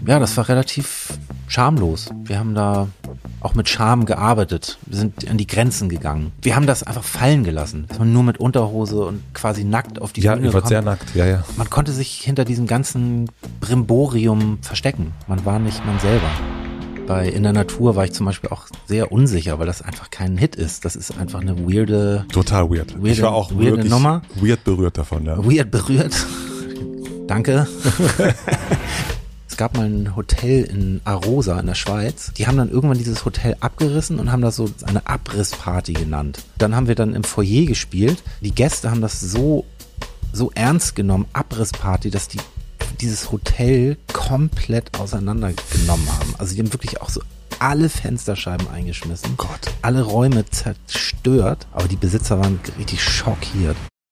Ja, das war relativ schamlos. Wir haben da auch mit Scham gearbeitet. Wir sind an die Grenzen gegangen. Wir haben das einfach fallen gelassen. Dass man nur mit Unterhose und quasi nackt auf die Bühne kommt. Ja, ihr wart sehr nackt, ja. Man konnte sich hinter diesem ganzen Brimborium verstecken. Man war nicht man selber. In der Natur war ich zum Beispiel auch sehr unsicher, weil das einfach kein Hit ist. Das ist einfach eine weirde... Total weird. Ich war auch wirklich Nummer. Weird berührt davon, ja. Weird berührt. Danke. Es gab mal ein Hotel in Arosa in der Schweiz. Die haben dann irgendwann dieses Hotel abgerissen und haben das so eine Abrissparty genannt. Dann haben wir dann im Foyer gespielt. Die Gäste haben das so ernst genommen, Abrissparty, dass die dieses Hotel komplett auseinandergenommen haben. Also die haben wirklich auch so alle Fensterscheiben eingeschmissen. Gott. Alle Räume zerstört. Aber die Besitzer waren richtig schockiert.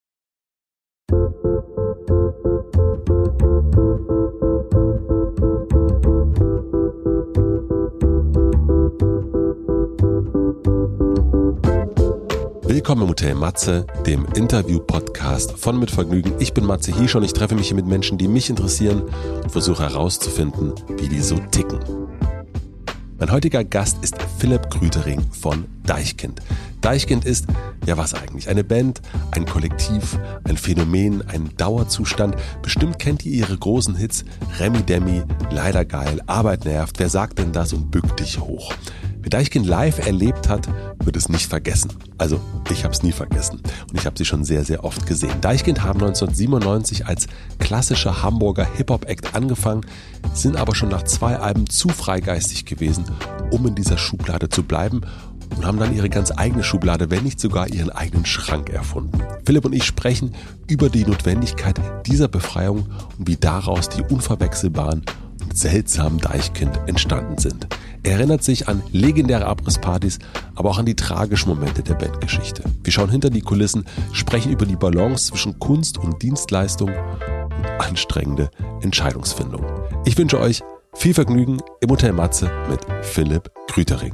Willkommen im Hotel Matze, dem Interview-Podcast von Mit Vergnügen. Ich bin Matze Hiesch und ich treffe mich hier mit Menschen, die mich interessieren und versuche herauszufinden, wie die so ticken. Mein heutiger Gast ist Philipp Grütering von Deichkind. Deichkind ist, ja was eigentlich, eine Band, ein Kollektiv, ein Phänomen, ein Dauerzustand. Bestimmt kennt ihr ihre großen Hits Remi Demi, Leider geil, Arbeit nervt, wer sagt denn das und bück dich hoch. Wer Deichkind live erlebt hat, wird es nicht vergessen. Also ich habe es nie vergessen und ich habe sie schon sehr, sehr oft gesehen. Deichkind haben 1997 als klassischer Hamburger Hip-Hop-Act angefangen, sind aber schon nach 2 Alben zu freigeistig gewesen, um in dieser Schublade zu bleiben und haben dann ihre ganz eigene Schublade, wenn nicht sogar ihren eigenen Schrank erfunden. Philipp und ich sprechen über die Notwendigkeit dieser Befreiung und wie daraus die unverwechselbaren und seltsamen Deichkind entstanden sind. Er erinnert sich an legendäre Abrisspartys, aber auch an die tragischen Momente der Bandgeschichte. Wir schauen hinter die Kulissen, sprechen über die Balance zwischen Kunst und Dienstleistung und anstrengende Entscheidungsfindung. Ich wünsche euch viel Vergnügen im Hotel Matze mit Philipp Grütering.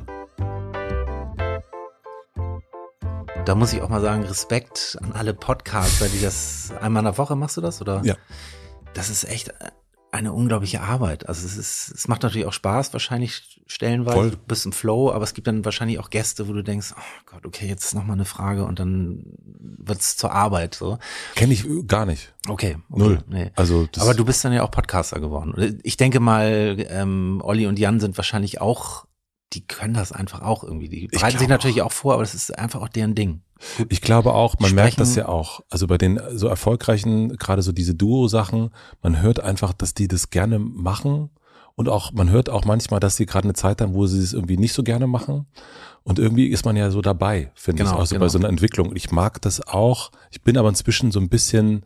Da muss ich auch mal sagen, Respekt an alle Podcaster, die das einmal in der Woche, machst du das, oder? Ja. Das ist echt eine unglaubliche Arbeit. Also es macht natürlich auch Spaß, wahrscheinlich stellenweise. Voll. Du bist im Flow, aber es gibt dann wahrscheinlich auch Gäste, wo du denkst, oh Gott, okay, jetzt nochmal eine Frage und dann wird's zur Arbeit, so. Kenne ich gar nicht. Okay. Null. Nee. Also aber du bist dann ja auch Podcaster geworden. Ich denke mal, Olli und Jan sind wahrscheinlich auch, die können das einfach auch irgendwie. Die bereiten sich natürlich auch vor, aber das ist einfach auch deren Ding. Ich glaube auch, man merkt das Sprechen. ja auch, also bei den so erfolgreichen, gerade so diese Duo-Sachen, man hört einfach, dass die das gerne machen und auch, man hört auch manchmal, dass sie gerade eine Zeit haben, wo sie es irgendwie nicht so gerne machen und irgendwie ist man ja so dabei, finde ich, auch so bei so einer Entwicklung. Und ich mag das auch, ich bin aber inzwischen so ein bisschen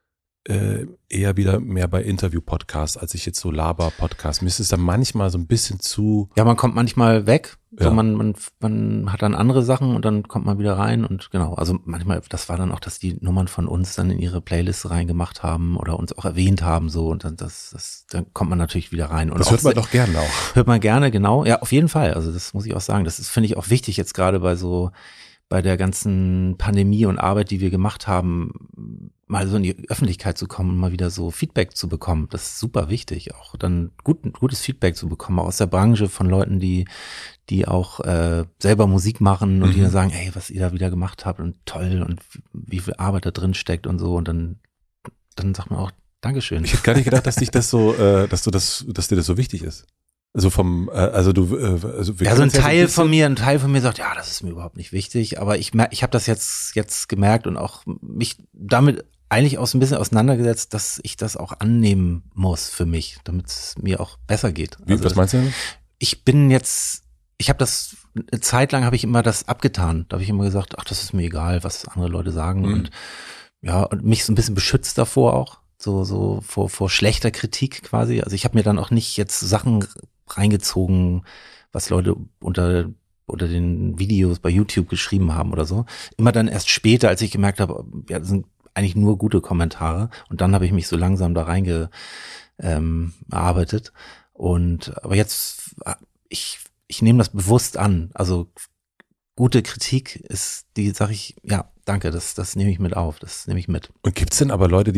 eher wieder mehr bei Interview-Podcasts, als ich jetzt so Laber-Podcasts. Mir ist es dann manchmal so ein bisschen zu... Ja, man kommt manchmal weg, Ja. so man hat dann andere Sachen und dann kommt man wieder rein und genau, also manchmal, das war dann auch, dass die Nummern von uns dann in ihre Playlist reingemacht haben oder uns auch erwähnt haben so und dann dann kommt man natürlich wieder rein. Und Das auch hört man doch gerne auch. Hört man gerne, genau. Ja, auf jeden Fall. Also das muss ich auch sagen. Das ist, finde ich, auch wichtig jetzt gerade bei der ganzen Pandemie und Arbeit, die wir gemacht haben, mal so in die Öffentlichkeit zu kommen und mal wieder so Feedback zu bekommen. Das ist super wichtig, auch dann gutes Feedback zu bekommen, auch aus der Branche von Leuten, die auch selber Musik machen und die dann sagen, hey, was ihr da wieder gemacht habt und toll und wie viel Arbeit da drin steckt und so und dann sagt man auch Dankeschön. Ich hätte gar nicht gedacht, dass dich das so, dass dir das so wichtig ist. Also also ja, so ein Teil von mir sagt, ja, das ist mir überhaupt nicht wichtig, aber ich habe das jetzt gemerkt und auch mich damit eigentlich auch so ein bisschen auseinandergesetzt, dass ich das auch annehmen muss für mich, damit es mir auch besser geht. Wie, was meinst du denn? Ich habe das, eine Zeit lang habe ich immer das abgetan. Da habe ich immer gesagt, ach, das ist mir egal, was andere Leute sagen und ja, und mich so ein bisschen beschützt davor auch, so vor schlechter Kritik quasi. Also ich habe mir dann auch nicht jetzt Sachen reingezogen, was Leute unter den Videos bei YouTube geschrieben haben oder so. Immer dann erst später, als ich gemerkt habe, ja, das sind eigentlich nur gute Kommentare. Und dann habe ich mich so langsam da reingearbeitet. Aber jetzt, ich nehme das bewusst an. Also gute Kritik ist, die sage ich, ja, danke, das nehme ich mit auf, das nehme ich mit. Und gibt's denn aber Leute, die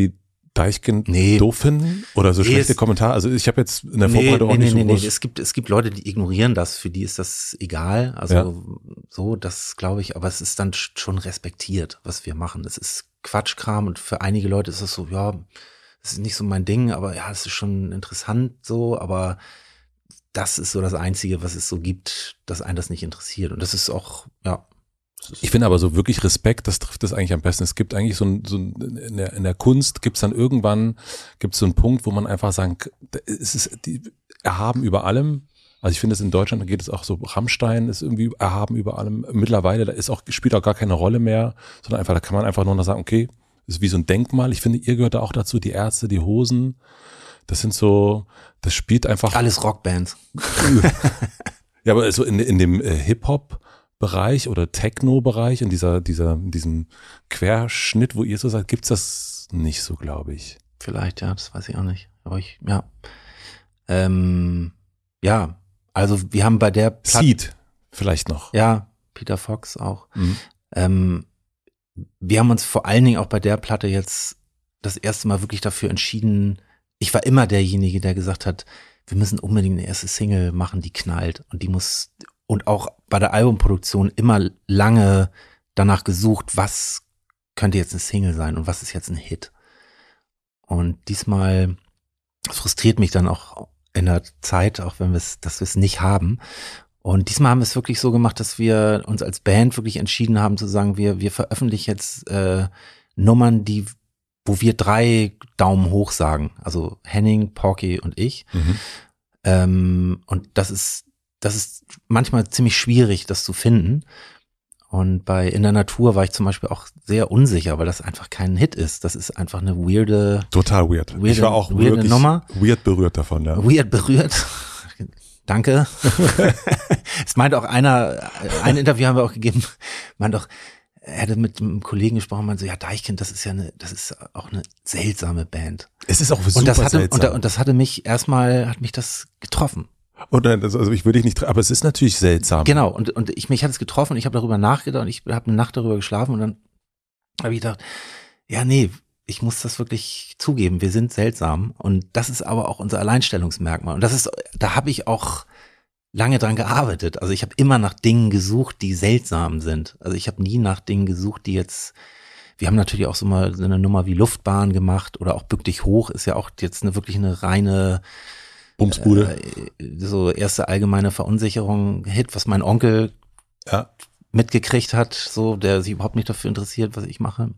Deichkind doof finden oder so schlechte Kommentare? Also ich habe jetzt in der Vorbereitung auch nicht so groß... Es gibt Leute, die ignorieren das, für die ist das egal, also so, das glaube ich, aber es ist dann schon respektiert, was wir machen. Es ist Quatschkram und für einige Leute ist das so, ja, das ist nicht so mein Ding, aber ja, es ist schon interessant so, aber das ist so das Einzige, was es so gibt, dass einen das nicht interessiert und das ist auch, ja. Ich finde aber so wirklich Respekt, das trifft es eigentlich am besten. Es gibt eigentlich so in der Kunst gibt es dann irgendwann, gibt es so einen Punkt, wo man einfach sagen, es ist erhaben über allem. Also ich finde es in Deutschland, da geht es auch so, Rammstein ist irgendwie erhaben über allem. Mittlerweile, spielt auch gar keine Rolle mehr, sondern einfach, da kann man einfach nur noch sagen, okay, das ist wie so ein Denkmal. Ich finde, ihr gehört da auch dazu, die Ärzte, die Hosen, das sind so, das spielt einfach. Alles Rockbands. Ja, aber so in dem Hip-Hop Bereich oder Techno-Bereich, in diesem Querschnitt, wo ihr so seid, gibt's das nicht so, glaube ich. Vielleicht, ja, das weiß ich auch nicht. Aber ja, also wir haben bei der Seed vielleicht noch. Ja, Peter Fox auch. Wir haben uns vor allen Dingen auch bei der Platte jetzt das erste Mal wirklich dafür entschieden. Ich war immer derjenige, der gesagt hat, wir müssen unbedingt eine erste Single machen, die knallt und die muss. Und auch bei der Albumproduktion immer lange danach gesucht, was könnte jetzt eine Single sein und was ist jetzt ein Hit. Und diesmal, das frustriert mich dann auch in der Zeit, auch wenn dass wir es nicht haben. Und diesmal haben wir es wirklich so gemacht, dass wir uns als Band wirklich entschieden haben zu sagen, wir veröffentlichen jetzt Nummern, wo wir 3 Daumen hoch sagen. Also Henning, Porky und ich. Und das ist manchmal ziemlich schwierig, das zu finden. Und bei In der Natur war ich zum Beispiel auch sehr unsicher, weil das einfach kein Hit ist. Das ist einfach eine weirde. Total weird. Ich war auch wirklich Nummer. Weird berührt davon, ja. Weird berührt. Danke. Es meint auch ein Interview haben wir auch gegeben, er hätte mit einem Kollegen gesprochen, meinte so, ja, Deichkind, das ist auch eine seltsame Band. Es ist auch super seltsam. Und das hat mich das getroffen. Also ich würde dich nicht, aber es ist natürlich seltsam. Genau, und mich hat es getroffen und ich habe darüber nachgedacht und ich habe eine Nacht darüber geschlafen und dann habe ich gedacht, ja, nee, ich muss das wirklich zugeben, wir sind seltsam und das ist aber auch unser Alleinstellungsmerkmal und da habe ich auch lange dran gearbeitet. Also ich habe immer nach Dingen gesucht, die seltsam sind. Also ich habe nie nach Dingen gesucht, wir haben natürlich auch so mal so eine Nummer wie Luftbahn gemacht oder auch Bück dich hoch ist ja auch jetzt wirklich eine reine Bumsbude. So erste allgemeine Verunsicherung, Hit, was mein Onkel mitgekriegt hat, so, der sich überhaupt nicht dafür interessiert, was ich mache.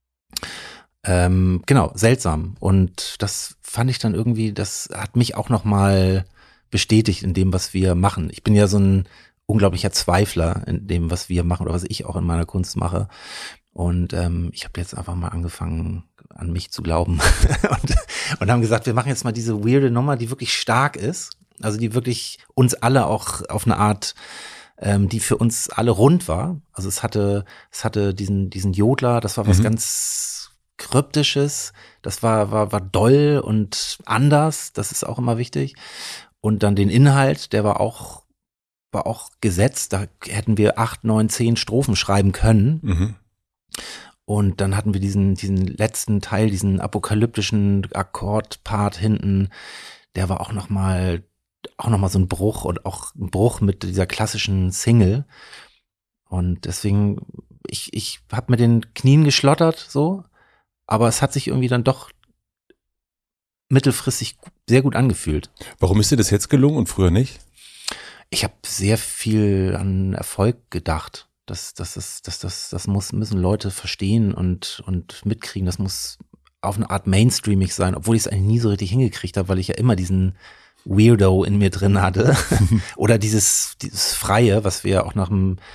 Genau, seltsam. Und das fand ich dann irgendwie, das hat mich auch nochmal bestätigt in dem, was wir machen. Ich bin ja so ein unglaublicher Zweifler in dem, was wir machen oder was ich auch in meiner Kunst mache. Und ich habe jetzt einfach mal angefangen, an mich zu glauben und haben gesagt, wir machen jetzt mal diese weirde Nummer, die wirklich stark ist, also die wirklich uns alle auch auf eine Art, die für uns alle rund war. Also es hatte diesen Jodler, das war was ganz Kryptisches, das war doll und anders, das ist auch immer wichtig. Und dann den Inhalt, der war auch gesetzt, da hätten wir 8, 9, 10 Strophen schreiben können. Und dann hatten wir diesen letzten Teil, diesen apokalyptischen Akkordpart hinten, der war auch noch mal so ein Bruch und auch ein Bruch mit dieser klassischen Single. Und deswegen, ich habe mit den Knien geschlottert, so, aber es hat sich irgendwie dann doch mittelfristig sehr gut angefühlt. Warum ist dir das jetzt gelungen und früher nicht? Ich habe sehr viel an Erfolg gedacht. Das müssen Leute verstehen und mitkriegen. Das muss auf eine Art mainstreamig sein, obwohl ich es eigentlich nie so richtig hingekriegt habe, weil ich ja immer diesen Weirdo in mir drin hatte. Oder dieses Freie, was wir auch nach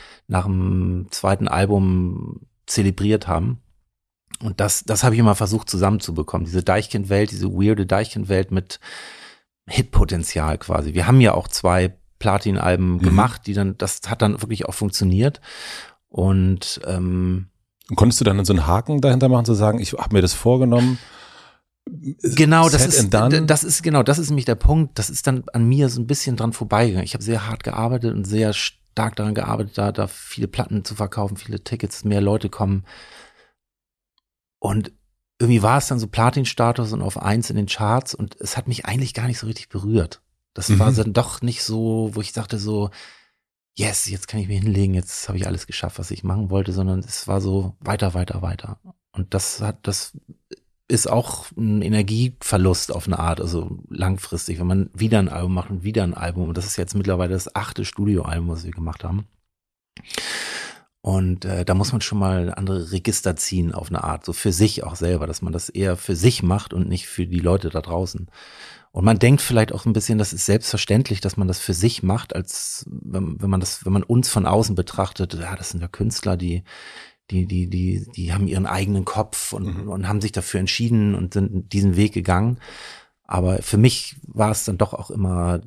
dem zweiten Album zelebriert haben. Und das habe ich immer versucht zusammenzubekommen. Diese Deichkind-Welt, diese weirde Deichkind-Welt mit Hitpotenzial quasi. Wir haben ja auch 2 Platin-Alben gemacht, das hat dann wirklich auch funktioniert. Und konntest du dann so einen Haken dahinter machen, zu sagen, ich habe mir das vorgenommen? Genau, das ist nämlich der Punkt, das ist dann an mir so ein bisschen dran vorbeigegangen. Ich habe sehr hart gearbeitet und sehr stark daran gearbeitet, da viele Platten zu verkaufen, viele Tickets, mehr Leute kommen. Und irgendwie war es dann so Platin-Status und auf 1 in den Charts und es hat mich eigentlich gar nicht so richtig berührt. Das war dann doch nicht so, wo ich dachte so, yes, jetzt kann ich mich hinlegen, jetzt habe ich alles geschafft, was ich machen wollte, sondern es war so weiter. Und das ist auch ein Energieverlust auf eine Art, also langfristig, wenn man wieder ein Album macht und wieder ein Album. Und das ist jetzt mittlerweile das 8. Studioalbum, was wir gemacht haben. Und da muss man schon mal andere Register ziehen auf eine Art, so für sich auch selber, dass man das eher für sich macht und nicht für die Leute da draußen. Und man denkt vielleicht auch ein bisschen, das ist selbstverständlich, dass man das für sich macht, als wenn man uns von außen betrachtet, ja, das sind ja Künstler, die haben ihren eigenen Kopf und haben sich dafür entschieden und sind diesen Weg gegangen. Aber für mich war es dann doch auch immer,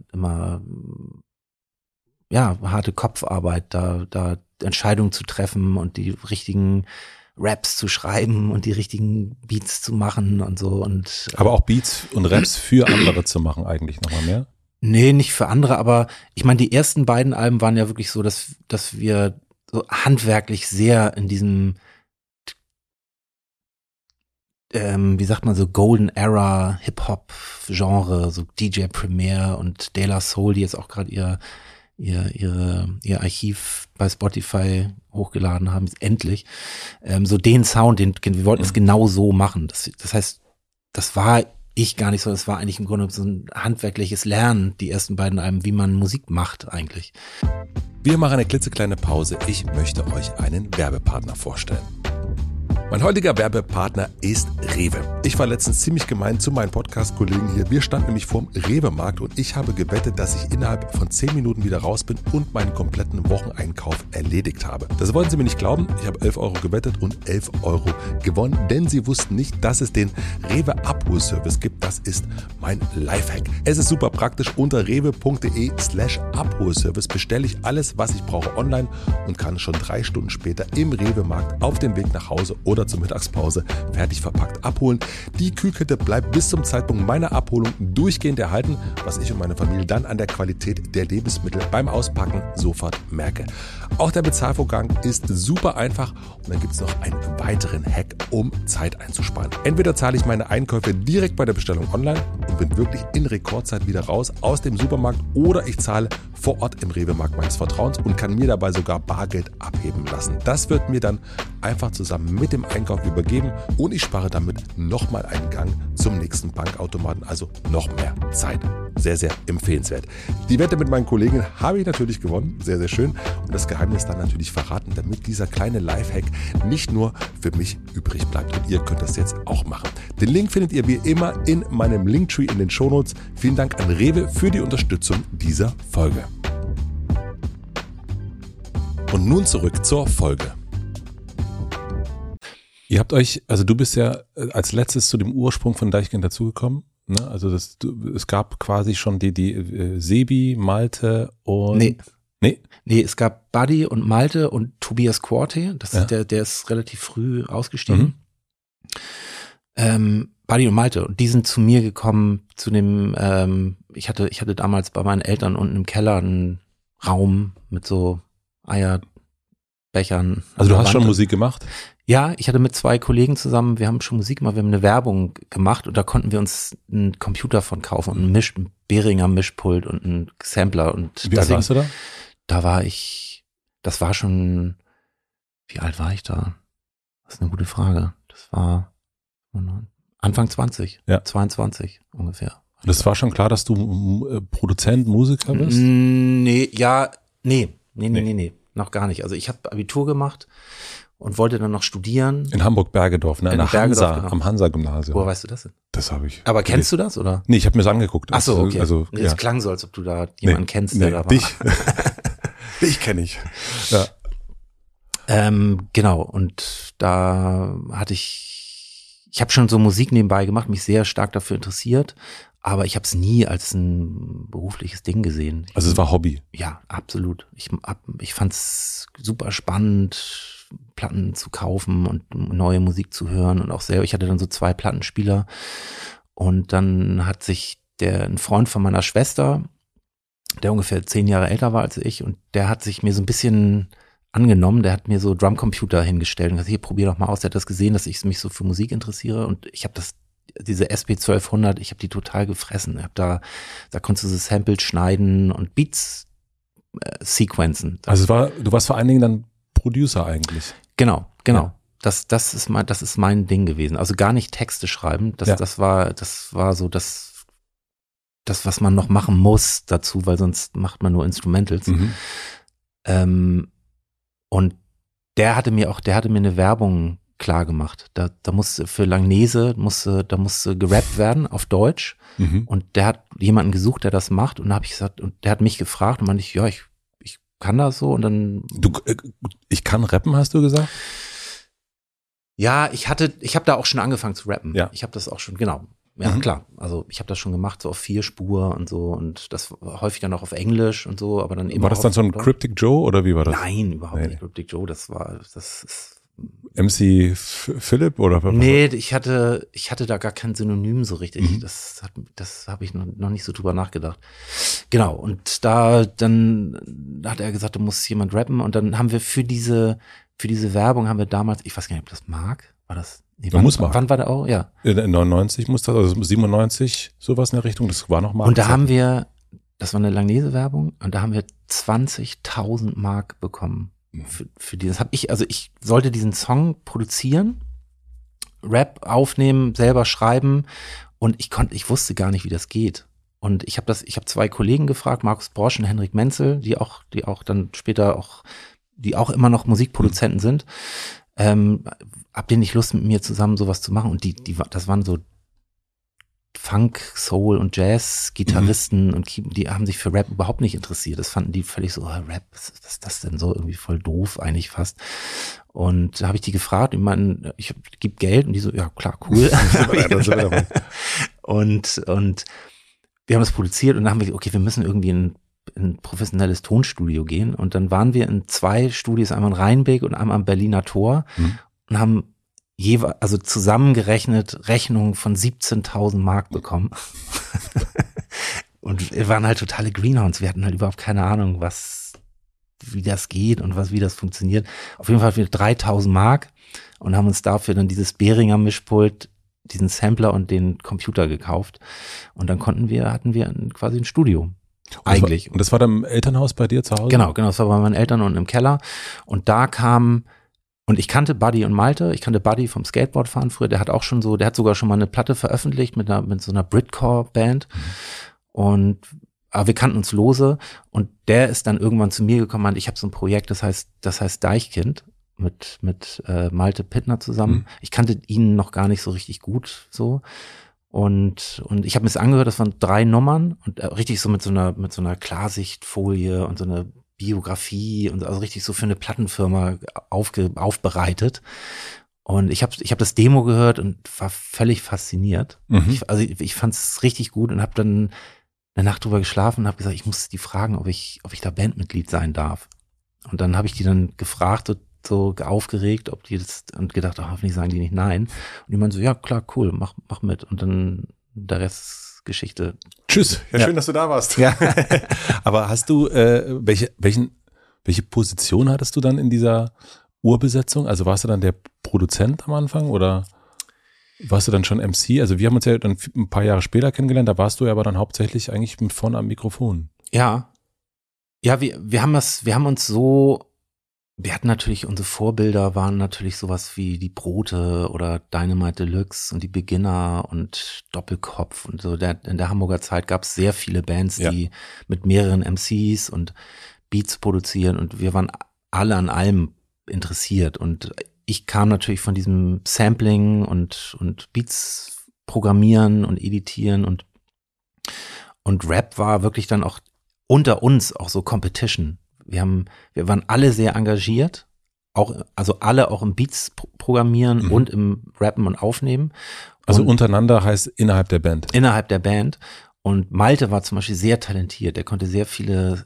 ja, harte Kopfarbeit, da Entscheidungen zu treffen und die richtigen Raps zu schreiben und die richtigen Beats zu machen und so. Aber auch Beats und Raps für andere zu machen eigentlich nochmal mehr? Nee, nicht für andere, aber ich meine, die ersten beiden Alben waren ja wirklich so, dass wir so handwerklich sehr in diesem, wie sagt man so, Golden Era Hip-Hop-Genre, so DJ Premier und De La Soul, die jetzt auch gerade ihr Archiv bei Spotify hochgeladen haben, endlich. So den Sound, wir wollten es genau so machen. Das heißt, das war ich gar nicht so, das war eigentlich im Grunde so ein handwerkliches Lernen, die ersten beiden Alben, wie man Musik macht eigentlich. Wir machen eine klitzekleine Pause. Ich möchte euch einen Werbepartner vorstellen. Mein heutiger Werbepartner ist Rewe. Ich war letztens ziemlich gemein zu meinen Podcast-Kollegen hier. Wir standen nämlich vorm Rewe-Markt und ich habe gewettet, dass ich innerhalb von 10 Minuten wieder raus bin und meinen kompletten Wocheneinkauf erledigt habe. Das wollten sie mir nicht glauben. Ich habe 11 Euro gewettet und 11 Euro gewonnen, denn sie wussten nicht, dass es den Rewe-Abholservice gibt. Das ist mein Lifehack. Es ist super praktisch. Unter rewe.de/Abholservice bestelle ich alles, was ich brauche online und kann schon 3 Stunden später im Rewe-Markt auf dem Weg nach Hause oder zur Mittagspause fertig verpackt abholen. Die Kühlkette bleibt bis zum Zeitpunkt meiner Abholung durchgehend erhalten, was ich und meine Familie dann an der Qualität der Lebensmittel beim Auspacken sofort merke. Auch der Bezahlvorgang ist super einfach und dann gibt es noch einen weiteren Hack, um Zeit einzusparen. Entweder zahle ich meine Einkäufe direkt bei der Bestellung online und bin wirklich in Rekordzeit wieder raus aus dem Supermarkt oder ich zahle vor Ort im Rewe-Markt meines Vertrauens und kann mir dabei sogar Bargeld abheben lassen. Das wird mir dann einfach zusammen mit dem Einkauf übergeben und ich spare damit nochmal einen Gang zum nächsten Bankautomaten, also noch mehr Zeit. Sehr, sehr empfehlenswert. Die Wette mit meinen Kollegen habe ich natürlich gewonnen, sehr, sehr schön und das Geheimnis dann natürlich verraten, damit dieser kleine Lifehack nicht nur für mich übrig bleibt und ihr könnt das jetzt auch machen. Den Link findet ihr wie immer in meinem Linktree in den Shownotes. Vielen Dank an Rewe für die Unterstützung dieser Folge. Und nun zurück zur Folge. Ihr habt euch, also du bist ja als letztes zu dem Ursprung von Deichkind dazugekommen, ne? Also es gab quasi schon die Sebi, Malte und... Nee, es gab Buddy und Malte und Tobias Quarte, das ist der ist relativ früh ausgestiegen. Buddy und Malte, und die sind zu mir gekommen, zu dem, ich hatte damals bei meinen Eltern unten im Keller einen Raum mit so Eierbechern. Also du hast schon Musik gemacht? Ja, ich hatte mit 2 Kollegen zusammen, wir haben schon Musik gemacht, wir haben eine Werbung gemacht und da konnten wir uns einen Computer von kaufen und ein Behringer Mischpult und einen Sampler. Und wie alt warst du da? Das war schon, wie alt war ich da? Das ist eine gute Frage. Das war Anfang 20, 22 ungefähr. Das war schon klar, dass du Produzent, Musiker bist? Nee, noch gar nicht. Also ich habe Abitur gemacht und wollte dann noch studieren. In Hamburg-Bergedorf, ne? Am Hansa-Gymnasium. Woher weißt du das denn? Das habe ich. Aber kennst du das, oder? Nee, ich habe mir das angeguckt. Ach so, okay. Also, es klang so, als ob du da jemanden kennst, der da war. Dich. Dich kenne ich. Ja. Genau, und da hatte ich habe schon so Musik nebenbei gemacht, mich sehr stark dafür interessiert, aber ich habe es nie als ein berufliches Ding gesehen. Also es war Hobby? Ja, absolut. Ich fand es super spannend, Platten zu kaufen und neue Musik zu hören und auch selber. Ich hatte dann so 2 Plattenspieler und dann hat sich ein Freund von meiner Schwester, der ungefähr 10 Jahre älter war als ich, und der hat sich mir so ein bisschen angenommen, der hat mir so Drumcomputer hingestellt und gesagt, hier, probier doch mal aus. Der hat das gesehen, dass ich mich so für Musik interessiere und ich habe diese SP 1200, ich habe die total gefressen. Ich hab da konntest du so Samples schneiden und Beats sequenzen. Also du warst vor allen Dingen dann Producer eigentlich. Genau. Ja. Das ist mein Ding gewesen. Also gar nicht Texte schreiben. Das war so das, was man noch machen muss dazu, weil sonst macht man nur Instrumentals. Und der hatte mir eine Werbung klar gemacht. Da musste für Langnese musste gerappt werden auf Deutsch. Und der hat jemanden gesucht, der das macht. Und da habe ich gesagt, und der hat mich gefragt und meinte ich, ja, ich kann das so. Und dann ich kann rappen, hast du gesagt? Ja, ich habe da auch schon angefangen zu rappen. Ja. Ich habe das auch schon, genau. Ja, klar. Also ich habe das schon gemacht, so auf 4 Spur und so. Und das häufig dann auch auf Englisch und so, aber dann eben. War das dann so ein Cryptic Joe oder wie war das? Nein, überhaupt nicht Cryptic Joe. Das ist MC Philipp oder was? Nee, ich hatte da gar kein Synonym so richtig. Das habe ich noch nicht so drüber nachgedacht. Genau. Und dann hat er gesagt, da muss jemand rappen. Und dann haben wir für diese Werbung haben wir damals, ich weiß gar nicht, ob das Mark war das. Nee, wann war der auch? Ja. In 99 muss das, also 97, sowas in der Richtung. Das war noch Mark. Und da haben wir, das war eine Langnese-Werbung, und da haben wir 20.000 Mark bekommen. Für die, ich sollte diesen Song produzieren, Rap aufnehmen, selber schreiben, und ich wusste gar nicht, wie das geht. Und ich habe 2 Kollegen gefragt, Markus Borsch und Henrik Menzel, die auch dann später auch, die auch immer noch Musikproduzenten sind, habt ihr nicht Lust, mit mir zusammen sowas zu machen? Und das waren so Funk, Soul und Jazz Gitarristen und die haben sich für Rap überhaupt nicht interessiert. Das fanden die völlig so, Rap, was ist das denn so? Irgendwie voll doof eigentlich fast. Und da habe ich die gefragt, ich meine, ich gebe Geld, und die so, ja klar, cool. Und wir haben das produziert, und dann haben wir, okay, wir müssen irgendwie in ein professionelles Tonstudio gehen, und dann waren wir in 2 Studios, einmal in Rheinbeck und einmal am Berliner Tor, und haben also zusammengerechnet Rechnungen von 17.000 Mark bekommen. Und wir waren halt totale Greenhorns. Wir hatten halt überhaupt keine Ahnung, wie das geht und wie das funktioniert. Auf jeden Fall hatten wir 3.000 Mark und haben uns dafür dann dieses Behringer Mischpult, diesen Sampler und den Computer gekauft. Und dann hatten wir quasi ein Studio. Eigentlich. Und das war dann im Elternhaus bei dir zu Hause? Genau, das war bei meinen Eltern unten im Keller. Und da und ich kannte Buddy und Malte, ich kannte Buddy vom Skateboardfahren früher, der hat sogar schon mal eine Platte veröffentlicht mit so einer Britcore-Band. Aber wir kannten uns lose, und der ist dann irgendwann zu mir gekommen und ich habe so ein Projekt, das heißt Deichkind mit Malte Pittner zusammen. Ich kannte ihn noch gar nicht so richtig gut so. Und ich habe mir das angehört, das waren 3 Nummern und richtig so mit so einer Klarsichtfolie und so eine Biografie, und also richtig so für eine Plattenfirma aufbereitet. Und ich hab das Demo gehört und war völlig fasziniert. Ich fand es richtig gut und habe dann eine Nacht drüber geschlafen und habe gesagt, ich muss die fragen, ob ich da Bandmitglied sein darf. Und dann habe ich die dann gefragt, so aufgeregt, ob die das, und gedacht, hoffentlich sagen die nicht nein. Und die meinen so, ja klar, cool, mach mit. Und dann der Rest ist Geschichte. Tschüss, ja, schön, dass du da warst. Ja. Aber hast du, welche Position hattest du dann in dieser Urbesetzung? Also warst du dann der Produzent am Anfang oder warst du dann schon MC? Also wir haben uns ja dann ein paar Jahre später kennengelernt, da warst du ja aber dann hauptsächlich eigentlich mit vorne am Mikrofon. Ja. Ja, wir hatten natürlich, unsere Vorbilder waren natürlich sowas wie die Brote oder Dynamite Deluxe und die Beginner und Doppelkopf und so. In der Hamburger Zeit gab es sehr viele Bands, die mit mehreren MCs und Beats produzieren, und wir waren alle an allem interessiert. Und ich kam natürlich von diesem Sampling und Beats programmieren und editieren, und Rap war wirklich dann auch unter uns auch so Competition. Wir waren alle sehr engagiert, also alle auch im Beats programmieren und im Rappen und Aufnehmen. Also untereinander heißt innerhalb der Band? Innerhalb der Band. Und Malte war zum Beispiel sehr talentiert. Der konnte sehr viele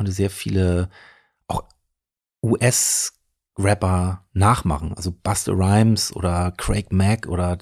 auch US-Rapper nachmachen. Also Busta Rhymes oder Craig Mack der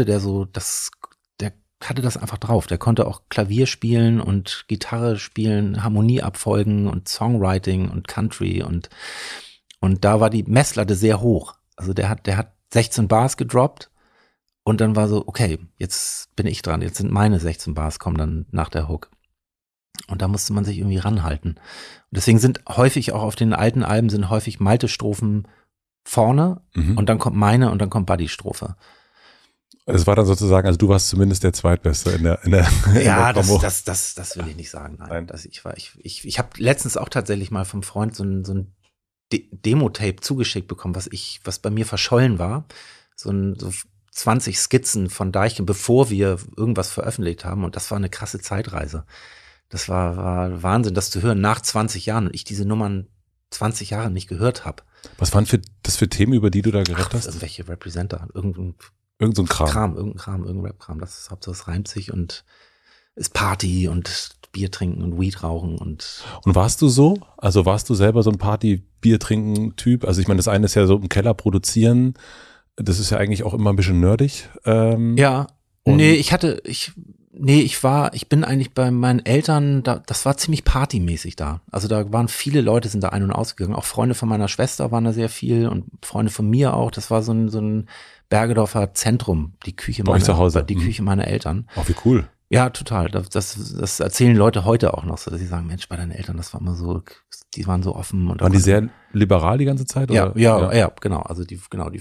hatte das einfach drauf. Der konnte auch Klavier spielen und Gitarre spielen, Harmonieabfolgen und Songwriting und Country und Und da war die Messlatte sehr hoch. Also der hat 16 Bars gedroppt und dann war so, okay, jetzt bin ich dran, jetzt sind meine 16 Bars, kommen dann nach der Hook. Und da musste man sich irgendwie ranhalten. Und deswegen sind häufig auch auf den alten Alben sind häufig Malte-Strophen vorne und dann kommt meine und dann kommt Buddy-Strophe. Es war dann sozusagen, also du warst zumindest der Zweitbeste in der Ja, Combo. das will ich nicht sagen. Nein. Ich habe letztens auch tatsächlich mal vom Freund so ein Demo-Tape zugeschickt bekommen, was bei mir verschollen war. So 20 Skizzen von Deichkind, bevor wir irgendwas veröffentlicht haben. Und das war eine krasse Zeitreise. Das war Wahnsinn, das zu hören nach 20 Jahren und ich diese Nummern 20 Jahre nicht gehört habe. Was waren das für Themen, über die du da gerappt hast? Irgendwelche Representer, irgendein Kram. Irgendein Rap-Kram. Das ist Hauptsache, es reimt sich und ist Party und Bier trinken und Weed rauchen und warst du so? Also warst du selber so ein Party-Bier-trinken-Typ? Also ich meine, das eine ist ja so im Keller produzieren, das ist ja eigentlich auch immer ein bisschen nerdig. Ja, ich bin eigentlich bei meinen Eltern, das war ziemlich partymäßig da. Also da waren viele Leute, sind da ein- und ausgegangen. Auch Freunde von meiner Schwester waren da sehr viel und Freunde von mir auch. Das war so ein Bergedorfer Zentrum, die Küche meiner Eltern. Oh, wie cool. Ja, total. Das erzählen Leute heute auch noch so, dass sie sagen, Mensch, bei deinen Eltern, das war immer so, die waren so offen. Und waren die sehr liberal die ganze Zeit? Oder? Ja, genau. Also die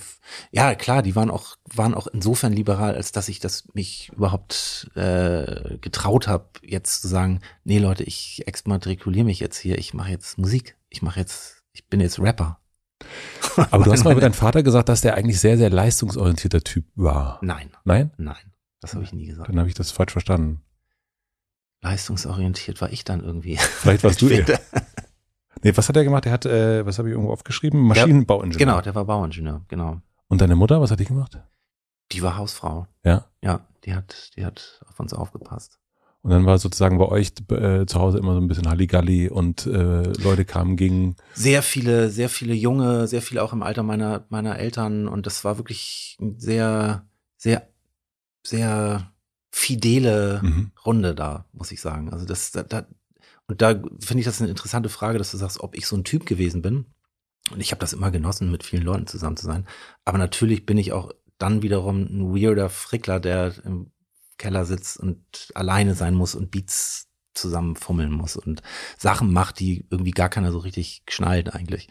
waren auch insofern liberal, als dass ich mich überhaupt getraut habe, jetzt zu sagen, nee Leute, ich exmatrikuliere mich jetzt hier, ich mache jetzt Musik, ich bin jetzt Rapper. Aber du hast mal mit deinem Vater gesagt, dass der eigentlich sehr, sehr leistungsorientierter Typ war. Nein. Nein? Nein. Das habe ich nie gesagt. Dann habe ich das falsch verstanden. Leistungsorientiert war ich dann irgendwie. Vielleicht warst du eher. Nee, was hat er gemacht? Er hat, was habe ich irgendwo aufgeschrieben? Maschinenbauingenieur. Genau, der war Bauingenieur, genau. Und deine Mutter, was hat die gemacht? Die war Hausfrau. Ja? Ja, die hat auf uns aufgepasst. Und dann war sozusagen bei euch zu Hause immer so ein bisschen Halligalli und Leute kamen, gingen. Sehr viele Junge, sehr viele auch im Alter meiner Eltern und das war wirklich ein sehr, sehr, sehr fidele Runde da, muss ich sagen. Also und da finde ich das eine interessante Frage, dass du sagst, ob ich so ein Typ gewesen bin. Und ich habe das immer genossen, mit vielen Leuten zusammen zu sein. Aber natürlich bin ich auch dann wiederum ein weirder Frickler, der im Keller sitzt und alleine sein muss und Beats zusammen fummeln muss und Sachen macht, die irgendwie gar keiner so richtig schnallt eigentlich.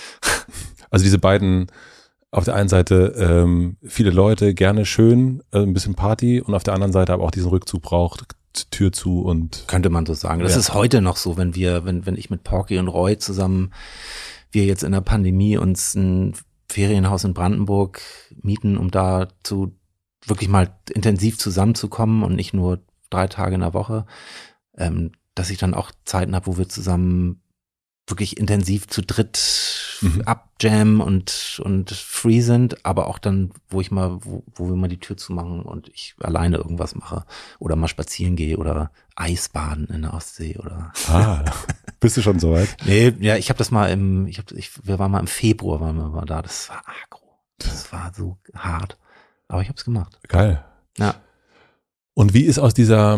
Also diese beiden, auf der einen Seite viele Leute, gerne schön, ein bisschen Party und auf der anderen Seite aber auch diesen Rückzug braucht, Tür zu und. Könnte man so sagen. Das ist heute noch so, wenn ich mit Porky und Roy zusammen, wir jetzt in der Pandemie uns ein Ferienhaus in Brandenburg mieten, um da wirklich mal intensiv zusammenzukommen und nicht nur 3 Tage in der Woche, dass ich dann auch Zeiten habe, wo wir zusammen wirklich intensiv zu dritt abjammen und free sind, aber auch dann, wo wir mal die Tür zumachen und ich alleine irgendwas mache oder mal spazieren gehe oder Eisbaden in der Ostsee oder. Bist du schon soweit? Nee, ja, ich habe das mal wir waren mal im Februar, waren wir mal da, das war agro. Das war so hart. Aber ich habe es gemacht. Geil. Ja. Und wie ist aus dieser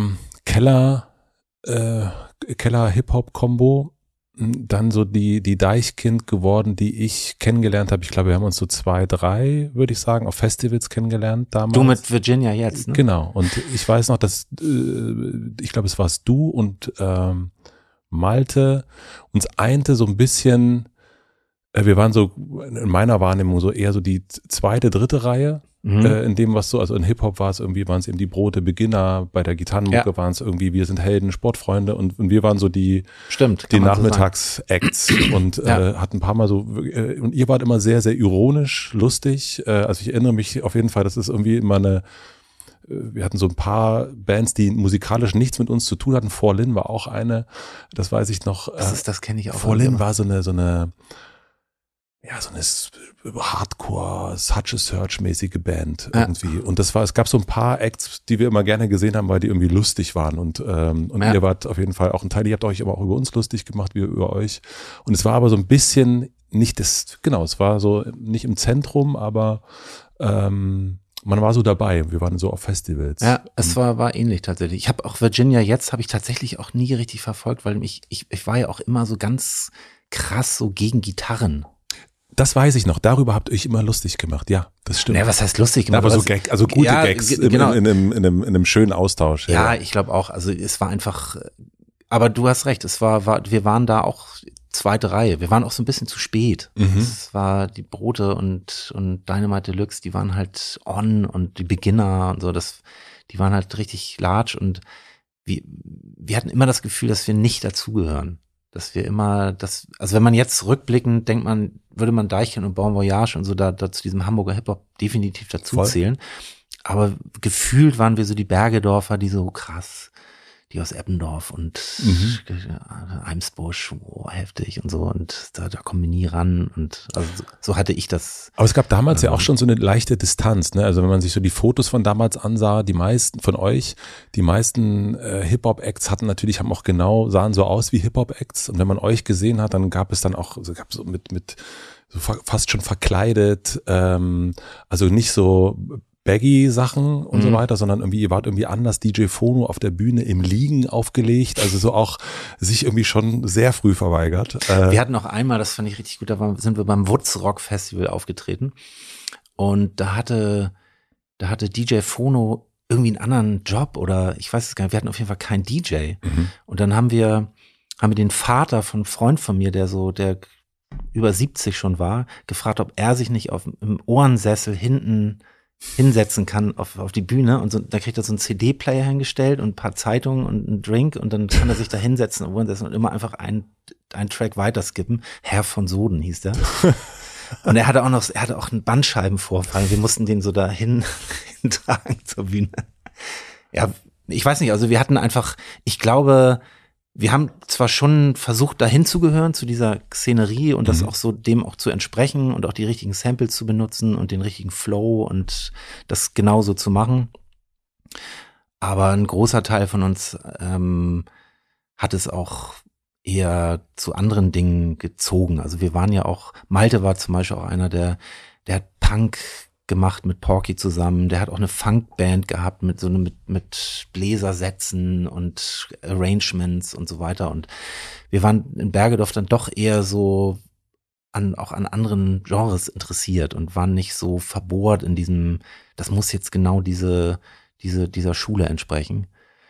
Keller-Hip-Hop-Kombo dann so die Deichkind geworden, die ich kennengelernt habe? Ich glaube, wir haben uns so 2, 3, würde ich sagen, auf Festivals kennengelernt damals. Du mit Virginia jetzt, ne? Genau. Und ich weiß noch, dass ich glaube, es warst du und Malte, uns einte so ein bisschen, wir waren so in meiner Wahrnehmung so eher so die 2., 3. Reihe. In dem, was so, also in Hip-Hop waren es eben die Brote Beginner, bei der Gitarrenmucke waren es irgendwie, wir sind Helden, Sportfreunde und wir waren so die Nachmittags-Acts und hatten ein paar Mal so, und ihr wart immer sehr, sehr ironisch, lustig, also ich erinnere mich auf jeden Fall, das ist irgendwie immer wir hatten so ein paar Bands, die musikalisch nichts mit uns zu tun hatten, Forlin war auch eine, das weiß ich noch. Das kenne ich auch. Forlin war so eine Hardcore, Such a Search-mäßige Band irgendwie. Und es gab so ein paar Acts, die wir immer gerne gesehen haben, weil die irgendwie lustig waren. Und ihr wart auf jeden Fall auch ein Teil, ihr habt euch aber auch über uns lustig gemacht, wir über euch. Und es war aber so ein bisschen es war so nicht im Zentrum, aber man war so dabei. Wir waren so auf Festivals. Ja, es war ähnlich tatsächlich. Ich habe auch Virginia jetzt, habe ich tatsächlich auch nie richtig verfolgt, weil ich war ja auch immer so ganz krass so gegen Gitarren. Das weiß ich noch. Darüber habt ihr euch immer lustig gemacht. Ja, das stimmt. Naja, was heißt lustig gemacht? Aber so Gag, also gute Gags genau. in einem schönen Austausch. Ja, ich glaube auch. Also es war einfach, aber du hast recht, wir waren da auch zweite Reihe. Wir waren auch so ein bisschen zu spät. Es war die Brote und Dynamite Deluxe, die waren halt on und die Beginner und so, die waren halt richtig large und wir hatten immer das Gefühl, dass wir nicht dazugehören. Dass wir immer also wenn man jetzt rückblickend denkt man, würde man Deichkind und Bon Voyage und so da zu diesem Hamburger Hip-Hop definitiv dazu zählen. Aber gefühlt waren wir so die Bergedorfer, die so krass, die aus Eppendorf und Eimsbusch, heftig und so und da kommen wir nie ran und also so hatte ich das. Aber es gab damals ja auch schon so eine leichte Distanz, ne? Also wenn man sich so die Fotos von damals ansah, die meisten Hip-Hop-Acts haben auch sahen so aus wie Hip-Hop-Acts und wenn man euch gesehen hat, dann gab es so mit so fast schon verkleidet, also nicht so Baggy-Sachen und so weiter, sondern irgendwie, ihr wart irgendwie anders, DJ Phono auf der Bühne im Liegen aufgelegt, also so auch sich irgendwie schon sehr früh verweigert. Wir hatten auch einmal, das fand ich richtig gut, sind wir beim Woodstock Festival aufgetreten und da hatte DJ Phono irgendwie einen anderen Job oder ich weiß es gar nicht, wir hatten auf jeden Fall keinen DJ und dann haben wir den Vater von einem Freund von mir, der über 70 schon war, gefragt, ob er sich nicht im Ohrensessel hinten hinsetzen kann auf die Bühne und so, da kriegt er so einen CD-Player hingestellt und ein paar Zeitungen und einen Drink und dann kann er sich da hinsetzen und immer einfach einen Track weiterskippen. Herr von Soden hieß der. Und er hatte auch einen Bandscheibenvorfall. Wir mussten den so dahin tragen zur Bühne. Ja, ich weiß nicht, also wir hatten einfach, ich glaube, wir haben zwar schon versucht, dahin zu gehören, zu dieser Szenerie und das auch so dem auch zu entsprechen und auch die richtigen Samples zu benutzen und den richtigen Flow und das genauso zu machen. Aber ein großer Teil von uns hat es auch eher zu anderen Dingen gezogen. Also wir waren ja auch, Malte war zum Beispiel auch einer, der hat Punk gemacht mit Porky zusammen, der hat auch eine Funkband gehabt mit mit Bläsersätzen und Arrangements und so weiter und wir waren in Bergedorf dann doch eher so auch an anderen Genres interessiert und waren nicht so verbohrt in diesem, das muss jetzt genau dieser Schule entsprechen.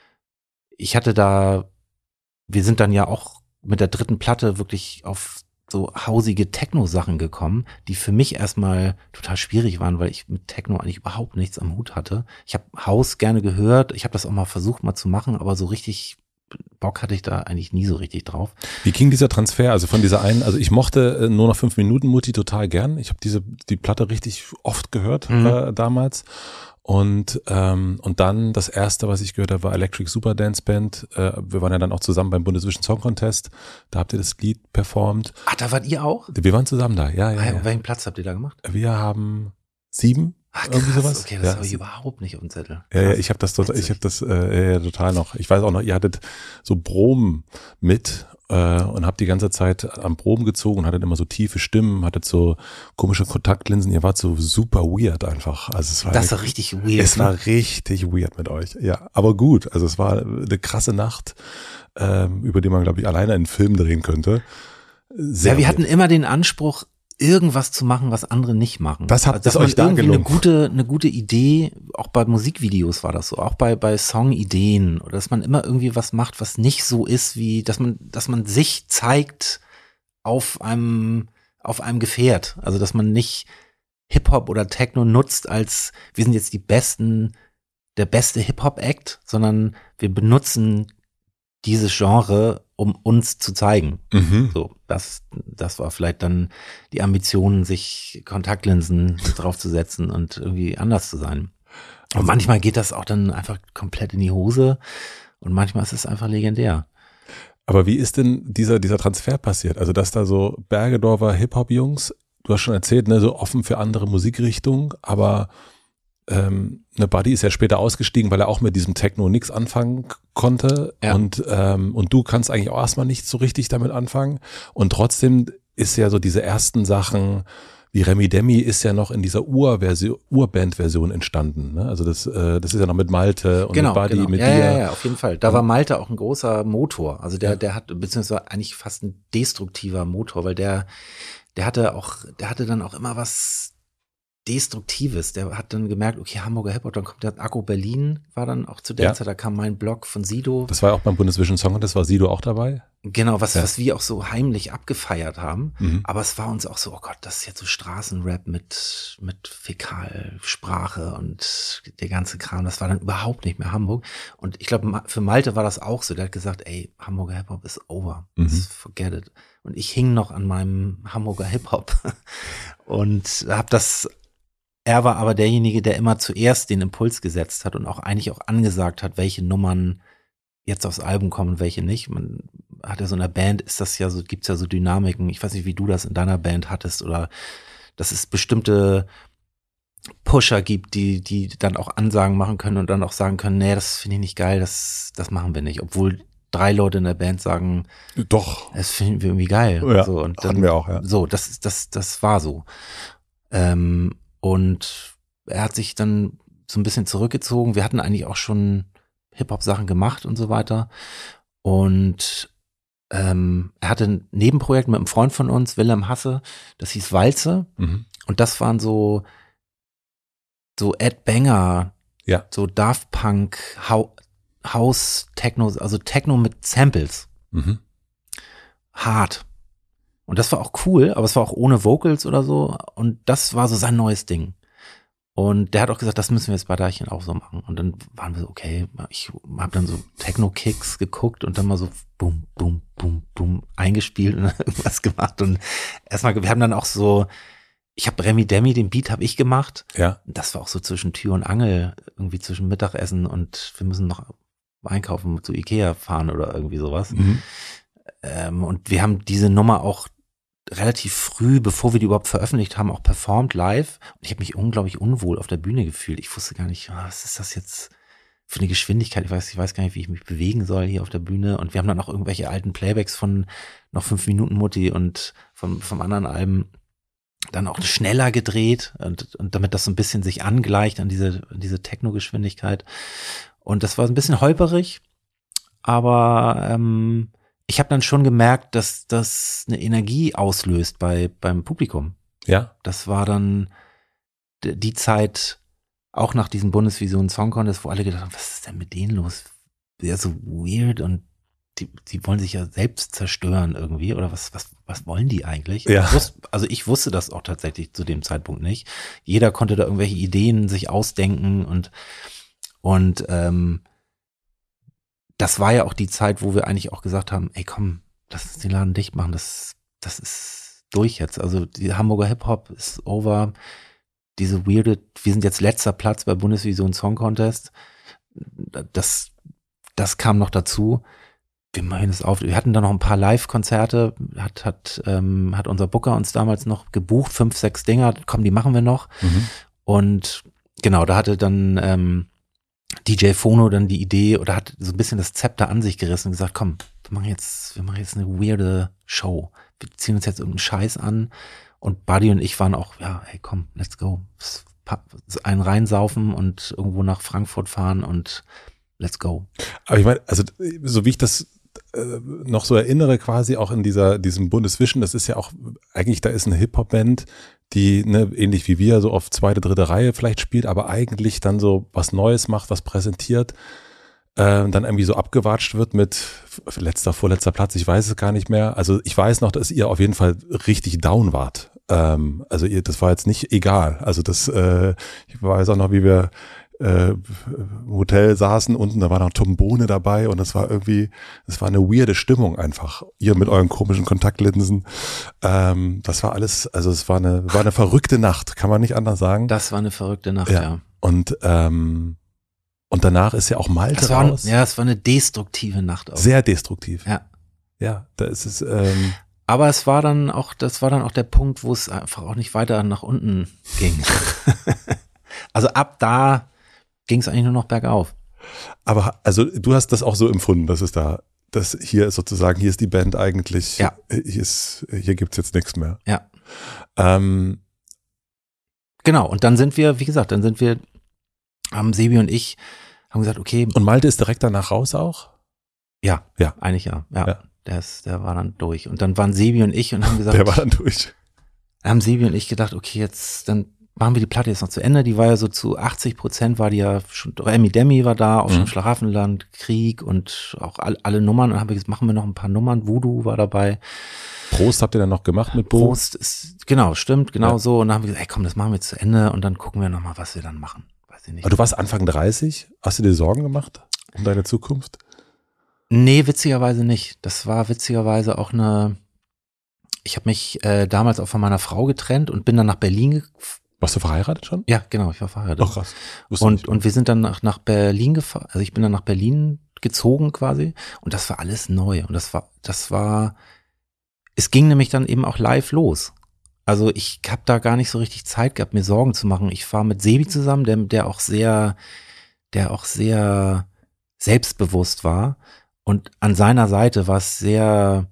Wir sind dann ja auch mit der dritten Platte wirklich auf so hausige Techno-Sachen gekommen, die für mich erstmal total schwierig waren, weil ich mit Techno eigentlich überhaupt nichts am Hut hatte. Ich habe House gerne gehört, ich habe das auch mal versucht zu machen, aber so richtig Bock hatte ich da eigentlich nie so richtig drauf. Wie ging dieser Transfer, also von dieser einen, also ich mochte nur noch 5 Minuten Multi total gern, ich habe die Platte richtig oft gehört damals. Und dann das erste, was ich gehört habe, war Electric Super Dance Band. Wir waren ja dann auch zusammen beim Bundesvision Song Contest. Da habt ihr das Lied performt. Ach, da wart ihr auch? Wir waren zusammen da, ja. Welchen Platz habt ihr da gemacht? Wir haben 7. Ach, krass, irgendwie sowas. Okay, das habe ich überhaupt nicht auf dem Zettel. Ja, ich habe das total noch. Ich weiß auch noch, ihr hattet so Proben mit und habt die ganze Zeit am Proben gezogen und hattet immer so tiefe Stimmen, hattet so komische Kontaktlinsen. Ihr wart so super weird einfach. Also das war richtig weird. Es war richtig weird mit euch. Ja, aber gut. Also es war eine krasse Nacht, über die man, glaube ich, alleine einen Film drehen könnte. Wir hatten immer den Anspruch, irgendwas zu machen, was andere nicht machen. Das hat das euch da gelungen. Eine gute Idee, auch bei Musikvideos war das so, auch bei Songideen, oder dass man immer irgendwie was macht, was nicht so ist, wie, dass man sich zeigt auf einem Gefährt. Also, dass man nicht Hip-Hop oder Techno nutzt als, wir sind jetzt der beste Hip-Hop-Act, sondern wir benutzen dieses Genre, um uns zu zeigen. So, das war vielleicht dann die Ambition, sich Kontaktlinsen draufzusetzen und irgendwie anders zu sein. Und manchmal geht das auch dann einfach komplett in die Hose und manchmal ist es einfach legendär. Aber wie ist denn dieser Transfer passiert? Also, dass da so Bergedorfer Hip-Hop-Jungs, du hast schon erzählt, ne, so offen für andere Musikrichtungen, aber ne Buddy ist ja später ausgestiegen, weil er auch mit diesem Techno nichts anfangen konnte. Ja. Und du kannst eigentlich auch erstmal nicht so richtig damit anfangen. Und trotzdem ist ja so diese ersten Sachen, wie Remi Demi ist ja noch in dieser Urband-Version entstanden. Ne? Also das ist ja noch mit Malte und mit Buddy, mit dir. Ja, auf jeden Fall. Da war Malte auch ein großer Motor. Also der hat, beziehungsweise eigentlich fast ein destruktiver Motor, weil der der hatte dann auch immer was Destruktives. Der hat dann gemerkt, okay, Hamburger Hip-Hop, dann kommt der Agro Berlin, war dann auch zu der Zeit, da kam mein Blog von Sido. Das war ja auch beim Bundesvision Song Contest, war Sido auch dabei? Genau, was wir auch so heimlich abgefeiert haben. Aber es war uns auch so, oh Gott, das ist jetzt so Straßenrap mit Fäkalsprache und der ganze Kram. Das war dann überhaupt nicht mehr Hamburg. Und ich glaube, für Malte war das auch so. Der hat gesagt, ey, Hamburger Hip-Hop ist over. Forget it. Und ich hing noch an meinem Hamburger Hip-Hop und er war aber derjenige, der immer zuerst den Impuls gesetzt hat und auch eigentlich auch angesagt hat, welche Nummern jetzt aufs Album kommen und welche nicht. Man hat ja so in der Band, gibt's ja so Dynamiken. Ich weiß nicht, wie du das in deiner Band hattest oder dass es bestimmte Pusher gibt, die dann auch Ansagen machen können und dann auch sagen können, nee, das finde ich nicht geil, das machen wir nicht. Obwohl 3 Leute in der Band sagen, doch, das finden wir irgendwie geil. Ja, so, und dann, hatten wir auch, ja. So, das war so. Und er hat sich dann so ein bisschen zurückgezogen. Wir hatten eigentlich auch schon Hip-Hop-Sachen gemacht und so weiter. Und er hatte ein Nebenprojekt mit einem Freund von uns, Wilhelm Hasse, das hieß Walze. Und das waren so Ed Banger, so Daft Punk, House, Techno, also Techno mit Samples. Hart. Und das war auch cool, aber es war auch ohne Vocals oder so. Und das war so sein neues Ding. Und der hat auch gesagt, das müssen wir jetzt bei Deichkind auch so machen. Und dann waren wir so, okay, ich habe dann so Techno-Kicks geguckt und dann mal so bum, bum, bum, bum eingespielt und irgendwas gemacht. Und erstmal, wir haben dann auch so, ich habe Remi Demi, den Beat habe ich gemacht. Ja. Das war auch so zwischen Tür und Angel, irgendwie zwischen Mittagessen und wir müssen noch einkaufen, zu Ikea fahren oder irgendwie sowas. Und wir haben diese Nummer auch relativ früh, bevor wir die überhaupt veröffentlicht haben, auch performt live. Und ich habe mich unglaublich unwohl auf der Bühne gefühlt. Ich wusste gar nicht, was ist das jetzt für eine Geschwindigkeit? Ich weiß gar nicht, wie ich mich bewegen soll hier auf der Bühne. Und wir haben dann auch irgendwelche alten Playbacks von noch 5 Minuten Mutti und vom anderen Album dann auch schneller gedreht und damit das so ein bisschen sich angleicht an diese Techno-Geschwindigkeit. Und das war ein bisschen holperig, aber ich habe dann schon gemerkt, dass das eine Energie auslöst beim Publikum. Ja. Das war dann die Zeit, auch nach diesem Bundesvision Song Contest, wo alle gedacht haben, was ist denn mit denen los? Ja, so weird und die wollen sich ja selbst zerstören irgendwie oder was wollen die eigentlich? Ja. Ich wusste das auch tatsächlich zu dem Zeitpunkt nicht. Jeder konnte da irgendwelche Ideen sich ausdenken und das war ja auch die Zeit, wo wir eigentlich auch gesagt haben, ey komm, lass uns den Laden dicht machen, das ist durch jetzt. Also die Hamburger Hip-Hop ist over. Diese weirde, wir sind jetzt letzter Platz bei Bundesvision Song Contest. Das kam noch dazu. Wir machen das auf. Wir hatten da noch ein paar Live-Konzerte, hat unser Booker uns damals noch gebucht, 5, 6 Dinger, komm, die machen wir noch. Und genau, da hatte dann DJ Phono dann die Idee oder hat so ein bisschen das Zepter an sich gerissen und gesagt, komm, wir machen jetzt eine weirde Show. Wir ziehen uns jetzt irgendeinen Scheiß an. Und Buddy und ich waren auch, ja, hey, komm, let's go. Einen reinsaufen und irgendwo nach Frankfurt fahren und let's go. Aber ich meine, also so wie ich das noch so erinnere quasi auch in diesem Bundesvision, das ist ja auch, eigentlich da ist eine Hip-Hop-Band, die ähnlich wie wir so auf 2., 3. Reihe vielleicht spielt, aber eigentlich dann so was Neues macht, was präsentiert, dann irgendwie so abgewatscht wird mit vorletzter Platz, ich weiß es gar nicht mehr. Also ich weiß noch, dass ihr auf jeden Fall richtig down wart. Also das war jetzt nicht egal. Also ich weiß auch noch, wie wir im Hotel saßen, unten, da war noch Trombone dabei und das war eine weirde Stimmung einfach. Ihr mit euren komischen Kontaktlinsen. Das war alles, also es war eine verrückte Nacht, kann man nicht anders sagen. Das war eine verrückte Nacht, ja. Und danach ist ja auch Malte raus. Ja, es war eine destruktive Nacht auch. Sehr destruktiv. Ja. Ja, da ist es. Aber das war dann auch der Punkt, wo es einfach auch nicht weiter nach unten ging. Also ab da ging es eigentlich nur noch bergauf. Aber also du hast das auch so empfunden, dass hier ist sozusagen, hier ist die Band eigentlich, ja. Hier gibt's jetzt nichts mehr. Ja. Genau, und dann sind wir, wie gesagt, haben Sebi und ich, haben gesagt, okay. Und Malte ist direkt danach raus auch? Ja, eigentlich ja. Der war dann durch. Und dann waren Sebi und ich und haben gesagt. Der war dann durch. haben Sebi und ich gedacht, okay, jetzt, dann machen wir die Platte jetzt noch zu Ende. Die war ja so zu 80% war die ja schon, Remi Demi war da, auch schon Schlaraffenland, Krieg und auch alle Nummern. Und dann haben wir gesagt, machen wir noch ein paar Nummern. Voodoo war dabei. Prost habt ihr dann noch gemacht mit Bo? Prost ist, genau, stimmt, genau so. Und dann haben wir gesagt, ey komm, das machen wir jetzt zu Ende und dann gucken wir nochmal, was wir dann machen. Weiß ich nicht. Aber du warst Anfang 30? Hast du dir Sorgen gemacht um deine Zukunft? Nee, witzigerweise nicht. Das war witzigerweise auch ich habe mich damals auch von meiner Frau getrennt und bin dann nach Berlin Warst du verheiratet schon? Ja, genau, ich war verheiratet. Ach krass. Und wir sind dann nach Berlin gefahren, also ich bin dann nach Berlin gezogen quasi und das war alles neu und es ging nämlich dann eben auch live los. Also ich habe da gar nicht so richtig Zeit gehabt, mir Sorgen zu machen. Ich war mit Sebi zusammen, der auch sehr selbstbewusst war und an seiner Seite war es sehr,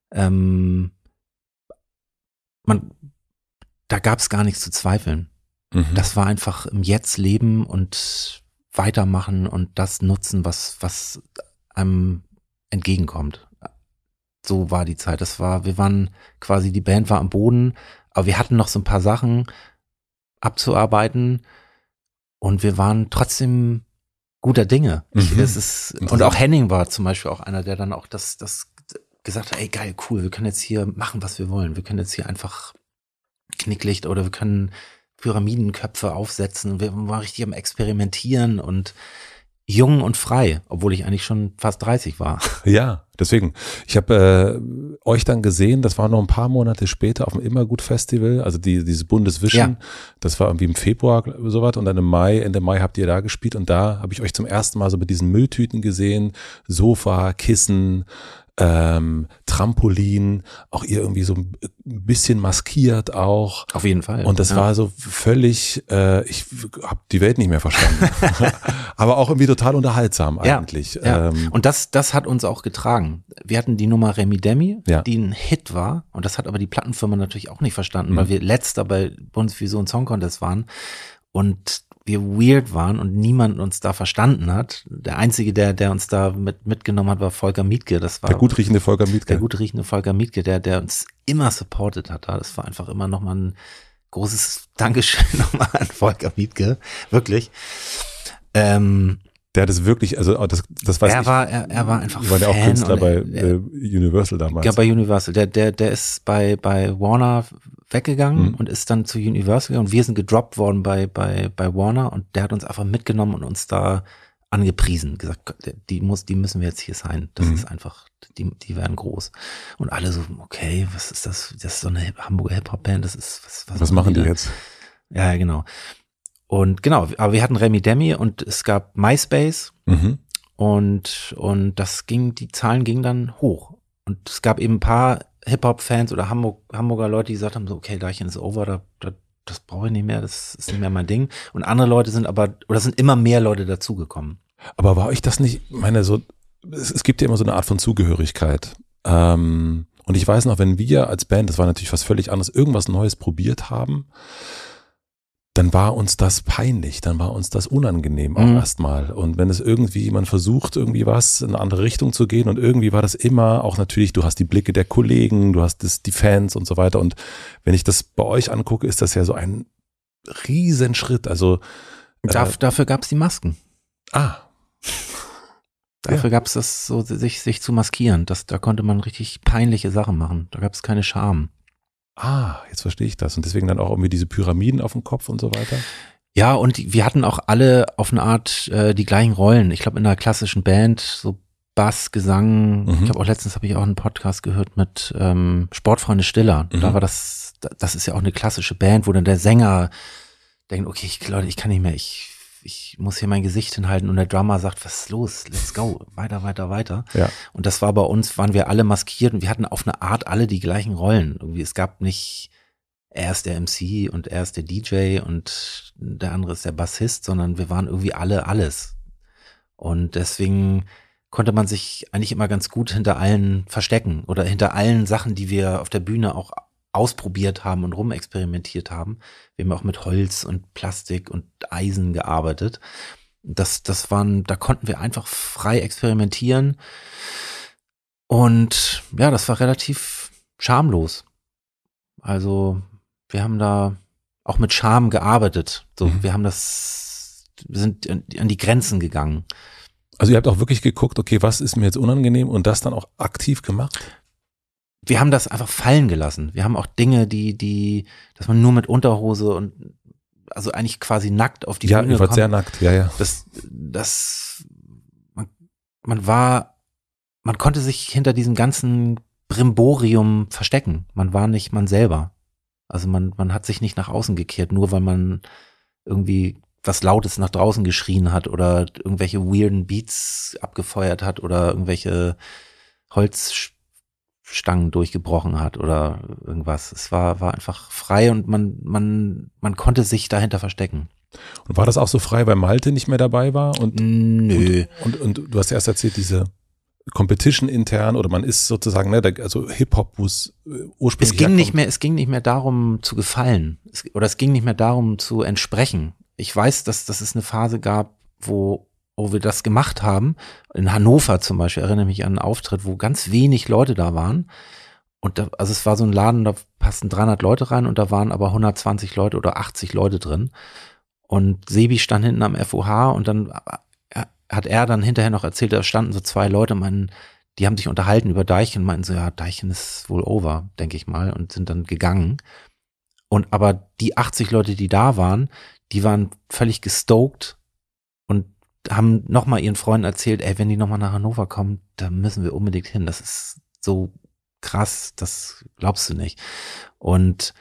da gab es gar nichts zu zweifeln. Das war einfach im Jetzt leben und weitermachen und das nutzen, was einem entgegenkommt. So war die Zeit. Wir waren quasi, die Band war am Boden, aber wir hatten noch so ein paar Sachen abzuarbeiten und wir waren trotzdem guter Dinge. Und auch Henning war zum Beispiel auch einer, der dann auch das gesagt hat, ey geil, cool, wir können jetzt hier machen, was wir wollen. Wir können jetzt hier einfach Knicklicht oder wir können Pyramidenköpfe aufsetzen. Wir waren richtig am Experimentieren und jung und frei, obwohl ich eigentlich schon fast 30 war. Ja, deswegen. Ich habe euch dann gesehen, das war noch ein paar Monate später auf dem Immergut-Festival, also dieses Bundeswischen. Ja. Das war irgendwie im Februar sowas und dann Ende Mai habt ihr da gespielt und da habe ich euch zum ersten Mal so mit diesen Mülltüten gesehen, Sofa, Kissen, Trampolin, auch ihr irgendwie so ein bisschen maskiert auch. Auf jeden Fall. Und das war so völlig, ich habe die Welt nicht mehr verstanden. Aber auch irgendwie total unterhaltsam eigentlich. Ja. Und das hat uns auch getragen. Wir hatten die Nummer Remi Demi, die ein Hit war. Und das hat aber die Plattenfirma natürlich auch nicht verstanden, weil wir letzter bei Bundesvision und Song Contest waren. Und wir weird waren und niemand uns da verstanden hat. Der Einzige, der uns da mitgenommen hat, war Volker Mietke. Das war der gut riechende Volker Mietke. Der gut riechende Volker Mietke, der uns immer supportet hat. Das war einfach immer nochmal ein großes Dankeschön nochmal an Volker Mietke. Wirklich. Der hat es wirklich, also das weiß ich. Er war einfach war der auch Künstler bei Universal damals. Ja, bei Universal. Der ist bei Warner weggegangen und ist dann zu Universal und wir sind gedroppt worden bei Warner und der hat uns einfach mitgenommen und uns da angepriesen, gesagt, die müssen wir jetzt hier sein. Das ist einfach, die werden groß. Und alle so, okay, was ist das? Das ist so eine Hamburger Hip-Hop-Band, das ist, was machen die jetzt? Ja, genau. Und genau, aber wir hatten Remi Demi und es gab MySpace und die Zahlen gingen dann hoch. Und es gab eben ein paar Hip-Hop-Fans oder Hamburger Leute, die gesagt haben, so, okay, Deichkind ist over, das brauche ich nicht mehr, das ist nicht mehr mein Ding. Und andere Leute sind immer mehr Leute dazugekommen. Aber war euch das nicht, es gibt ja immer so eine Art von Zugehörigkeit. Und ich weiß noch, wenn wir als Band, das war natürlich was völlig anderes, irgendwas Neues probiert haben, dann war uns das peinlich, dann war uns das unangenehm auch erstmal. Und wenn es irgendwie, man versucht irgendwie was in eine andere Richtung zu gehen und irgendwie war das immer auch natürlich, du hast die Blicke der Kollegen, du hast die Fans und so weiter. Und wenn ich das bei euch angucke, ist das ja so ein Riesenschritt. Also dafür gab es die Masken. Dafür ja. gab es das so, sich zu maskieren. Da konnte man richtig peinliche Sachen machen. Da gab es keine Scham. Jetzt verstehe ich das. Und deswegen dann auch irgendwie diese Pyramiden auf dem Kopf und so weiter? Ja, und wir hatten auch alle auf eine Art die gleichen Rollen. Ich glaube, in einer klassischen Band, so Bass, Gesang. Ich habe letztens habe ich auch einen Podcast gehört mit Sportfreunde Stiller. Da war das ist ja auch eine klassische Band, wo dann der Sänger denkt, okay, Leute, ich kann nicht mehr, ich muss hier mein Gesicht hinhalten und der Drummer sagt, was ist los? Let's go, weiter. Ja. Und das war bei uns, waren wir alle maskiert und wir hatten auf eine Art alle die gleichen Rollen. Irgendwie, es gab nicht, er ist der MC und er ist der DJ und der andere ist der Bassist, sondern wir waren irgendwie alle alles. Und deswegen konnte man sich eigentlich immer ganz gut hinter allen verstecken oder hinter allen Sachen, die wir auf der Bühne auch ausprobiert haben und rumexperimentiert haben. Wir haben auch mit Holz und Plastik und Eisen gearbeitet. Da konnten wir einfach frei experimentieren. Und ja, das war relativ schamlos. Also Wir haben da auch mit Charme gearbeitet. So, wir sind an die Grenzen gegangen. Also ihr habt auch wirklich geguckt, okay, was ist mir jetzt unangenehm und das dann auch aktiv gemacht? Wir haben das einfach fallen gelassen. Wir haben auch Dinge, dass man nur mit Unterhose und also eigentlich quasi nackt auf die Bühne kommt. Ja, ihr wart sehr nackt, ja. Man konnte sich hinter diesem ganzen Brimborium verstecken. Man war nicht man selber. Also man hat sich nicht nach außen gekehrt, nur weil man irgendwie was Lautes nach draußen geschrien hat oder irgendwelche weirden Beats abgefeuert hat oder irgendwelche Holzstangen durchgebrochen hat oder irgendwas. Es war einfach frei und man konnte sich dahinter verstecken. Und war das auch so frei, weil Malte nicht mehr dabei war? Nö. Und du hast erst erzählt, diese Competition intern oder man ist sozusagen, ne, also Hip-Hop, wo es ursprünglich es ging nicht mehr darum zu gefallen es ging nicht mehr darum zu entsprechen. Ich weiß, dass es eine Phase gab, wo wir das gemacht haben. In Hannover zum Beispiel, erinnere mich an einen Auftritt, wo ganz wenig Leute da waren. Und also es war so ein Laden, da passten 300 Leute rein und da waren aber 120 Leute oder 80 Leute drin. Und Sebi stand hinten am FOH und dann hat er dann hinterher noch erzählt, da standen so 2 Leute, die haben sich unterhalten über Deichen und meinten so, ja, Deichen ist wohl over, denke ich mal, und sind dann gegangen. Und aber die 80 Leute, die da waren, die waren völlig gestoked und haben nochmal ihren Freunden erzählt, ey, wenn die nochmal nach Hannover kommen, da müssen wir unbedingt hin. Das ist so krass, das glaubst du nicht. Und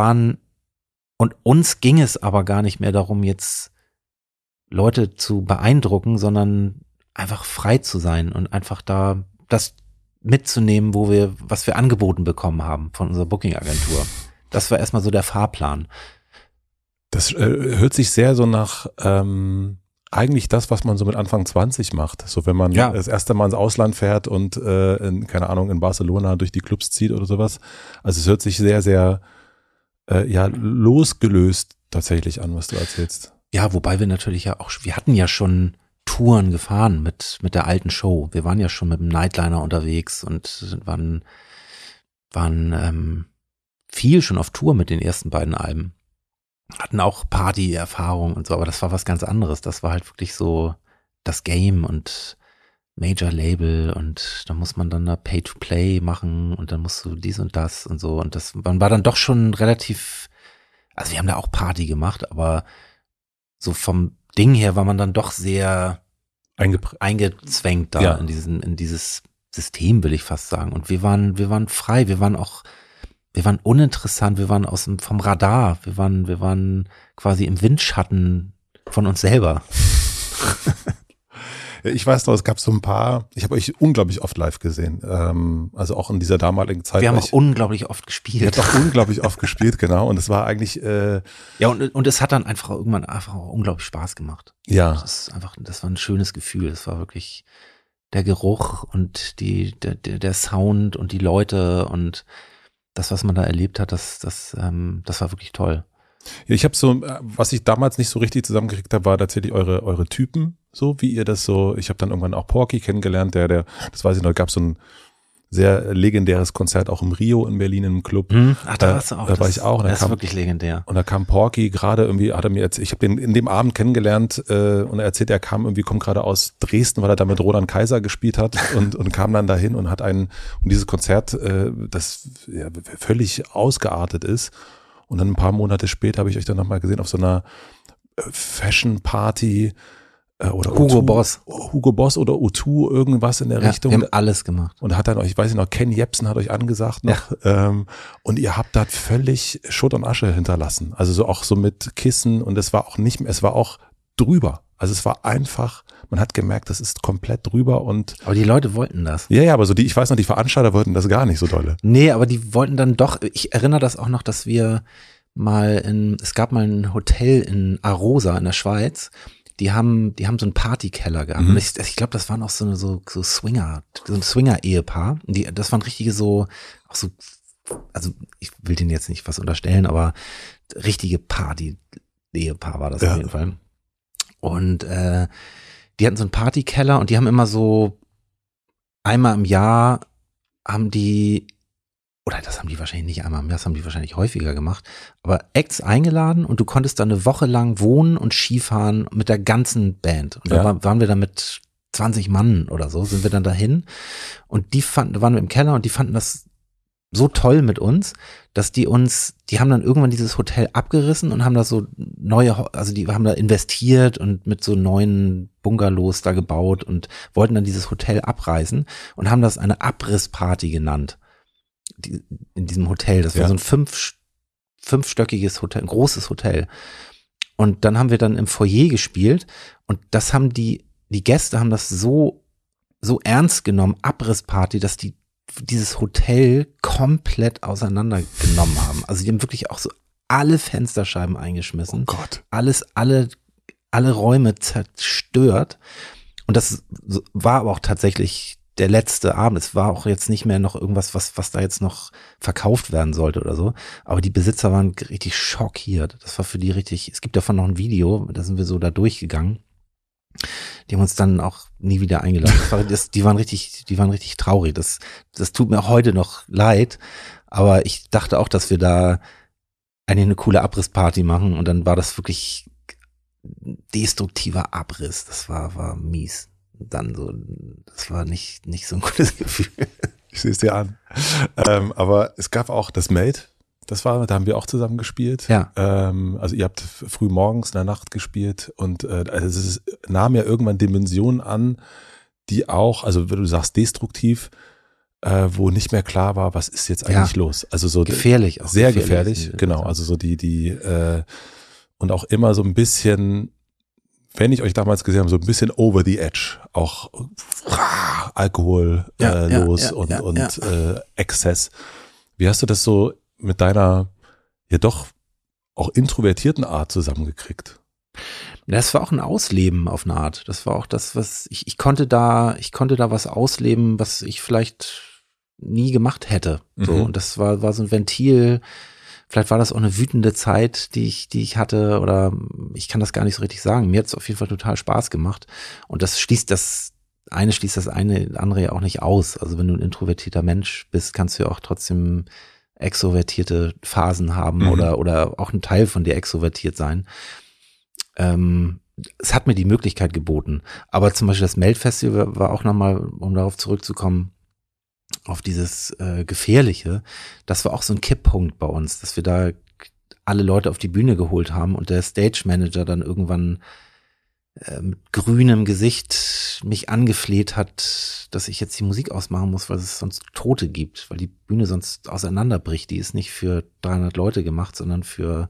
uns ging es aber gar nicht mehr darum, jetzt Leute zu beeindrucken, sondern einfach frei zu sein und einfach da das mitzunehmen, was wir angeboten bekommen haben von unserer Booking-Agentur. Das war erstmal so der Fahrplan. Das hört sich sehr so nach eigentlich das, was man so mit Anfang 20 macht. So wenn man das erste Mal ins Ausland fährt und keine Ahnung, in Barcelona durch die Clubs zieht oder sowas. Also es hört sich sehr, sehr losgelöst tatsächlich an, was du erzählst. Ja, wobei wir natürlich wir hatten ja schon Touren gefahren mit der alten Show. Wir waren ja schon mit dem Nightliner unterwegs und waren viel schon auf Tour mit den ersten beiden Alben. Hatten auch Party-Erfahrung und so, aber das war was ganz anderes. Das war halt wirklich so das Game und Major-Label und da muss man dann da Pay-to-Play machen und dann musst du dies und das und so. Und man war dann doch schon relativ, also wir haben da auch Party gemacht, aber so vom Ding her war man dann doch sehr eingezwängt da in dieses System, will ich fast sagen. Und wir waren frei, wir waren uninteressant, wir waren vom Radar, wir waren quasi im Windschatten von uns selber. Ich weiß noch, es gab so ein paar, ich habe euch unglaublich oft live gesehen, also auch in dieser damaligen Zeit. Wir haben auch unglaublich oft gespielt. Ihr habt auch unglaublich oft gespielt, genau, und es war eigentlich ja, und es hat dann irgendwann auch unglaublich Spaß gemacht. Ja. Das war ein schönes Gefühl, es war wirklich der Geruch und der Sound und die Leute und das, was man da erlebt hat, das war wirklich toll. Ja, ich habe so, was ich damals nicht so richtig zusammengekriegt habe, war tatsächlich eure Typen, so wie ihr das so, ich habe dann irgendwann auch Porky kennengelernt, das weiß ich noch, gab so ein sehr legendäres Konzert auch im Rio in Berlin im Club. Ach, da warst du auch. Da war ich auch. Das ist wirklich legendär. Und da kam Porky gerade irgendwie, hat er mir erzählt, ich habe den in dem Abend kennengelernt und er erzählt, er kommt gerade aus Dresden, weil er da mit Roland Kaiser gespielt hat und kam dann dahin und hat und dieses Konzert, das völlig ausgeartet ist. Und dann ein paar Monate später habe ich euch dann nochmal gesehen auf so einer Fashion-Party oder Hugo Boss oder U2, irgendwas in der Richtung. Wir haben alles gemacht. Und hat dann euch, ich weiß nicht noch, Ken Jebsen hat euch angesagt noch. Ja. Und ihr habt da völlig Schutt und Asche hinterlassen. Also so auch so mit Kissen und es war auch drüber. Also es war einfach, man hat gemerkt, das ist komplett drüber und. Aber die Leute wollten das. Ja, aber so ich weiß noch, die Veranstalter wollten das gar nicht so dolle. Nee, aber die wollten dann doch, ich erinnere das auch noch, dass wir es gab mal ein Hotel in Arosa in der Schweiz, die haben so einen Partykeller gehabt. Und ich glaube, das waren auch so ein Swinger-Ehepaar. Das waren richtige also ich will denen jetzt nicht was unterstellen, aber richtige Party-Ehepaar war das auf jeden Fall. Und die hatten so einen Partykeller und die haben immer so einmal im Jahr haben die oder das haben die wahrscheinlich nicht einmal mehr, das haben die wahrscheinlich häufiger gemacht, aber Acts eingeladen und du konntest dann eine Woche lang wohnen und Skifahren mit der ganzen Band. Und da waren wir dann mit 20 Mann oder so, sind wir dann dahin und waren wir im Keller und die fanden das so toll mit uns, dass die haben dann irgendwann dieses Hotel abgerissen und haben da so die haben da investiert und mit so neuen Bungalows da gebaut und wollten dann dieses Hotel abreißen und haben das eine Abrissparty genannt. In diesem Hotel. Das war so ein fünfstöckiges Hotel, ein großes Hotel. Und dann haben wir dann im Foyer gespielt und das haben die Gäste haben das so ernst genommen, Abrissparty, dass die dieses Hotel komplett auseinandergenommen haben. Also die haben wirklich auch so alle Fensterscheiben eingeschmissen. Oh Gott. Alle Räume zerstört. Und das war aber auch tatsächlich der letzte Abend. Es war auch jetzt nicht mehr noch irgendwas, was da jetzt noch verkauft werden sollte oder so. Aber die Besitzer waren richtig schockiert. Das war für die richtig, es gibt davon noch ein Video, da sind wir so da durchgegangen. Die haben uns dann auch nie wieder eingeladen. Die waren richtig traurig. Das tut mir auch heute noch leid. Aber ich dachte auch, dass wir da eigentlich eine coole Abrissparty machen. Und dann war das wirklich destruktiver Abriss. Das war mies. Dann so, das war nicht so ein gutes Gefühl. Ich sehe es dir an. Aber es gab auch das Made. Da haben wir auch zusammen gespielt. Ja. Also ihr habt früh morgens in der Nacht gespielt und es nahm ja irgendwann Dimensionen an, die auch, also wenn du sagst destruktiv, wo nicht mehr klar war, was ist jetzt eigentlich los. Also so gefährlich auch. Sehr gefährlich, genau. Also so und auch immer so ein bisschen, wenn ich euch damals gesehen habe, so ein bisschen over the edge, auch Alkohol und Exzess. Wie hast du das so mit deiner ja doch auch introvertierten Art zusammengekriegt? Das war auch ein Ausleben auf eine Art. Das war auch das, was ich konnte da was ausleben, was ich vielleicht nie gemacht hätte. So, und das war so ein Ventil. Vielleicht war das auch eine wütende Zeit, die ich hatte, oder ich kann das gar nicht so richtig sagen. Mir hat es auf jeden Fall total Spaß gemacht. Und das schließt das andere ja auch nicht aus. Also wenn du ein introvertierter Mensch bist, kannst du ja auch trotzdem extrovertierte Phasen haben oder auch ein Teil von dir extrovertiert sein. Es hat mir die Möglichkeit geboten. Aber zum Beispiel das Melt-Festival war auch nochmal, um darauf zurückzukommen, auf dieses Gefährliche. Das war auch so ein Kipppunkt bei uns, dass wir da alle Leute auf die Bühne geholt haben und der Stage-Manager dann irgendwann mit grünem Gesicht mich angefleht hat, dass ich jetzt die Musik ausmachen muss, weil es sonst Tote gibt, weil die Bühne sonst auseinanderbricht. Die ist nicht für 300 Leute gemacht, sondern für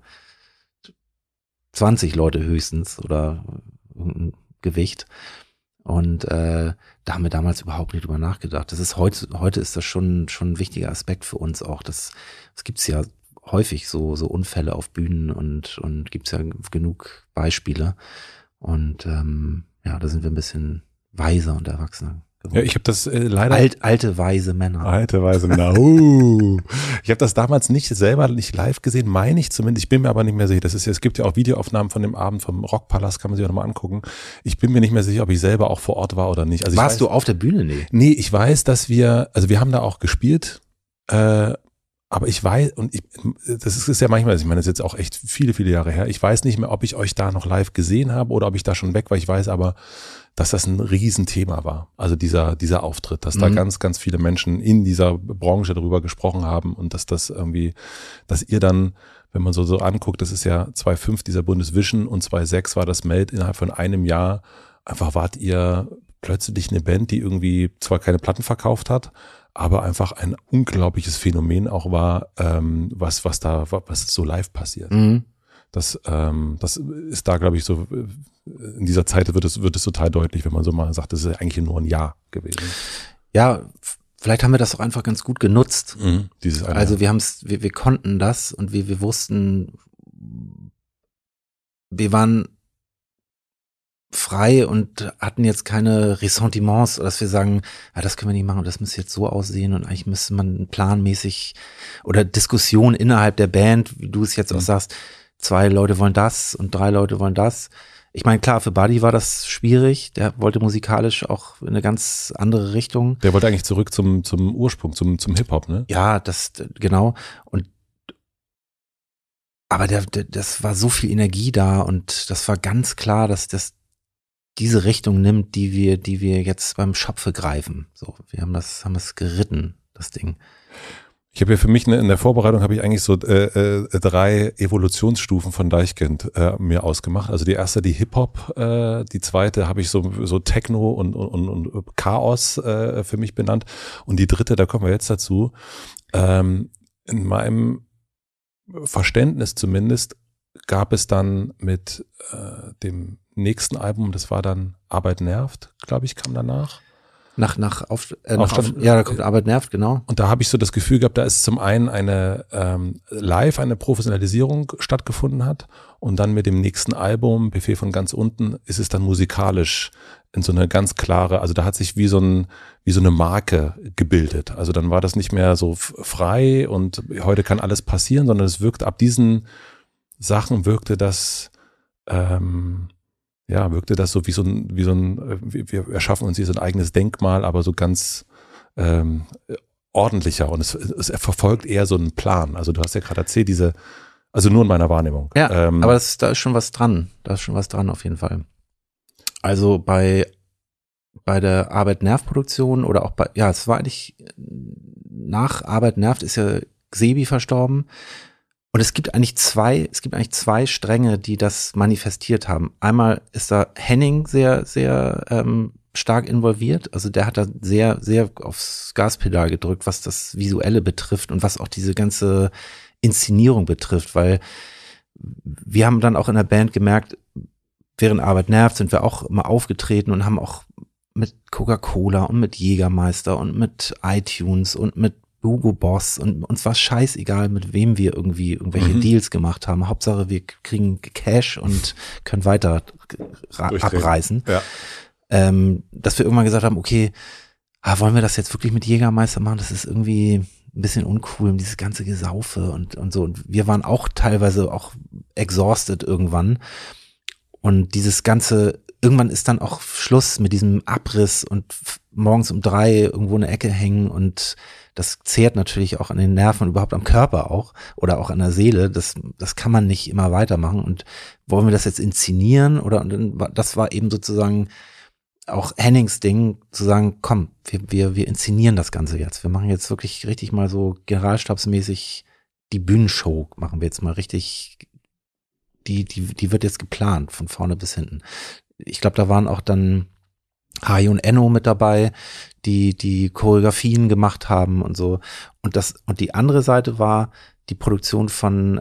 20 Leute höchstens oder irgendein Gewicht. Und da haben wir damals überhaupt nicht drüber nachgedacht. Das ist heute ist das schon ein wichtiger Aspekt für uns auch. Das gibt's ja häufig so Unfälle auf Bühnen und gibt's ja genug Beispiele. Und da sind wir ein bisschen weiser und erwachsener geworden. Ja, ich habe das leider... Alte, weise Männer. Alte, weise Männer. Ich habe das damals nicht live gesehen, meine ich zumindest. Ich bin mir aber nicht mehr sicher. Es gibt ja auch Videoaufnahmen von dem Abend vom Rockpalast, kann man sich auch nochmal angucken. Ich bin mir nicht mehr sicher, ob ich selber auch vor Ort war oder nicht. Also Warst du auf der Bühne? Nee, ich weiß, dass wir haben da auch gespielt, aber ich weiß, das ist ja manchmal, ich meine, das ist jetzt auch echt viele, viele Jahre her. Ich weiß nicht mehr, ob ich euch da noch live gesehen habe oder ob ich da schon weg war. Ich weiß aber, dass das ein Riesenthema war. Also dieser Auftritt, dass da ganz, ganz viele Menschen in dieser Branche darüber gesprochen haben und dass ihr dann, wenn man so anguckt, das ist ja 2005 dieser Bundesvision und 2006 war das Melt, innerhalb von einem Jahr einfach wart ihr plötzlich eine Band, die irgendwie zwar keine Platten verkauft hat, aber einfach ein unglaubliches Phänomen auch war, was so live passiert. Das ist da, glaube ich, so, in dieser Zeit wird es total deutlich, wenn man so mal sagt, das ist eigentlich nur ein Jahr gewesen. Ja, vielleicht haben wir das auch einfach ganz gut genutzt. Also wir konnten das und wir wussten, wir waren frei und hatten jetzt keine Ressentiments, dass wir sagen, ja, das können wir nicht machen und das müsste jetzt so aussehen und eigentlich müsste man planmäßig oder Diskussion innerhalb der Band, wie du es jetzt auch sagst, 2 Leute wollen das und 3 Leute wollen das. Ich meine, klar, für Buddy war das schwierig. Der wollte musikalisch auch in eine ganz andere Richtung. Der wollte eigentlich zurück zum Ursprung, zum Hip-Hop, ne? Ja, genau. Aber das war so viel Energie da und das war ganz klar, dass das diese Richtung nimmt, die wir jetzt beim Schopfe greifen. So, wir haben das geritten, das Ding. Ich habe ja für mich in der Vorbereitung habe ich eigentlich so 3 Evolutionsstufen von Deichkind mir ausgemacht. Also die erste, die Hip-Hop, die zweite habe ich so Techno und Chaos für mich benannt. Und die dritte, da kommen wir jetzt dazu. In meinem Verständnis zumindest gab es dann mit dem nächsten Album, das war dann Arbeit nervt, glaube ich, kam danach. Ja, da kommt Arbeit nervt, genau. Und da habe ich so das Gefühl gehabt, da ist zum einen eine Professionalisierung stattgefunden hat und dann mit dem nächsten Album, Buffet von ganz unten, ist es dann musikalisch in so eine ganz klare, also da hat sich wie so eine Marke gebildet. Also dann war das nicht mehr so frei und heute kann alles passieren, sondern es wirkt ab diesen Sachen wirkte das so wir erschaffen uns hier so ein eigenes Denkmal, aber so ganz ordentlicher und es verfolgt eher so einen Plan. Also du hast ja gerade erzählt, also nur in meiner Wahrnehmung. Ja, aber da ist schon was dran. Da ist schon was dran auf jeden Fall. Also bei der Arbeit nervt Produktion oder auch es war eigentlich nach Arbeit nervt ist ja Xebi verstorben. Und es gibt eigentlich zwei Stränge, die das manifestiert haben. Einmal ist da Henning sehr, sehr stark involviert. Also der hat da sehr, sehr aufs Gaspedal gedrückt, was das Visuelle betrifft und was auch diese ganze Inszenierung betrifft, weil wir haben dann auch in der Band gemerkt, während Arbeit nervt, sind wir auch immer aufgetreten und haben auch mit Coca-Cola und mit Jägermeister und mit iTunes und mit Hugo Boss und uns war scheißegal, mit wem wir irgendwie irgendwelche Deals gemacht haben. Hauptsache, wir kriegen Cash und können weiter abreißen. Ja. Dass wir irgendwann gesagt haben, okay, wollen wir das jetzt wirklich mit Jägermeister machen? Das ist irgendwie ein bisschen uncool, dieses ganze Gesaufe und so. Und wir waren auch teilweise auch exhausted irgendwann. Und dieses ganze, irgendwann ist dann auch Schluss mit diesem Abriss und morgens um 3 irgendwo in der Ecke hängen und das zehrt natürlich auch an den Nerven und überhaupt am Körper auch oder auch an der Seele. Das kann man nicht immer weitermachen. Und wollen wir das jetzt inszenieren das war eben sozusagen auch Hennings Ding, zu sagen, komm, wir inszenieren das Ganze jetzt. Wir machen jetzt wirklich richtig mal so generalstabsmäßig die Bühnenshow, machen wir jetzt mal richtig, die wird jetzt geplant, von vorne bis hinten. Ich glaube, da waren auch dann Hai und Enno mit dabei, die Choreografien gemacht haben und so. Und die andere Seite war die Produktion von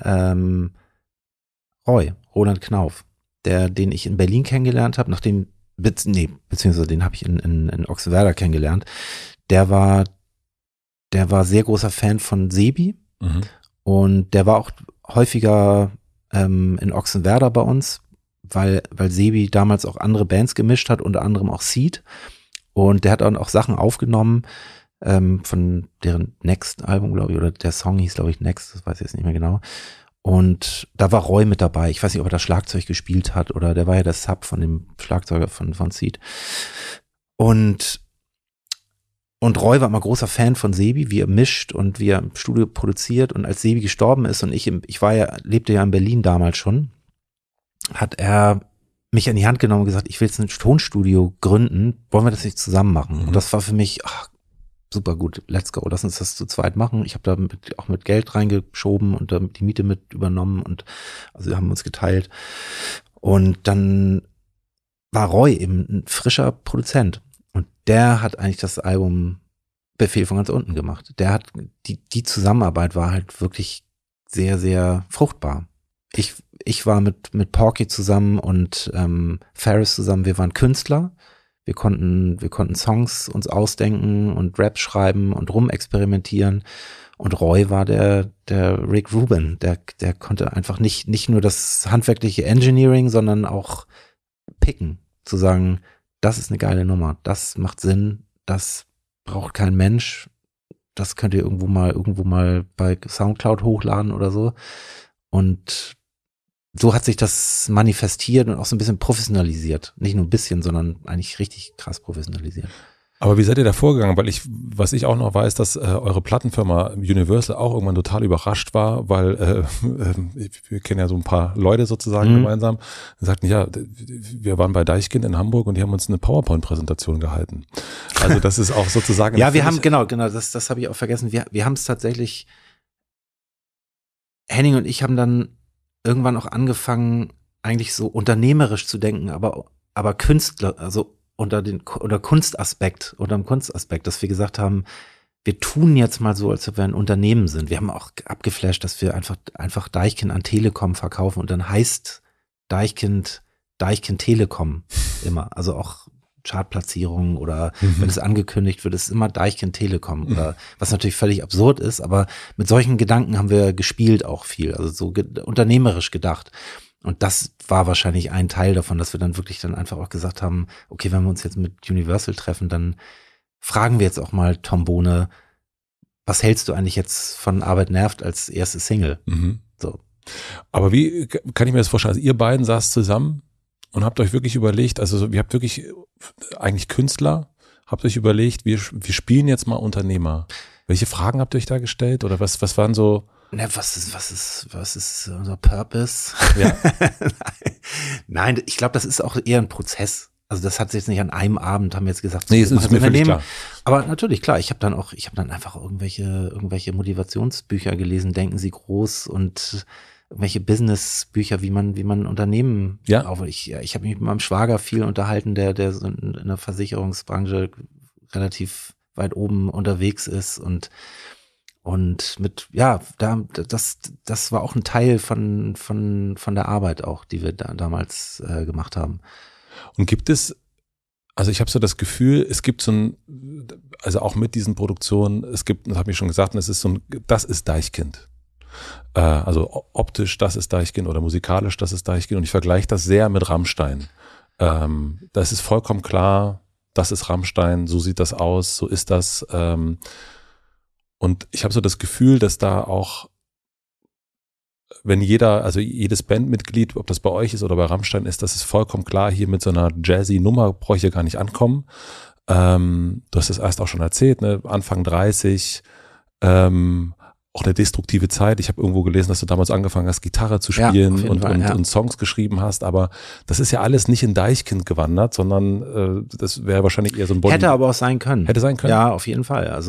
Roland Knauf, den ich in Berlin kennengelernt habe, beziehungsweise den habe ich in Ochsenwerder kennengelernt. Der war sehr großer Fan von Sebi und der war auch häufiger in Ochsenwerder bei uns, weil Sebi damals auch andere Bands gemischt hat, unter anderem auch Seed. Und der hat dann auch Sachen aufgenommen von deren Next-Album, glaube ich, oder der Song hieß, glaube ich, Next, das weiß ich jetzt nicht mehr genau. Und da war Roy mit dabei. Ich weiß nicht, ob er das Schlagzeug gespielt hat oder der war ja der Sub von dem Schlagzeuger von Seed. Und Roy war immer großer Fan von Sebi, wie er mischt und wie er im Studio produziert. Und als Sebi gestorben ist und lebte ja in Berlin damals schon, hat er mich an die Hand genommen und gesagt, ich will jetzt ein Tonstudio gründen, wollen wir das nicht zusammen machen? Und das war für mich, super gut, let's go, lass uns das zu zweit machen. Ich habe da auch mit Geld reingeschoben und die Miete mit übernommen und also wir haben uns geteilt. Und dann war Roy eben ein frischer Produzent und der hat eigentlich das Album Befehl von ganz unten gemacht. Der hat, die Zusammenarbeit war halt wirklich sehr, sehr fruchtbar. Ich war mit Porky zusammen und Ferris zusammen, wir waren Künstler. Wir konnten Songs uns ausdenken und Raps schreiben und rumexperimentieren. Und Roy war der Rick Rubin, der konnte einfach nicht nur das handwerkliche Engineering, sondern auch picken, zu sagen, das ist eine geile Nummer, das macht Sinn, das braucht kein Mensch, das könnt ihr irgendwo mal bei Soundcloud hochladen oder so. Und so hat sich das manifestiert und auch so ein bisschen professionalisiert. Nicht nur ein bisschen, sondern eigentlich richtig krass professionalisiert. Aber wie seid ihr da vorgegangen? Weil was ich auch noch weiß, dass eure Plattenfirma Universal auch irgendwann total überrascht war, weil wir kennen ja so ein paar Leute sozusagen gemeinsam, die sagten, ja, wir waren bei Deichkind in Hamburg und die haben uns eine PowerPoint-Präsentation gehalten. Also das ist auch sozusagen... Ja, wir haben, genau, das habe ich auch vergessen. Wir haben es tatsächlich, Henning und ich haben dann irgendwann auch angefangen, eigentlich so unternehmerisch zu denken, aber Künstler, also unter dem Kunstaspekt, dass wir gesagt haben, wir tun jetzt mal so, als ob wir ein Unternehmen sind. Wir haben auch abgeflasht, dass wir einfach Deichkind an Telekom verkaufen und dann heißt Deichkind Telekom immer. Also auch Chartplatzierungen oder wenn es angekündigt wird, ist immer Deichkind Telekom oder was natürlich völlig absurd ist, aber mit solchen Gedanken haben wir gespielt auch viel, also so unternehmerisch gedacht. Und das war wahrscheinlich ein Teil davon, dass wir dann wirklich dann einfach auch gesagt haben, okay, wenn wir uns jetzt mit Universal treffen, dann fragen wir jetzt auch mal Tom Bohne, was hältst du eigentlich jetzt von Arbeit nervt als erste Single? So. Aber wie kann ich mir das vorstellen? Also ihr beiden saßt zusammen und habt euch wirklich überlegt, also ihr habt wirklich eigentlich Künstler, habt euch überlegt, wir spielen jetzt mal Unternehmer. Welche Fragen habt ihr euch da gestellt oder was waren so... Na, was ist unser Purpose? Ja. Nein, ich glaube, das ist auch eher ein Prozess. Also das hat sich jetzt nicht an einem Abend, haben wir jetzt gesagt, nee, es ist mir völlig klar. Aber natürlich, klar, ich habe dann einfach irgendwelche Motivationsbücher gelesen, Denken Sie groß und irgendwelche Businessbücher, wie man ein Unternehmen, ja. Ich habe mich mit meinem Schwager viel unterhalten, der so in der Versicherungsbranche relativ weit oben unterwegs ist und mit, ja, das war auch ein Teil von der Arbeit auch, die wir damals gemacht haben. Und gibt es, also ich habe so das Gefühl, es gibt so ein, also auch mit diesen Produktionen, es gibt, das habe ich schon gesagt, das ist Deichkind. Also optisch, das ist Deichkind oder musikalisch, das ist Deichkind und ich vergleiche das sehr mit Rammstein. Das ist vollkommen klar, das ist Rammstein, so sieht das aus, so ist das, und ich habe so das Gefühl, dass da auch, wenn jedes Bandmitglied, ob das bei euch ist oder bei Rammstein ist, das ist vollkommen klar, hier mit so einer jazzy Nummer brauche ich ja gar nicht ankommen. Du hast es erst auch schon erzählt, ne? Anfang 30, auch eine destruktive Zeit. Ich habe irgendwo gelesen, dass du damals angefangen hast, Gitarre zu spielen und Songs geschrieben hast, aber das ist ja alles nicht in Deichkind gewandert, sondern das wäre wahrscheinlich eher so ein Body. Hätte aber auch sein können. Hätte sein können? Ja, auf jeden Fall. Also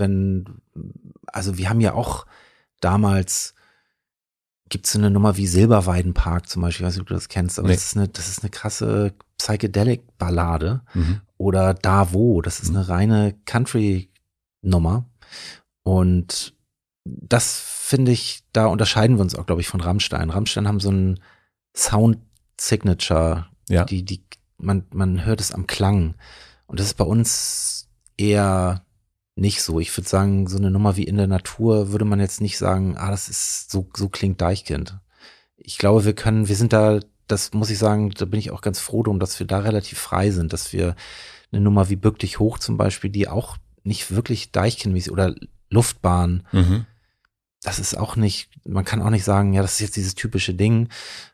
also wir haben ja auch damals, gibt es eine Nummer wie Silberweidenpark zum Beispiel, ich weiß nicht, ob du das kennst, aber das ist eine krasse Psychedelic-Ballade oder Da Wo, das ist eine reine Country-Nummer und das finde ich, da unterscheiden wir uns auch, glaube ich, von Rammstein. Rammstein haben so einen Sound-Signature, ja. Man hört es am Klang. Und das ist bei uns eher nicht so. Ich würde sagen, so eine Nummer wie In der Natur würde man jetzt nicht sagen, das ist so klingt Deichkind. Ich glaube, wir sind da, das muss ich sagen, da bin ich auch ganz froh drum, dass wir da relativ frei sind, dass wir eine Nummer wie Bück dich hoch zum Beispiel, die auch nicht wirklich Deichkind-mäßig oder Luftbahn, das ist auch nicht, man kann auch nicht sagen, ja, das ist jetzt dieses typische Ding.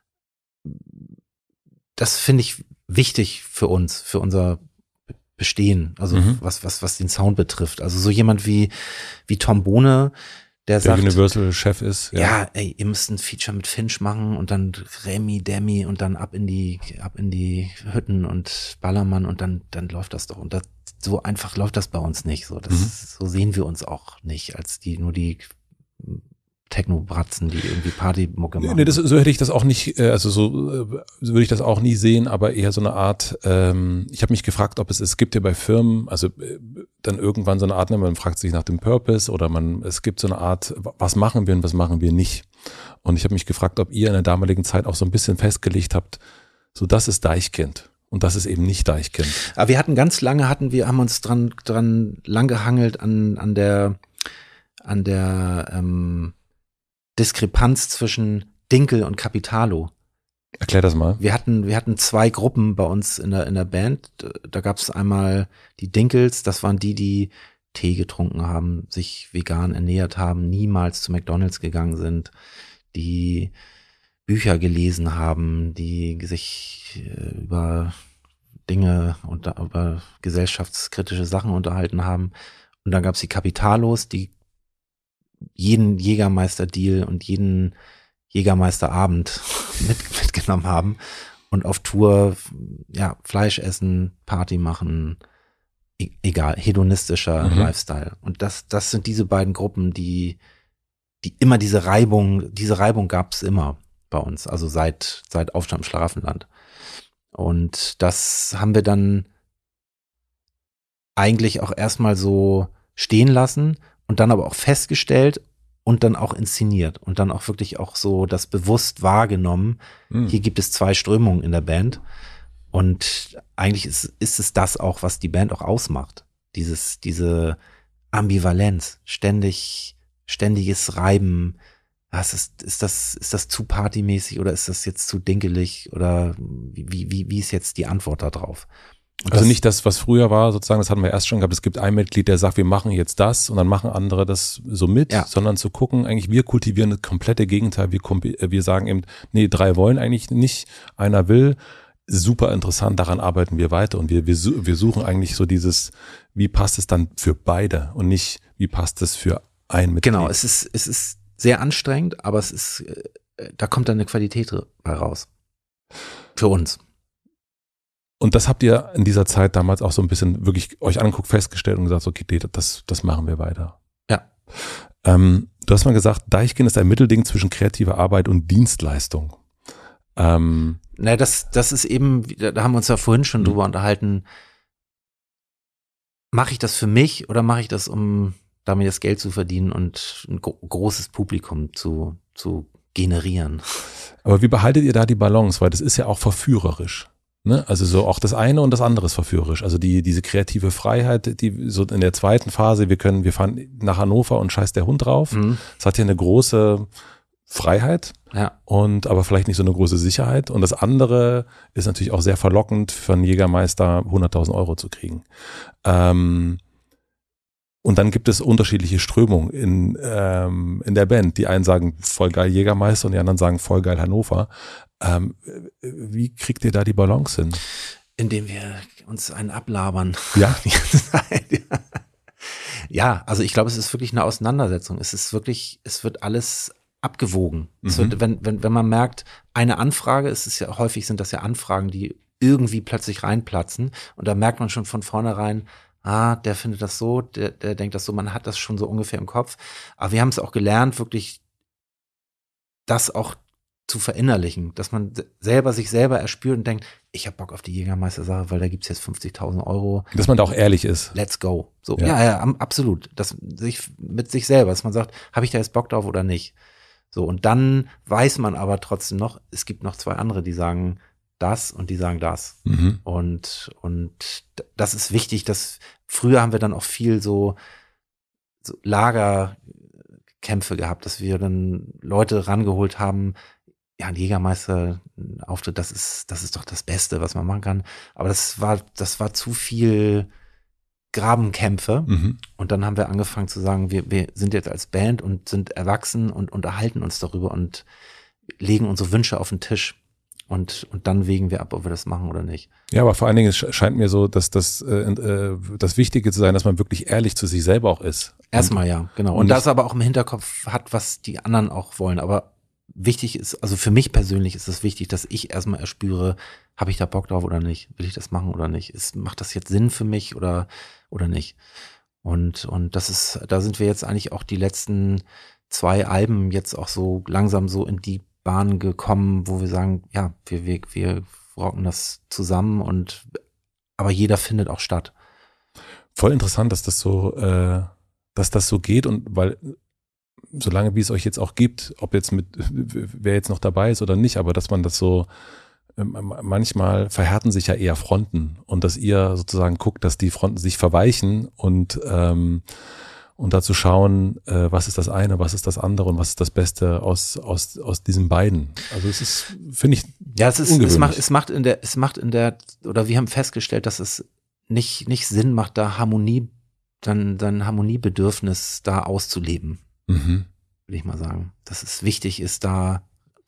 Das finde ich wichtig für uns, für unser Bestehen, also was den Sound betrifft. Also so jemand wie Tom Bohne, der sagt, Universal-Chef ist. Ja, ey, ihr müsst ein Feature mit Finch machen und dann Remi, Demi und dann ab in die Hütten und Ballermann und dann läuft das doch. Und so einfach läuft das bei uns nicht. So, so sehen wir uns auch nicht als nur die Techno-Bratzen, die irgendwie Partymucke machen. Nee, so hätte ich das auch nicht, also so würde ich das auch nie sehen, aber eher so eine Art, ich habe mich gefragt, ob es gibt ja bei Firmen, also dann irgendwann so eine Art, man fragt sich nach dem Purpose oder es gibt so eine Art, was machen wir und was machen wir nicht. Und ich habe mich gefragt, ob ihr in der damaligen Zeit auch so ein bisschen festgelegt habt, so das ist Deichkind. Und das ist eben nicht Deichkind. Aber wir hatten ganz lange, haben uns dran lang gehangelt an der Diskrepanz zwischen Dinkel und Capitalo. Erklär das mal. Wir hatten zwei Gruppen bei uns in der Band. Da gab es einmal die Dinkels, das waren die Tee getrunken haben, sich vegan ernährt haben, niemals zu McDonald's gegangen sind, die Bücher gelesen haben, die sich über Dinge und über gesellschaftskritische Sachen unterhalten haben. Und dann gab es die Kapitalos, die jeden Jägermeister-Deal und jeden Jägermeisterabend mitgenommen haben und auf Tour Fleisch essen, Party machen, egal, hedonistischer Lifestyle. Und das sind diese beiden Gruppen, die immer diese Reibung gab es immer bei uns, also seit Aufstand im Schlaraffenland. Und das haben wir dann eigentlich auch erstmal so stehen lassen und dann aber auch festgestellt und dann auch inszeniert und dann auch wirklich auch so das bewusst wahrgenommen. Hier gibt es 2 Strömungen in der Band und eigentlich ist es das auch, was die Band auch ausmacht. Diese Ambivalenz, ständiges Reiben. Ist das zu partymäßig oder ist das jetzt zu dinkelig oder wie ist jetzt die Antwort da drauf? Und also nicht das, was früher war, sozusagen, das hatten wir erst schon gehabt, es gibt ein Mitglied, der sagt, wir machen jetzt das und dann machen andere das so mit, sondern zu gucken, eigentlich wir kultivieren das komplette Gegenteil, wir sagen eben, nee, 3 wollen eigentlich nicht, einer will, super interessant, daran arbeiten wir weiter und wir suchen eigentlich so dieses, wie passt es dann für beide und nicht, wie passt es für ein Mitglied. Genau, es ist sehr anstrengend, aber da kommt dann eine Qualität bei raus. Für uns. Und das habt ihr in dieser Zeit damals auch so ein bisschen wirklich euch angeguckt, festgestellt und gesagt, okay, das machen wir weiter. Ja. Du hast mal gesagt, Deichkind ist ein Mittelding zwischen kreativer Arbeit und Dienstleistung. Das ist eben, da haben wir uns ja vorhin schon drüber unterhalten, mache ich das für mich oder mache ich das, um damit das Geld zu verdienen und ein großes Publikum zu generieren. Aber wie behaltet ihr da die Balance? Weil das ist ja auch verführerisch. Ne? Also so auch das eine und das andere ist verführerisch. Also diese kreative Freiheit, die so in der zweiten Phase, wir fahren nach Hannover und scheißt der Hund drauf. Das hat ja eine große Freiheit und aber vielleicht nicht so eine große Sicherheit. Und das andere ist natürlich auch sehr verlockend, für einen Jägermeister 100.000 Euro zu kriegen. Und dann gibt es unterschiedliche Strömungen in der Band. Die einen sagen voll geil Jägermeister und die anderen sagen voll geil Hannover. Wie kriegt ihr da die Balance hin? Indem wir uns einen ablabern. Ja. Ja, also ich glaube, es ist wirklich eine Auseinandersetzung. Es wird alles abgewogen. Es wird, wenn man merkt, eine Anfrage, häufig sind das ja Anfragen, die irgendwie plötzlich reinplatzen und da merkt man schon von vornherein, der findet das so, der denkt das so, man hat das schon so ungefähr im Kopf. Aber wir haben es auch gelernt, wirklich das auch zu verinnerlichen, dass man sich selber erspürt und denkt, ich habe Bock auf die Jägermeister-Sache, weil da gibt's jetzt 50.000 Euro. Dass man da auch ehrlich ist. Let's go. So, ja, absolut. Mit sich selber, dass man sagt, habe ich da jetzt Bock drauf oder nicht? So, und dann weiß man aber trotzdem noch, es gibt noch 2 andere, die sagen das und die sagen das. Und das ist wichtig, früher haben wir dann auch viel so Lagerkämpfe gehabt, dass wir dann Leute rangeholt haben, ja, ein Jägermeister-Auftritt, das ist doch das Beste, was man machen kann. Aber das war zu viel Grabenkämpfe. Und dann haben wir angefangen zu sagen, wir sind jetzt als Band und sind erwachsen und unterhalten uns darüber und legen unsere Wünsche auf den Tisch. Und dann wägen wir ab, ob wir das machen oder nicht. Ja, aber vor allen Dingen, es scheint mir so, dass das Wichtige zu sein, dass man wirklich ehrlich zu sich selber auch ist. Erstmal ja, genau. Und das aber auch im Hinterkopf hat, was die anderen auch wollen. Aber wichtig ist, also für mich persönlich ist es wichtig, dass ich erstmal erspüre, habe ich da Bock drauf oder nicht? Will ich das machen oder nicht? Macht das jetzt Sinn für mich oder nicht? Und da sind wir jetzt eigentlich auch die letzten 2 Alben jetzt auch so langsam so in die Bahn gekommen, wo wir sagen, ja, wir rocken das zusammen aber jeder findet auch statt. Voll interessant, dass das so geht und weil solange wie es euch jetzt auch gibt, ob jetzt wer jetzt noch dabei ist oder nicht, aber dass man das so manchmal verhärten sich ja eher Fronten und dass ihr sozusagen guckt, dass die Fronten sich verweichen und dazu schauen, was ist das eine, was ist das andere und was ist das Beste aus diesen beiden. Also es ist, finde ich, ungewöhnlich. Es macht in der, oder wir haben festgestellt, dass es nicht Sinn macht, da dann Harmoniebedürfnis da auszuleben. Will ich mal sagen. Dass es wichtig ist, da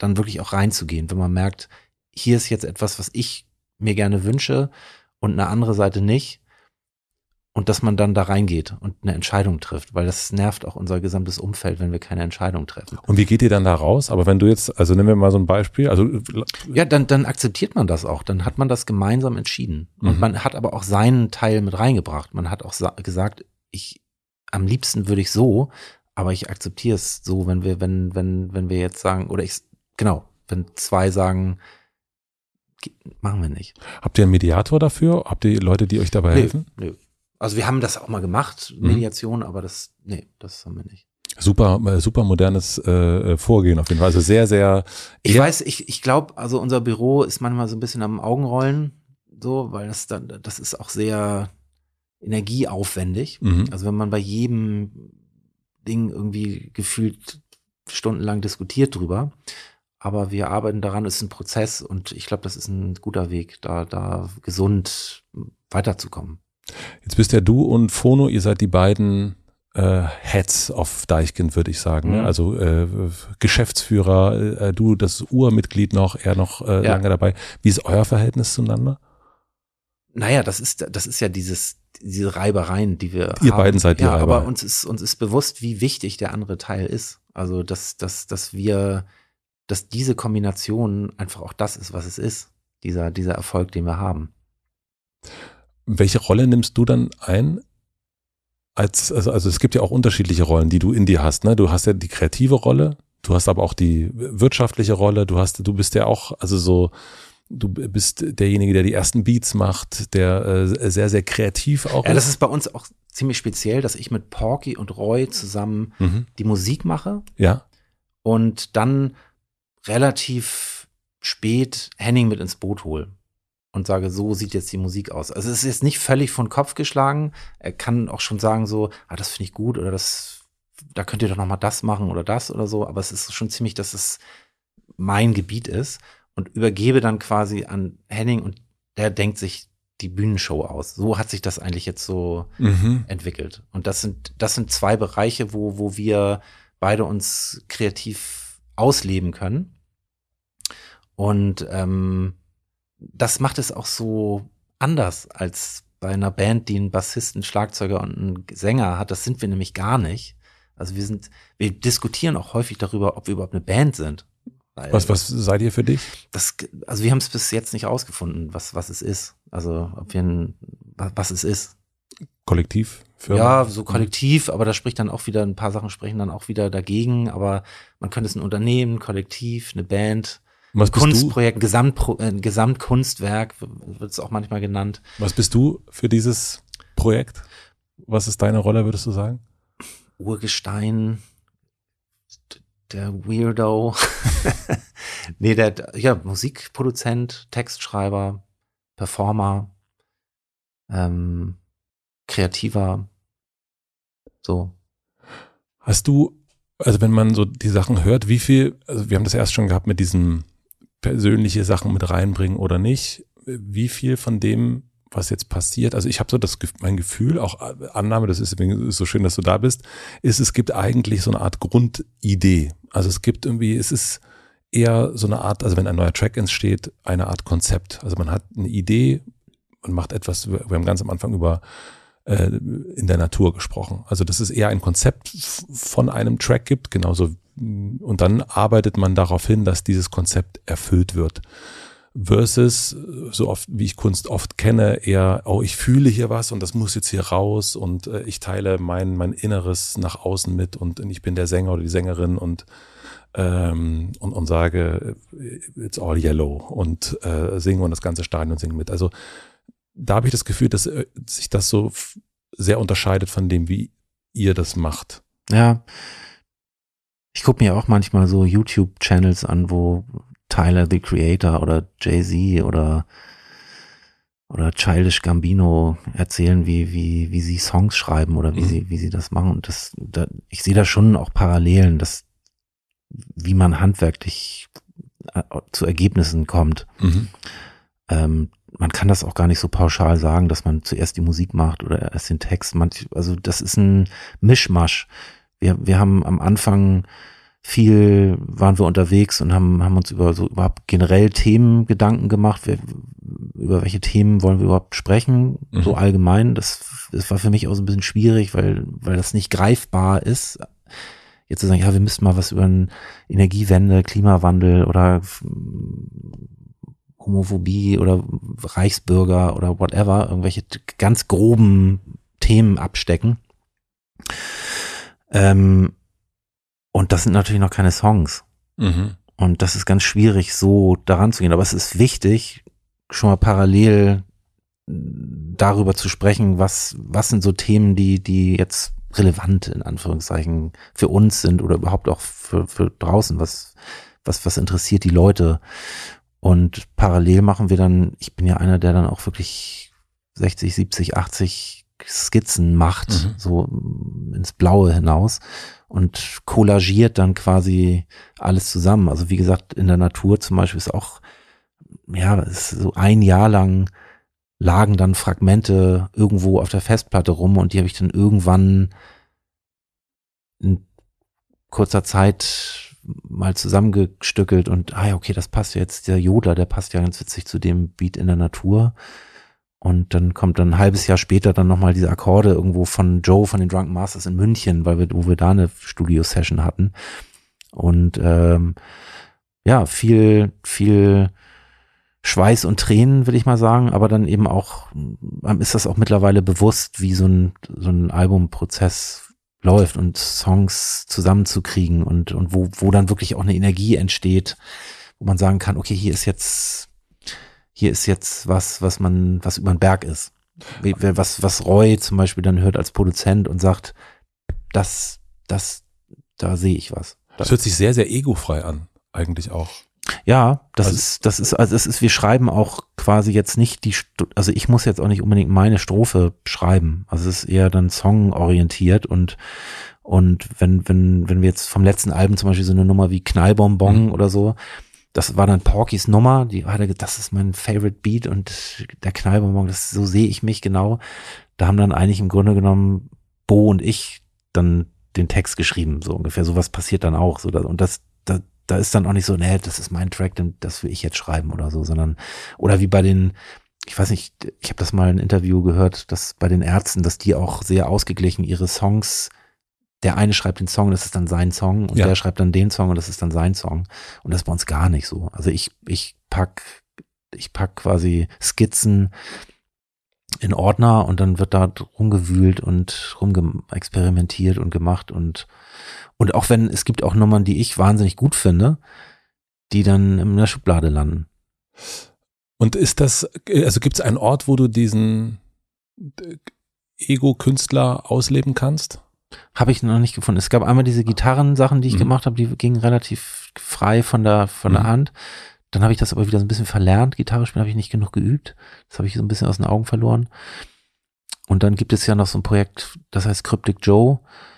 dann wirklich auch reinzugehen, wenn man merkt, hier ist jetzt etwas, was ich mir gerne wünsche und eine andere Seite nicht. Und dass man dann da reingeht und eine Entscheidung trifft, weil das nervt auch unser gesamtes Umfeld, wenn wir keine Entscheidung treffen. Und wie geht ihr dann da raus? Aber wenn du jetzt, also nehmen wir mal so ein Beispiel. Ja, dann akzeptiert man das auch. Dann hat man das gemeinsam entschieden. Und man hat aber auch seinen Teil mit reingebracht. Man hat auch gesagt, am liebsten würde ich so, aber ich akzeptiere es so, wenn wir jetzt sagen, wenn zwei sagen, machen wir nicht. Habt ihr einen Mediator dafür? Habt ihr Leute, die euch dabei helfen? Nö. Also wir haben das auch mal gemacht, Mediation, aber das haben wir nicht. Super modernes Vorgehen auf jeden Fall. Also sehr, sehr. Ich glaube, also unser Büro ist manchmal so ein bisschen am Augenrollen, so, weil das ist auch sehr energieaufwendig. Also wenn man bei jedem Ding irgendwie gefühlt stundenlang diskutiert drüber. Aber wir arbeiten daran, es ist ein Prozess und ich glaube, das ist ein guter Weg, da gesund weiterzukommen. Jetzt bist ja du und Phono, ihr seid die beiden Heads auf Deichkind, würde ich sagen. Ne? Also Geschäftsführer, du das Urmitglied noch, er noch lange dabei. Wie ist euer Verhältnis zueinander? Naja, das ist ja diese Reibereien, die wir haben. Ihr beiden seid die Reibereien. Aber uns ist bewusst, wie wichtig der andere Teil ist. Also dass diese Kombination einfach auch das ist, was es ist. Dieser Erfolg, den wir haben. Welche Rolle nimmst du dann ein? Also es gibt ja auch unterschiedliche Rollen, die du in dir hast. Ne? Du hast ja die kreative Rolle, du hast aber auch die wirtschaftliche Rolle. Du bist ja auch, du bist derjenige, der die ersten Beats macht, der sehr, sehr kreativ auch ist. Ja, das ist bei uns auch ziemlich speziell, dass ich mit Porky und Roy zusammen die Musik mache. Ja. Und dann relativ spät Henning mit ins Boot hole. Und sage, so sieht jetzt die Musik aus. Also es ist jetzt nicht völlig von Kopf geschlagen. Er kann auch schon sagen so, das finde ich gut oder da könnt ihr doch nochmal das machen oder das oder so. Aber es ist schon ziemlich, dass es mein Gebiet ist und übergebe dann quasi an Henning und der denkt sich die Bühnenshow aus. So hat sich das eigentlich jetzt so entwickelt. Und das sind zwei Bereiche, wo wir beide uns kreativ ausleben können. Und das macht es auch so anders als bei einer Band, die einen Bassisten, Schlagzeuger und einen Sänger hat. Das sind wir nämlich gar nicht. Also wir diskutieren auch häufig darüber, ob wir überhaupt eine Band sind. Was seid ihr für dich? Also wir haben es bis jetzt nicht rausgefunden, was es ist. Also was es ist. Kollektiv? Ja, so kollektiv, aber da spricht dann auch wieder, ein paar Sachen sprechen dann auch wieder dagegen. Aber man könnte es ein Unternehmen, Kollektiv, eine Band, ein Kunstprojekt, ein Gesamtkunstwerk, wird es auch manchmal genannt. Was bist du für dieses Projekt? Was ist deine Rolle, würdest du sagen? Urgestein, der Weirdo. Nee, Musikproduzent, Textschreiber, Performer, Kreativer, so. Hast du, also wenn man so die Sachen hört, wir haben das erst schon gehabt mit diesen persönliche Sachen mit reinbringen oder nicht, wie viel von dem, was jetzt passiert, also ich habe so mein Gefühl, auch Annahme, das ist so schön, dass du da bist, es gibt eigentlich so eine Art Grundidee. Also es ist eher so eine Art, also wenn ein neuer Track entsteht, eine Art Konzept. Also man hat eine Idee und macht etwas, wir haben ganz am Anfang über in der Natur gesprochen. Also dass es eher ein Konzept von einem Track gibt, genauso, und dann arbeitet man darauf hin, dass dieses Konzept erfüllt wird. Versus, so oft wie ich Kunst oft kenne, eher, ich fühle hier was und das muss jetzt hier raus und ich teile mein Inneres nach außen mit und ich bin der Sänger oder die Sängerin und sage, it's all yellow und singe und das ganze Stadion singt mit. Also da habe ich das Gefühl, dass sich das so sehr unterscheidet von dem, wie ihr das macht. Ja, ich gucke mir auch manchmal so YouTube-Channels an, wo Tyler, the Creator oder Jay-Z oder Childish Gambino erzählen, wie sie Songs schreiben oder wie sie das machen. Und ich sehe da schon auch Parallelen, wie man handwerklich zu Ergebnissen kommt. Man kann das auch gar nicht so pauschal sagen, dass man zuerst die Musik macht oder erst den Text. Also das ist ein Mischmasch. Wir haben am Anfang viel waren wir unterwegs und haben uns über so überhaupt generell Themen Gedanken gemacht, über welche Themen wollen wir überhaupt sprechen, so allgemein. Das war für mich auch so ein bisschen schwierig, weil das nicht greifbar ist. Jetzt zu sagen, ja, wir müssten mal was über Energiewende, Klimawandel oder Homophobie oder Reichsbürger oder whatever, irgendwelche ganz groben Themen abstecken. Und das sind natürlich noch keine Songs. Und das ist ganz schwierig, so daran zu gehen. Aber es ist wichtig, schon mal parallel darüber zu sprechen, was sind so Themen, die jetzt relevant in Anführungszeichen für uns sind oder überhaupt auch für draußen, was interessiert die Leute. Und parallel machen wir dann, ich bin ja einer, der dann auch wirklich 60, 70, 80 Skizzen macht, so ins Blaue hinaus und collagiert dann quasi alles zusammen. Also wie gesagt, in der Natur zum Beispiel ist auch, ja, ist so ein Jahr lang lagen dann Fragmente irgendwo auf der Festplatte rum und die habe ich dann irgendwann in kurzer Zeit mal zusammengestückelt und okay, das passt ja jetzt, der Jodler, der passt ja ganz witzig zu dem Beat in der Natur. Und dann kommt dann ein halbes Jahr später dann nochmal diese Akkorde irgendwo von Joe von den Drunken Masters in München, wo wir da eine Studio-Session hatten. Und ja, viel Schweiß und Tränen, will ich mal sagen, aber dann eben auch, ist das auch mittlerweile bewusst, wie so ein Albumprozess läuft und Songs zusammenzukriegen und wo dann wirklich auch eine Energie entsteht, wo man sagen kann, okay, hier ist jetzt was über den Berg ist. Was Roy zum Beispiel dann hört als Produzent und sagt, da sehe ich was. Das hört sich sehr, sehr egofrei an, eigentlich auch. Ja, wir schreiben auch quasi jetzt nicht also ich muss jetzt auch nicht unbedingt meine Strophe schreiben. Also es ist eher dann songorientiert und wenn wir jetzt vom letzten Album zum Beispiel so eine Nummer wie Knallbonbon oder so, das war dann Porkys Nummer, das ist mein Favorite Beat und der Knallbonbon, so sehe ich mich genau. Da haben dann eigentlich im Grunde genommen Bo und ich dann den Text geschrieben, so ungefähr. Sowas passiert dann auch. So, und da ist dann auch nicht so, nee, das ist mein Track, das will ich jetzt schreiben oder so, sondern, oder wie bei ich weiß nicht, ich habe das mal in einem Interview gehört, dass bei den Ärzten, dass die auch sehr ausgeglichen ihre Songs, der eine schreibt den Song, das ist dann sein Song und der schreibt dann den Song und das ist dann sein Song. Und das ist bei uns gar nicht so. Also ich pack quasi Skizzen in Ordner und dann wird da rumgewühlt und rumexperimentiert und gemacht und auch wenn, es gibt auch Nummern, die ich wahnsinnig gut finde, die dann in der Schublade landen. Und gibt es einen Ort, wo du diesen Ego-Künstler ausleben kannst? Habe ich noch nicht gefunden. Es gab einmal diese Gitarrensachen, die ich gemacht habe, die gingen relativ frei von der Hand. Dann habe ich das aber wieder so ein bisschen verlernt. Gitarre spielen habe ich nicht genug geübt. Das habe ich so ein bisschen aus den Augen verloren. Und dann gibt es ja noch so ein Projekt, das heißt Cryptic Joe.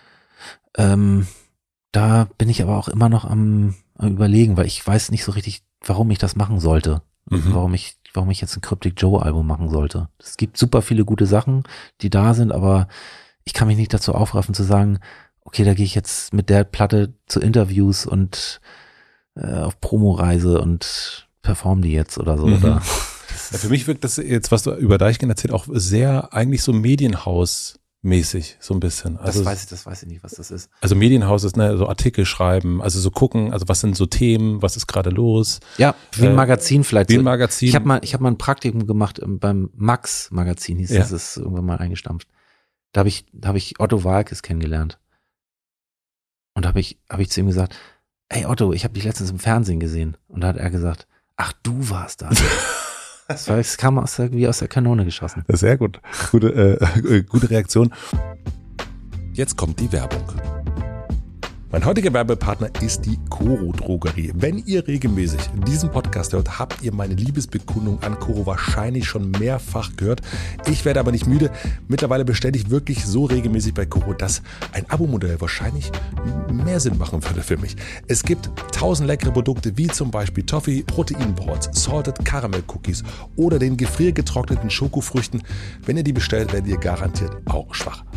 Da bin ich aber auch immer noch am Überlegen, weil ich weiß nicht so richtig, warum ich das machen sollte. Warum ich jetzt ein Cryptic Joe Album machen sollte. Es gibt super viele gute Sachen, die da sind, aber ich kann mich nicht dazu aufraffen zu sagen, okay, da gehe ich jetzt mit der Platte zu Interviews und auf Promoreise und perform die jetzt oder so. Oder? Ja, für mich wirkt das jetzt, was du über Deichkind erzählt, auch sehr eigentlich so Medienhaus-mäßig, so ein bisschen. Also, das weiß ich nicht, was das ist. Also Medienhaus ist, so Artikel schreiben, also so gucken, also was sind so Themen, was ist gerade los. Ja, wie ein Magazin vielleicht. Wie ein Magazin. Ich hab mal ein Praktikum gemacht beim Max-Magazin, hieß das, ist irgendwann mal eingestampft. Da habe ich Otto Waalkes kennengelernt. Und habe ich zu ihm gesagt, hey Otto, ich habe dich letztens im Fernsehen gesehen. Und da hat er gesagt, ach, du warst da. Das kam wie aus der Kanone geschossen. Sehr gut. Gute Reaktion. Jetzt kommt die Werbung. Mein heutiger Werbepartner ist die Coro Drogerie. Wenn ihr regelmäßig diesen Podcast hört, habt ihr meine Liebesbekundung an Coro wahrscheinlich schon mehrfach gehört. Ich werde aber nicht müde. Mittlerweile bestelle ich wirklich so regelmäßig bei Coro, dass ein Abo-Modell wahrscheinlich mehr Sinn machen würde für mich. Es gibt 1000 leckere Produkte wie zum Beispiel Toffee, Proteinboards, Salted Caramel Cookies oder den gefriergetrockneten Schokofrüchten. Wenn ihr die bestellt, werdet ihr garantiert auch schwach.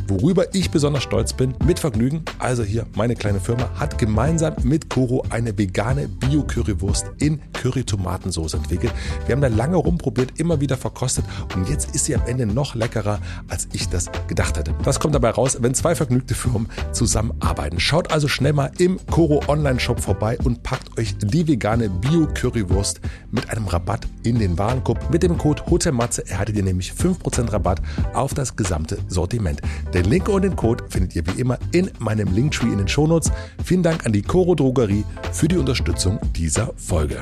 Worüber ich besonders stolz bin, mit Vergnügen, also hier meine kleine Firma, hat gemeinsam mit Koro eine vegane Bio-Currywurst in Curry-Tomatensauce entwickelt. Wir haben da lange rumprobiert, immer wieder verkostet und jetzt ist sie am Ende noch leckerer, als ich das gedacht hätte. Das kommt dabei raus, wenn zwei vergnügte Firmen zusammenarbeiten. Schaut also schnell mal im Koro Online-Shop vorbei und packt euch die vegane Bio-Currywurst mit einem Rabatt in den Warenkorb. Mit dem Code HOTELMATZE erhaltet ihr nämlich 5% Rabatt auf das gesamte Sortiment. Den Link und den Code findet ihr wie immer in meinem Linktree in den Shownotes. Vielen Dank an die Koro Drogerie für die Unterstützung dieser Folge.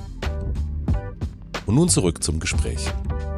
Und nun zurück zum Gespräch.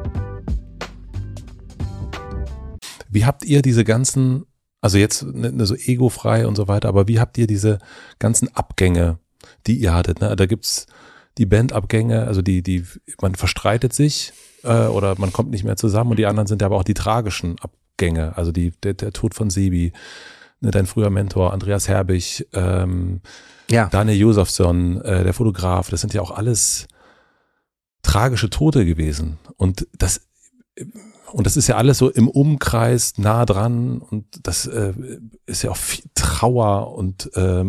Wie habt ihr diese ganzen, also jetzt so egofrei und so weiter, aber wie habt ihr diese ganzen Abgänge, die ihr hattet? Ne? Da gibt's die Bandabgänge, also man verstreitet sich oder man kommt nicht mehr zusammen und die anderen sind ja aber auch die tragischen Abgänge, also der Tod von Sebi, ne, dein früher Mentor, Andreas Herbig, Daniel Josefsson, der Fotograf, das sind ja auch alles tragische Tote gewesen und das ist ja alles so im Umkreis nah dran und das ist ja auch viel Trauer und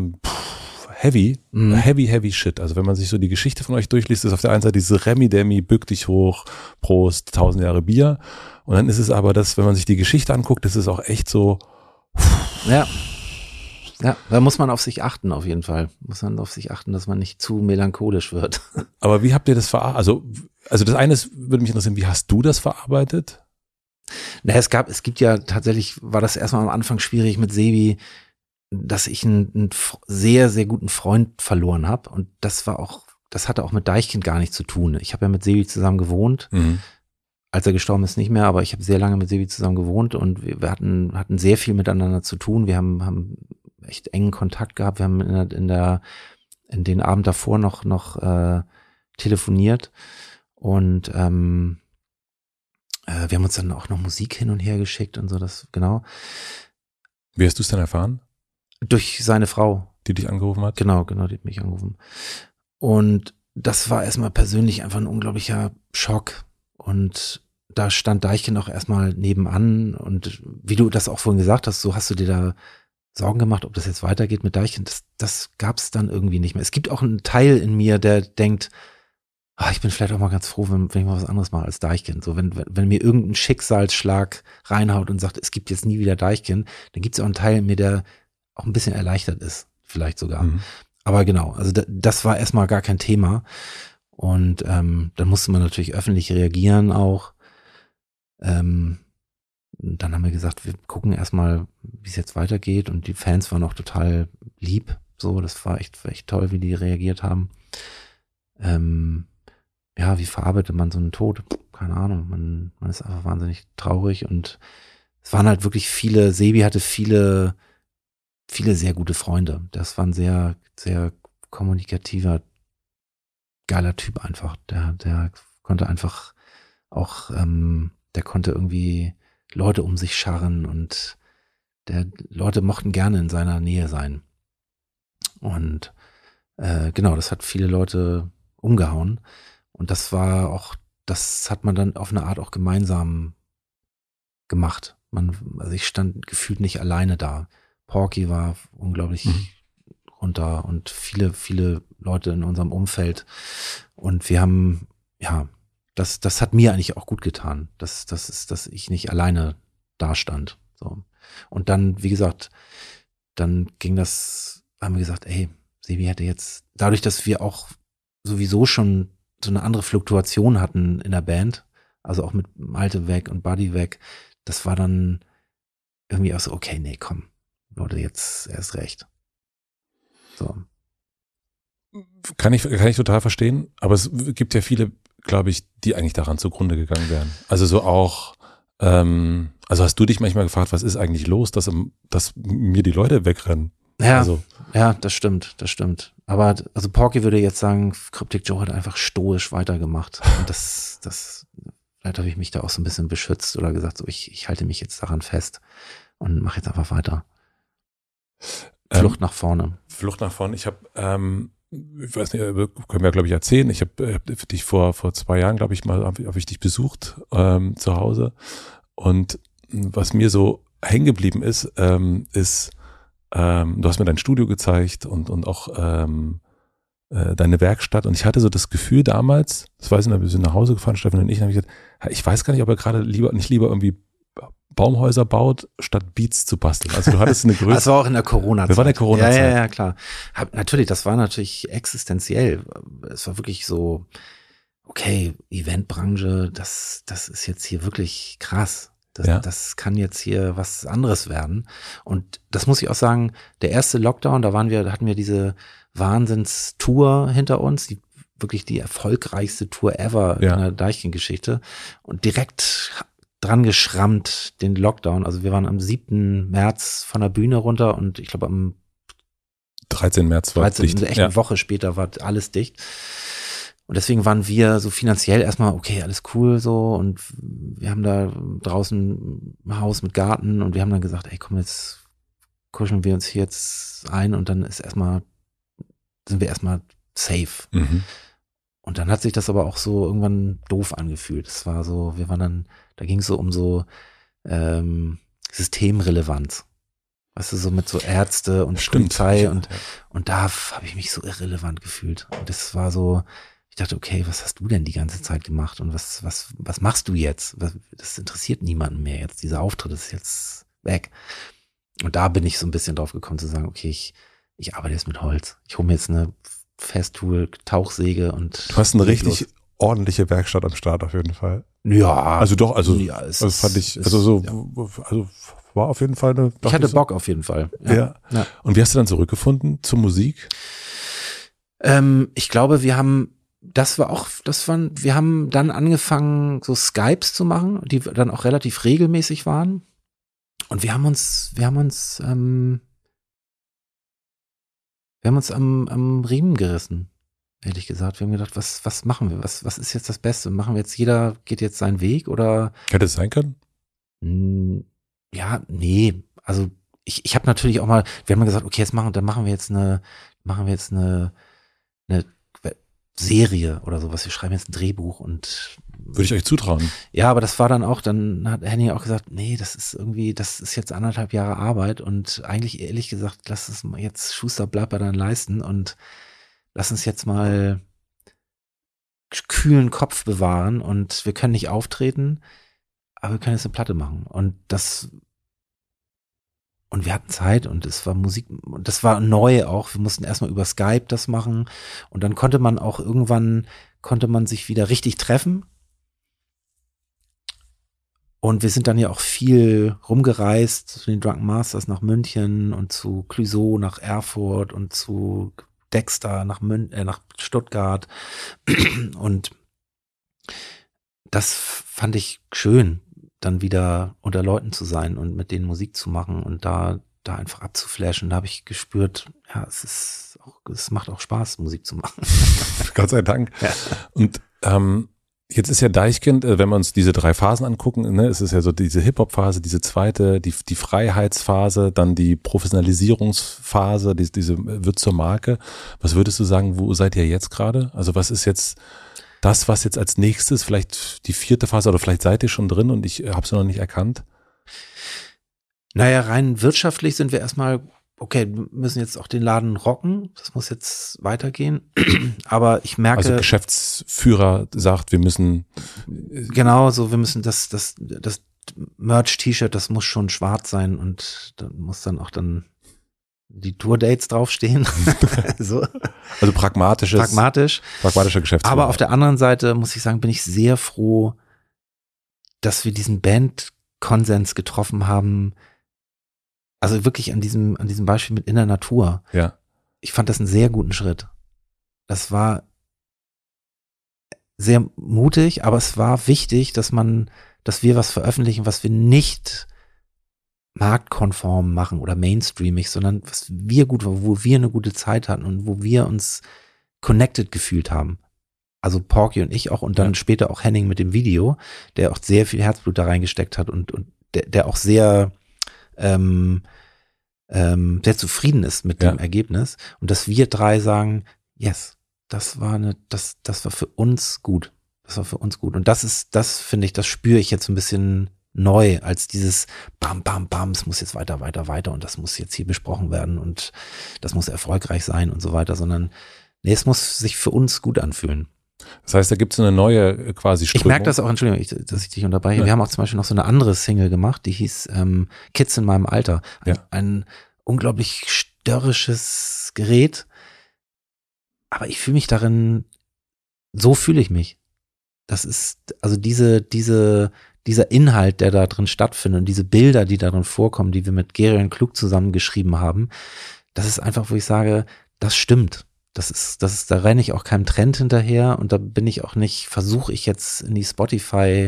heavy shit. Also wenn man sich so die Geschichte von euch durchliest, ist auf der einen Seite diese Remi-Demi, bück dich hoch, Prost, 1000 Jahre Bier. Und dann ist es aber das, wenn man sich die Geschichte anguckt, ist es auch echt so. Ja, da muss man auf sich achten auf jeden Fall. Muss man auf sich achten, dass man nicht zu melancholisch wird. Aber wie habt ihr das verarbeitet? Also das eine würde mich interessieren, wie hast du das verarbeitet? Na, es gibt ja tatsächlich, war das erstmal am Anfang schwierig mit Sebi, dass ich einen sehr, sehr guten Freund verloren habe. Und das hatte auch mit Deichkind gar nichts zu tun. Ich habe ja mit Sebi zusammen gewohnt. Mhm. Als er gestorben ist, nicht mehr, aber ich habe sehr lange mit Sebi zusammen gewohnt und wir hatten sehr viel miteinander zu tun. Wir haben echt engen Kontakt gehabt. Wir haben in den Abend davor noch telefoniert und wir haben uns dann auch noch Musik hin und her geschickt und so, das, genau. Wie hast du es denn erfahren? Durch seine Frau. Die dich angerufen hat? Genau, die hat mich angerufen. Und das war erstmal persönlich einfach ein unglaublicher Schock. Und da stand Deichkind auch erstmal nebenan. Und wie du das auch vorhin gesagt hast, so hast du dir da Sorgen gemacht, ob das jetzt weitergeht mit Deichkind. Das gab es dann irgendwie nicht mehr. Es gibt auch einen Teil in mir, der denkt, ich bin vielleicht auch mal ganz froh, wenn ich mal was anderes mache als Deichkind. So, wenn mir irgendein Schicksalsschlag reinhaut und sagt, es gibt jetzt nie wieder Deichkind, dann gibt es auch einen Teil in mir, der auch ein bisschen erleichtert ist, vielleicht sogar. Mhm. Aber genau, also das war erstmal gar kein Thema. Und dann musste man natürlich öffentlich reagieren auch. Dann haben wir gesagt, wir gucken erstmal, wie es jetzt weitergeht. Und die Fans waren auch total lieb. So, das war echt toll, wie die reagiert haben. Wie verarbeitet man so einen Tod? Keine Ahnung. Man ist einfach wahnsinnig traurig. Und es waren halt wirklich Sebi hatte viele sehr gute Freunde. Das war ein sehr, sehr kommunikativer, geiler Typ einfach. Der konnte einfach auch, der konnte irgendwie Leute um sich scharren und Leute mochten gerne in seiner Nähe sein. Und genau, das hat viele Leute umgehauen. Und das hat man dann auf eine Art auch gemeinsam gemacht. Also ich stand gefühlt nicht alleine da. Porky war unglaublich runter und viele, viele Leute in unserem Umfeld. Und wir haben, das hat mir eigentlich auch gut getan, dass ich nicht alleine da stand. So. Und dann, wie gesagt, haben wir gesagt, Sebi hätte jetzt, dadurch, dass wir auch sowieso schon so eine andere Fluktuation hatten in der Band, also auch mit Malte weg und Buddy weg, das war dann irgendwie auch so, okay, nee, komm, Leute, jetzt erst recht. So. Kann ich total verstehen, aber es gibt ja viele, glaube ich, die eigentlich daran zugrunde gegangen wären. Also so auch, also hast du dich manchmal gefragt, was ist eigentlich los, dass mir die Leute wegrennen? Ja, also. Ja, das stimmt. Aber also Porky würde jetzt sagen, Cryptic Joe hat einfach stoisch weitergemacht. Und vielleicht habe ich mich da auch so ein bisschen beschützt oder gesagt, so ich halte mich jetzt daran fest und mache jetzt einfach weiter. Flucht nach vorne. Ich habe, ich weiß nicht, können wir glaube ich erzählen, ich habe dich vor 2 Jahren, glaube ich mal, habe ich dich besucht zu Hause und was mir so hängen geblieben ist, du hast mir dein Studio gezeigt und auch deine Werkstatt, und ich hatte so das Gefühl damals, das weiß ich noch, wir sind nach Hause gefahren, Steffen und ich, und habe ich gesagt, ich weiß gar nicht, ob er gerade nicht lieber irgendwie Baumhäuser baut, statt Beats zu basteln. Also du hattest eine Größe. Das war auch in der Corona-Zeit. Das war in der Corona-Zeit. Ja, klar. Natürlich, das war natürlich existenziell. Es war wirklich so, okay, Eventbranche, das ist jetzt hier wirklich krass. Das kann jetzt hier was anderes werden. Und das muss ich auch sagen, der erste Lockdown, da hatten wir diese Wahnsinnstour hinter uns, wirklich die erfolgreichste Tour ever in der Deichkind-Geschichte. Und direkt dran geschrammt, den Lockdown. Also wir waren am 7. März von der Bühne runter und ich glaube am 13. März war dicht. Echt eine Woche später war alles dicht. Und deswegen waren wir so finanziell erstmal, okay, alles cool so, und wir haben da draußen ein Haus mit Garten und wir haben dann gesagt, ey komm, jetzt kuscheln wir uns hier jetzt ein und dann sind wir erstmal safe. Mhm. Und dann hat sich das aber auch so irgendwann doof angefühlt. Es war so, da ging es so um so Systemrelevanz. Weißt du, so mit so Ärzte und Polizei und da habe ich mich so irrelevant gefühlt. Und das war so, ich dachte, okay, was hast du denn die ganze Zeit gemacht und was machst du jetzt? Das interessiert niemanden mehr jetzt. Dieser Auftritt ist jetzt weg. Und da bin ich so ein bisschen drauf gekommen zu sagen, okay, ich arbeite jetzt mit Holz. Ich hole mir jetzt eine Festool, Tauchsäge und. Du hast eine richtig ordentliche Werkstatt am Start auf jeden Fall. Ja. Also doch, ja, fand ich, also war auf jeden Fall eine. Ich hatte Bock auf jeden Fall. Ja. Und wie hast du dann zurückgefunden zur Musik? Ich glaube, wir haben dann angefangen, so Skypes zu machen, die dann auch relativ regelmäßig waren. Und wir haben uns am Riemen gerissen, ehrlich gesagt. Wir haben gedacht, was machen wir? Was ist jetzt das Beste? Machen wir jetzt, jeder geht jetzt seinen Weg oder? Hätte es sein können? Ja, nee. Also ich habe natürlich auch mal, wir haben mal gesagt, okay, machen wir jetzt eine Serie oder sowas. Wir schreiben jetzt ein Drehbuch und würde ich euch zutrauen. Ja, aber das war dann hat Henning auch gesagt, nee, das ist jetzt 1,5 Jahre Arbeit und eigentlich ehrlich gesagt, lass es mal jetzt Schuster bleibt bei deinen Leisten und lass uns jetzt mal kühlen Kopf bewahren und wir können nicht auftreten, aber wir können jetzt eine Platte machen und wir hatten Zeit und es war Musik und das war neu auch. Wir mussten erstmal über Skype das machen und dann konnte man sich wieder richtig treffen. Und wir sind dann ja auch viel rumgereist, zu den Drunken Masters nach München und zu Clouseau nach Erfurt und zu Dexter nach Stuttgart. Und das fand ich schön, dann wieder unter Leuten zu sein und mit denen Musik zu machen und da einfach abzuflashen. Da habe ich gespürt, ja, es macht auch Spaß, Musik zu machen. Gott sei Dank. Ja. Und jetzt ist ja Deichkind, wenn wir uns diese 3 Phasen angucken, ne, es ist ja so diese Hip-Hop-Phase, diese zweite, die Freiheitsphase, dann die Professionalisierungsphase, diese wird zur Marke. Was würdest du sagen, wo seid ihr jetzt gerade? Also was ist jetzt das, was jetzt als nächstes, vielleicht die 4. Phase oder vielleicht seid ihr schon drin und ich habe es noch nicht erkannt? Naja, rein wirtschaftlich sind wir erstmal, okay, wir müssen jetzt auch den Laden rocken, das muss jetzt weitergehen, aber ich merke. Also Geschäftsführer sagt, wir müssen. Genau, so wir müssen das Merch-T-Shirt, das muss schon schwarz sein und da muss dann auch die Tour-Dates draufstehen. So. Also pragmatischer Geschäftsführer. Aber auf der anderen Seite muss ich sagen, bin ich sehr froh, dass wir diesen Band-Konsens getroffen haben. Also wirklich an diesem Beispiel mit In der Natur. Ja. Ich fand das einen sehr guten Schritt. Das war sehr mutig, aber es war wichtig, dass wir was veröffentlichen, was wir nicht marktkonform machen oder mainstreamig, sondern wo wir eine gute Zeit hatten und wo wir uns connected gefühlt haben. Also Porky und ich auch und dann später auch Henning mit dem Video, der auch sehr viel Herzblut da reingesteckt hat und der auch sehr sehr zufrieden ist mit dem Ergebnis und dass wir 3 sagen, yes, das war für uns gut. Das war für uns gut. Und das finde ich, das spüre ich jetzt ein bisschen neu als dieses Bam, Bam, Bam, es muss jetzt weiter, weiter, weiter und das muss jetzt hier besprochen werden und das muss erfolgreich sein und so weiter, sondern nee, es muss sich für uns gut anfühlen. Das heißt, da gibt es eine neue quasi Strömung. Ich merke das auch, Entschuldigung, dass ich dich unterbreche. Ja. Wir haben auch zum Beispiel noch so eine andere Single gemacht, die hieß Kids in meinem Alter. Ein unglaublich störrisches Gerät. Aber ich fühle mich darin, so fühle ich mich. Das ist, also dieser Inhalt, der da drin stattfindet und diese Bilder, die darin vorkommen, die wir mit Gerion Klug zusammengeschrieben haben, das ist einfach, wo ich sage, das stimmt. Da renne ich auch keinem Trend hinterher und da bin ich auch nicht, versuche ich jetzt in die Spotify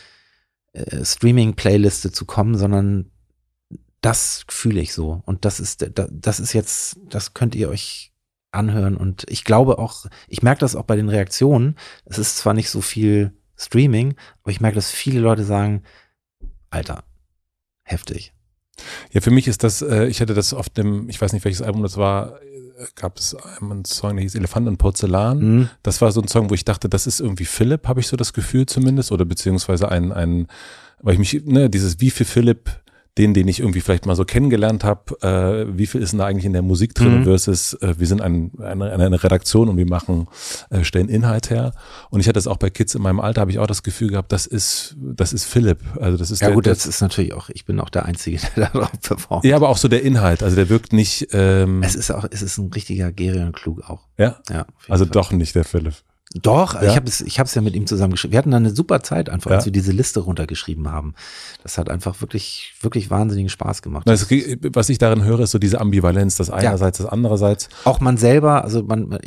Streaming-Playliste zu kommen, sondern das fühle ich so. Und das ist jetzt, das könnt ihr euch anhören und ich glaube auch, ich merke das auch bei den Reaktionen, es ist zwar nicht so viel Streaming, aber ich merke, dass viele Leute sagen, Alter, heftig. Ja, für mich ist das, ich hatte das auf dem, ich weiß nicht welches Album das war, gab es einen Song, der hieß Elefant und Porzellan. Mhm. Das war so ein Song, wo ich dachte, das ist irgendwie Philipp, habe ich so das Gefühl zumindest, oder beziehungsweise weil ich mich, dieses wie viel Philipp, den ich irgendwie vielleicht mal so kennengelernt habe, wie viel ist denn da eigentlich in der Musik drin versus wir sind eine Redaktion und wir stellen Inhalt her. Und ich hatte das auch bei Kids in meinem Alter, habe ich auch das Gefühl gehabt, das ist Philipp. Also das ist das ist natürlich auch, ich bin auch der Einzige, der darauf performt. Ja, aber auch so der Inhalt, also der wirkt nicht. Es ist ein richtiger Gerion Klug auch. Ja, also Fall. Doch nicht der Philipp. Doch, ja? ich habe es ja mit ihm zusammen geschrieben. Wir hatten dann eine super Zeit einfach, als wir diese Liste runtergeschrieben haben. Das hat einfach wirklich, wirklich wahnsinnigen Spaß gemacht. Was ich darin höre, ist so diese Ambivalenz, das einerseits, das andererseits. Auch man selber, also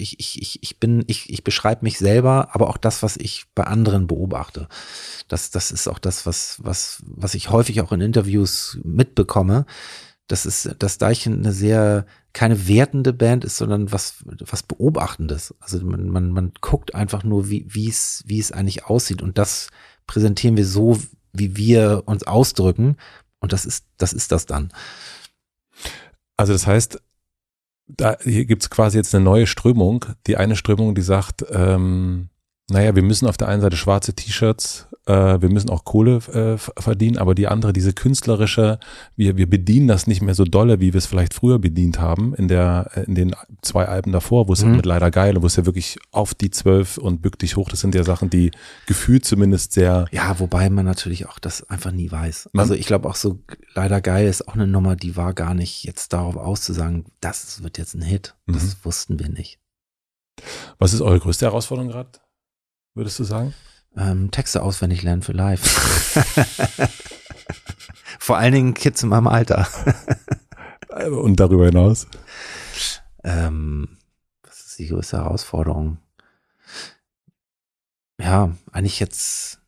ich beschreibe mich selber, aber auch das, was ich bei anderen beobachte. Das ist auch das, was ich häufig auch in Interviews mitbekomme. Dass Deichen eine sehr, keine wertende Band ist, sondern was Beobachtendes. Also man guckt einfach nur, wie es eigentlich aussieht und das präsentieren wir so, wie wir uns ausdrücken und das ist das dann. Also das heißt, hier gibt es quasi jetzt eine neue Strömung. Die eine Strömung, die sagt, wir müssen auf der einen Seite schwarze T-Shirts, wir müssen auch Kohle verdienen, aber die andere, diese künstlerische, wir bedienen das nicht mehr so dolle, wie wir es vielleicht früher bedient haben, in den 2 Alben davor, wo es mit Leider Geil, wo es ja wirklich auf die 12 und bück dich hoch, das sind ja Sachen, die gefühlt zumindest sehr... Ja, wobei man natürlich auch das einfach nie weiß. Also ich glaube auch so, Leider Geil ist auch eine Nummer, die war gar nicht jetzt darauf auszusagen, das wird jetzt ein Hit. Das wussten wir nicht. Was ist eure größte Herausforderung gerade? Würdest du sagen? Texte auswendig lernen für live. Vor allen Dingen Kids in meinem Alter. Und darüber hinaus? Was ist die größte Herausforderung? Ja, eigentlich jetzt.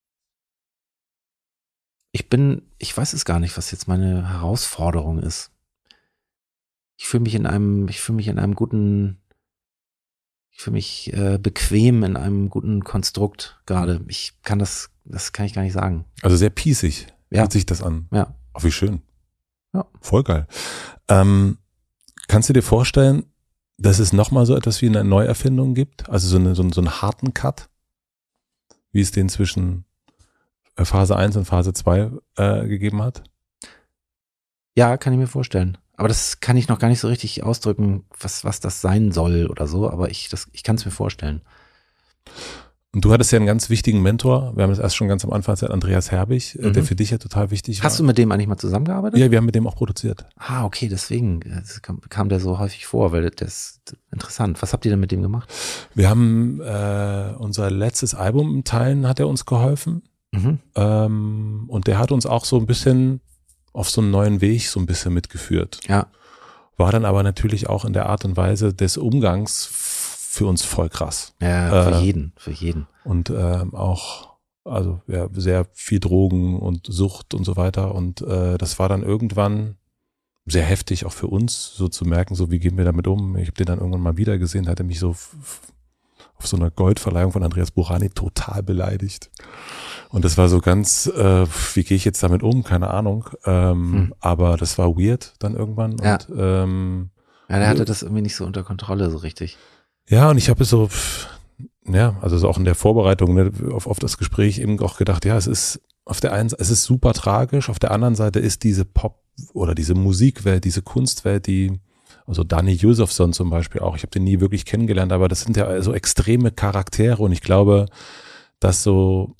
Ich weiß es gar nicht, was jetzt meine Herausforderung ist. Ich fühle mich in einem guten. Ich fühle mich bequem in einem guten Konstrukt gerade. Das kann ich gar nicht sagen. Also sehr piesig hört sich das an. Ja. Ach, wie schön. Ja. Voll geil. Kannst du dir vorstellen, dass es nochmal so etwas wie eine Neuerfindung gibt? Also so einen harten Cut? Wie es den zwischen Phase 1 und Phase 2 gegeben hat? Ja, kann ich mir vorstellen. Aber das kann ich noch gar nicht so richtig ausdrücken, was das sein soll oder so, aber ich kann es mir vorstellen. Und du hattest ja einen ganz wichtigen Mentor, wir haben das erst schon ganz am Anfang gesagt, Andreas Herbig, der für dich ja total wichtig war. Hast du mit dem eigentlich mal zusammengearbeitet? Ja, wir haben mit dem auch produziert. Ah, okay, deswegen kam der so häufig vor, weil das ist interessant. Was habt ihr denn mit dem gemacht? Wir haben unser letztes Album in Teilen hat er uns geholfen und der hat uns auch so ein bisschen auf so einen neuen Weg so ein bisschen mitgeführt. Ja. War dann aber natürlich auch in der Art und Weise des Umgangs für uns voll krass. Ja, für jeden. Und auch, also ja, sehr viel Drogen und Sucht und so weiter. Und das war dann irgendwann sehr heftig, auch für uns, so zu merken, so wie gehen wir damit um. Ich habe den dann irgendwann mal wieder gesehen, da hat er mich so auf so einer Goldverleihung von Andreas Burani total beleidigt. Und das war so ganz, wie gehe ich jetzt damit um? Keine Ahnung. Aber das war weird dann irgendwann. Ja. Und, der hatte das irgendwie nicht so unter Kontrolle so richtig. Ja, und ich habe so, also so auch in der Vorbereitung auf das Gespräch eben auch gedacht, ja, es ist, auf der einen Seite, es ist super tragisch, auf der anderen Seite ist diese Pop- oder diese Musikwelt, diese Kunstwelt, also Danny Józefsson zum Beispiel auch, ich habe den nie wirklich kennengelernt, aber das sind ja so extreme Charaktere und ich glaube, dass so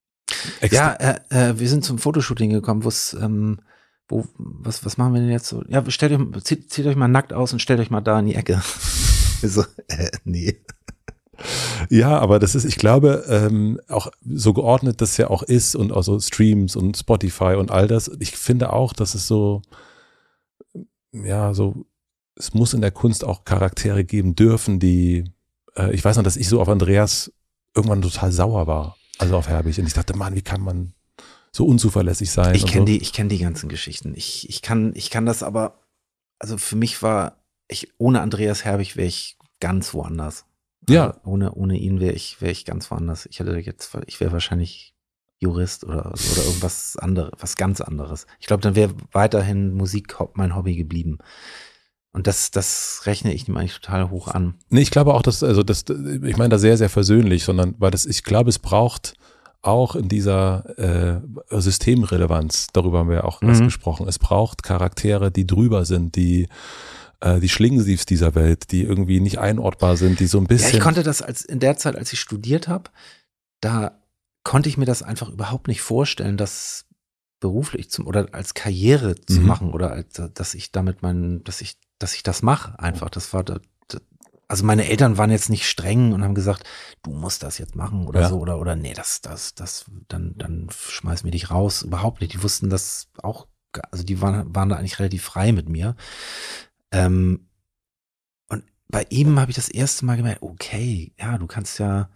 wir sind zum Fotoshooting gekommen, was machen wir denn jetzt so? Ja, zieht euch mal nackt aus und stellt euch mal da in die Ecke. So, nee. Ja, aber das ist, ich glaube, auch so geordnet das ja auch ist und auch so Streams und Spotify und all das. Ich finde auch, dass es so, ja, so, es muss in der Kunst auch Charaktere geben dürfen, die, ich weiß noch, dass ich so auf Andreas irgendwann total sauer war, also auf Herbig. Und ich dachte, Mann, wie kann man so unzuverlässig sein? Ich kenne die ganzen Geschichten. Ich kann das aber, also für mich ohne Andreas Herbig wäre ich ganz woanders. Ja. Also ohne ihn wäre ich ganz woanders. Ich wäre wahrscheinlich Jurist oder irgendwas anderes, was ganz anderes. Ich glaube, dann wäre weiterhin Musik mein Hobby geblieben. Und das rechne ich ihm eigentlich total hoch an. Nee, ich glaube auch, ich meine da sehr, sehr versöhnlich, ich glaube, es braucht auch in dieser Systemrelevanz, darüber haben wir ja auch was gesprochen, es braucht Charaktere, die drüber sind, die Schlingensiefs dieser Welt, die irgendwie nicht einordbar sind, die so ein bisschen. Ja, ich konnte das in der Zeit, als ich studiert habe, da konnte ich mir das einfach überhaupt nicht vorstellen, das beruflich oder als Karriere zu machen oder dass ich das mache einfach. Also meine Eltern waren jetzt nicht streng und haben gesagt, du musst das jetzt machen oder so oder nee, dann schmeiß mir dich raus. Überhaupt nicht. Die wussten das auch, also die waren da eigentlich relativ frei mit mir. Und bei ihm habe ich das erste Mal gemerkt, okay, ja, du kannst ja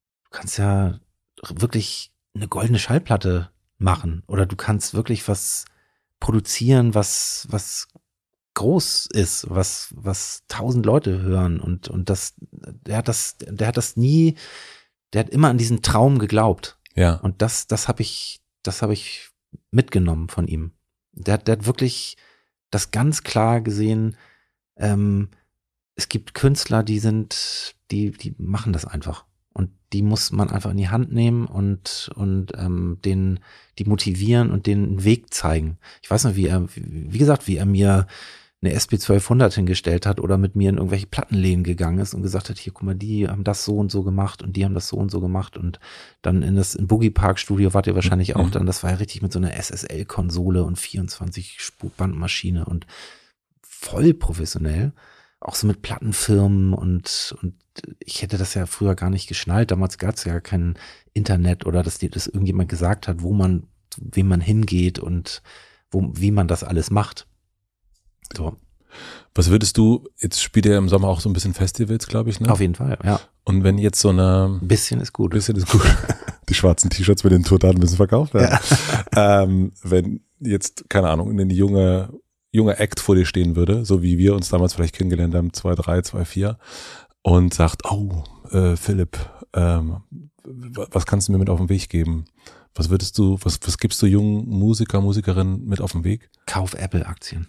wirklich eine goldene Schallplatte machen oder du kannst wirklich was produzieren, was groß ist, was 1000 Leute hören und der hat immer an diesen Traum geglaubt. Ja. Und das habe ich mitgenommen von ihm. Der hat wirklich das ganz klar gesehen. Es gibt Künstler, die machen das einfach. Und die muss man einfach in die Hand nehmen und die motivieren und denen einen Weg zeigen. Ich weiß noch, wie er mir eine SP1200 hingestellt hat oder mit mir in irgendwelche Plattenläden gegangen ist und gesagt hat, hier, guck mal, die haben das so und so gemacht und die haben das so und so gemacht und dann in Boogie Park Studio wart ihr wahrscheinlich auch dann, das war ja richtig mit so einer SSL-Konsole und 24-Spur-Bandmaschine und voll professionell, auch so mit Plattenfirmen und ich hätte das ja früher gar nicht geschnallt, damals gab es ja kein Internet oder dass dir das irgendjemand gesagt hat, wem man hingeht und wie man das alles macht. So. Was würdest du, jetzt spielt ihr im Sommer auch so ein bisschen Festivals, glaube ich, ne? Auf jeden Fall, ja. Und wenn jetzt so eine... Ein bisschen ist gut. Die schwarzen T-Shirts mit den Tourdaten müssen verkauft werden. Ja. Wenn jetzt, keine Ahnung, eine junge Act vor dir stehen würde, so wie wir uns damals vielleicht kennengelernt haben, 2.3, 2.4 und sagt, Philipp, was kannst du mir mit auf den Weg geben? Was gibst du jungen Musikerinnen mit auf den Weg? Kauf Apple-Aktien.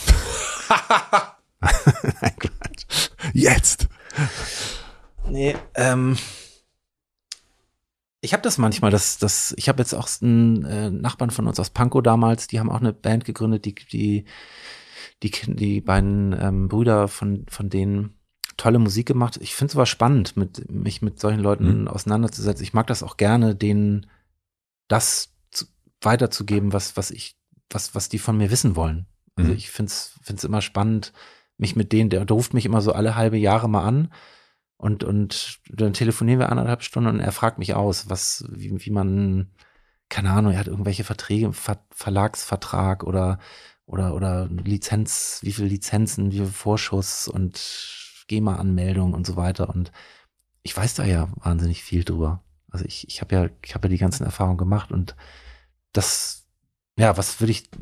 Nein, Quatsch. Jetzt! Nee, ich habe das manchmal, ich habe jetzt auch einen Nachbarn von uns aus Pankow damals, die haben auch eine Band gegründet, die beiden Brüder von denen tolle Musik gemacht. Ich finde es aber spannend, mich mit solchen Leuten auseinanderzusetzen. Ich mag das auch gerne, denen das weiterzugeben, was die von mir wissen wollen. Also ich finde es immer spannend, mich mit denen, der ruft mich immer so alle halbe Jahre mal an und dann telefonieren wir 1,5 Stunden und er fragt mich aus, wie man, keine Ahnung, er hat irgendwelche Verträge, Verlagsvertrag oder Lizenz, wie viele Lizenzen, wie viel Vorschuss und GEMA-Anmeldung und so weiter und ich weiß da ja wahnsinnig viel drüber. Also ich habe ja die ganzen Erfahrungen gemacht und das, ja, was würde ich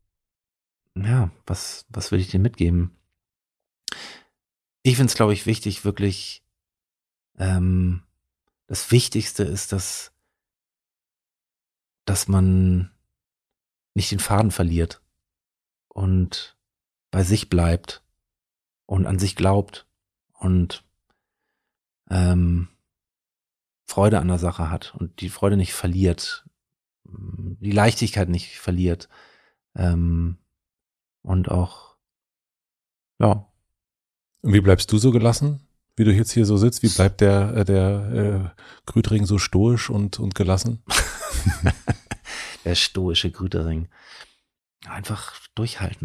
dir mitgeben? Ich finde es, glaube ich, wichtig, wirklich, das Wichtigste ist, dass man nicht den Faden verliert und bei sich bleibt und an sich glaubt und Freude an der Sache hat und die Freude nicht verliert, die Leichtigkeit nicht verliert. Und auch, ja. Und wie bleibst du so gelassen, wie du jetzt hier so sitzt? Wie bleibt der Grütring so stoisch und gelassen? Der stoische Grütering. Einfach durchhalten.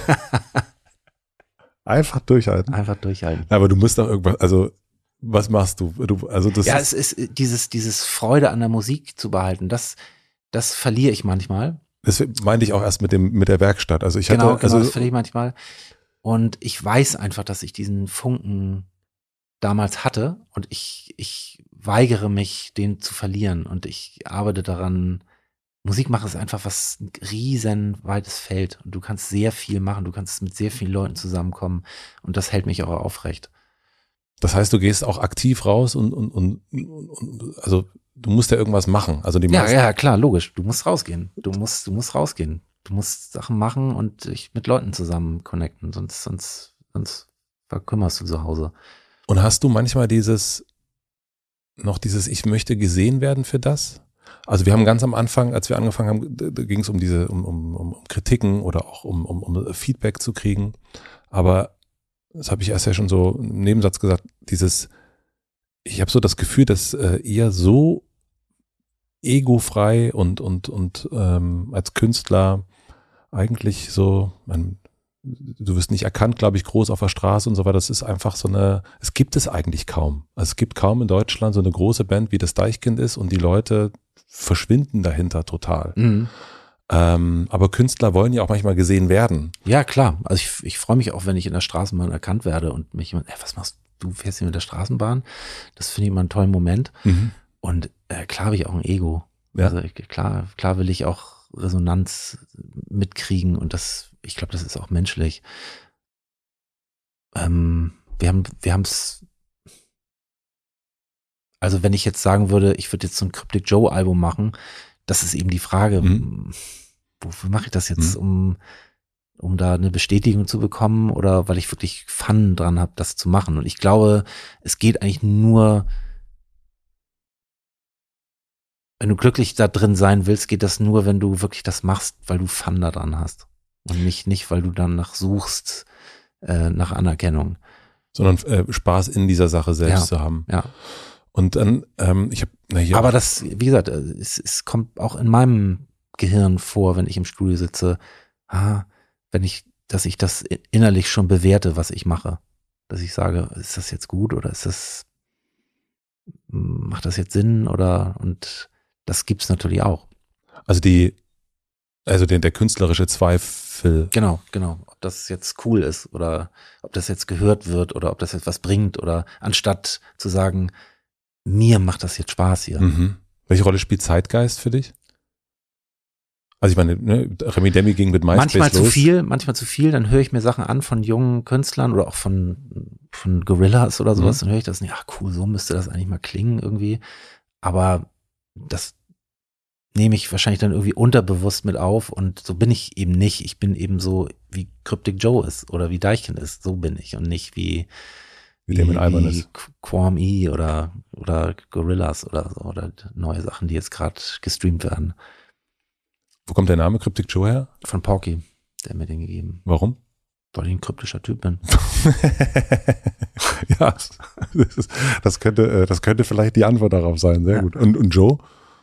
Einfach durchhalten. Einfach durchhalten. Aber du musst doch irgendwas, also was machst du? Es ist dieses Freude an der Musik zu behalten, das verliere ich manchmal. Das meinte ich auch erst mit der Werkstatt. Also das verliere ich manchmal. Und ich weiß einfach, dass ich diesen Funken damals hatte und ich weigere mich, den zu verlieren. Und ich arbeite daran. Musik machen ist einfach was ein riesen weites Feld und du kannst sehr viel machen, du kannst mit sehr vielen Leuten zusammenkommen und das hält mich auch aufrecht. Das heißt, du gehst auch aktiv raus und also du musst ja irgendwas machen. Also ja, klar, logisch. Du musst rausgehen. Du musst rausgehen. Du musst Sachen machen und dich mit Leuten zusammen connecten, sonst verkümmerst du zu Hause. Und hast du manchmal dieses, ich möchte gesehen werden für das? Also wir haben ganz am Anfang, als wir angefangen haben, da ging es um um Kritiken oder auch um Feedback zu kriegen. Aber das habe ich erst ja schon so im Nebensatz gesagt, ich habe so das Gefühl, dass ihr so egofrei und als Künstler eigentlich so, du wirst nicht erkannt, glaube ich, groß auf der Straße und so weiter. Das ist einfach es gibt es eigentlich kaum. Also es gibt kaum in Deutschland so eine große Band, wie das Deichkind ist und die Leute verschwinden dahinter total. Mhm. Aber Künstler wollen ja auch manchmal gesehen werden. Ja, klar. Also ich freue mich auch, wenn ich in der Straßenbahn erkannt werde und mich jemand, was machst du? Fährst hier mit der Straßenbahn? Das finde ich immer einen tollen Moment. Mhm. Und klar habe ich auch ein Ego. Ja. Also klar will ich auch Resonanz mitkriegen und ich glaube, das ist auch menschlich. Wir haben es. Also wenn ich jetzt sagen würde, ich würde jetzt so ein Cryptic Joe Album machen, das ist eben die Frage, wofür mache ich das jetzt, um da eine Bestätigung zu bekommen oder weil ich wirklich Fun dran habe, das zu machen. Und ich glaube, es geht eigentlich nur, wenn du glücklich da drin sein willst, geht das nur, wenn du wirklich das machst, weil du Fun da dran hast. Und nicht, weil du danach suchst, nach Anerkennung. Sondern Spaß in dieser Sache selbst zu haben. Ja. Und dann, aber das, wie gesagt, es kommt auch in meinem Gehirn vor, wenn ich im Studio sitze, dass ich das innerlich schon bewerte, was ich mache. Dass ich sage, ist das jetzt gut oder macht das jetzt Sinn und das gibt's natürlich auch. Also der künstlerische Zweifel. Genau. Ob das jetzt cool ist oder ob das jetzt gehört wird oder ob das jetzt was bringt oder anstatt zu sagen, mir macht das jetzt Spaß hier. Mhm. Welche Rolle spielt Zeitgeist für dich? Also ich meine, Remi Demi ging mit MySpace manchmal zu viel, dann höre ich mir Sachen an von jungen Künstlern oder auch von Gorillaz oder sowas, dann höre ich das nicht, cool, so müsste das eigentlich mal klingen irgendwie, aber das nehme ich wahrscheinlich dann irgendwie unterbewusst mit auf und so bin ich eben nicht, ich bin eben so, wie Cryptic Joe ist oder wie Deichkind ist, so bin ich und nicht wie der mit albern ist. Quam E oder Gorillaz oder so oder neue Sachen, die jetzt gerade gestreamt werden. Wo kommt der Name Cryptic Joe her? Von Porky, der mir den gegeben. Warum? Weil ich ein kryptischer Typ bin. Ja, das könnte vielleicht die Antwort darauf sein. Sehr gut. Und Joe?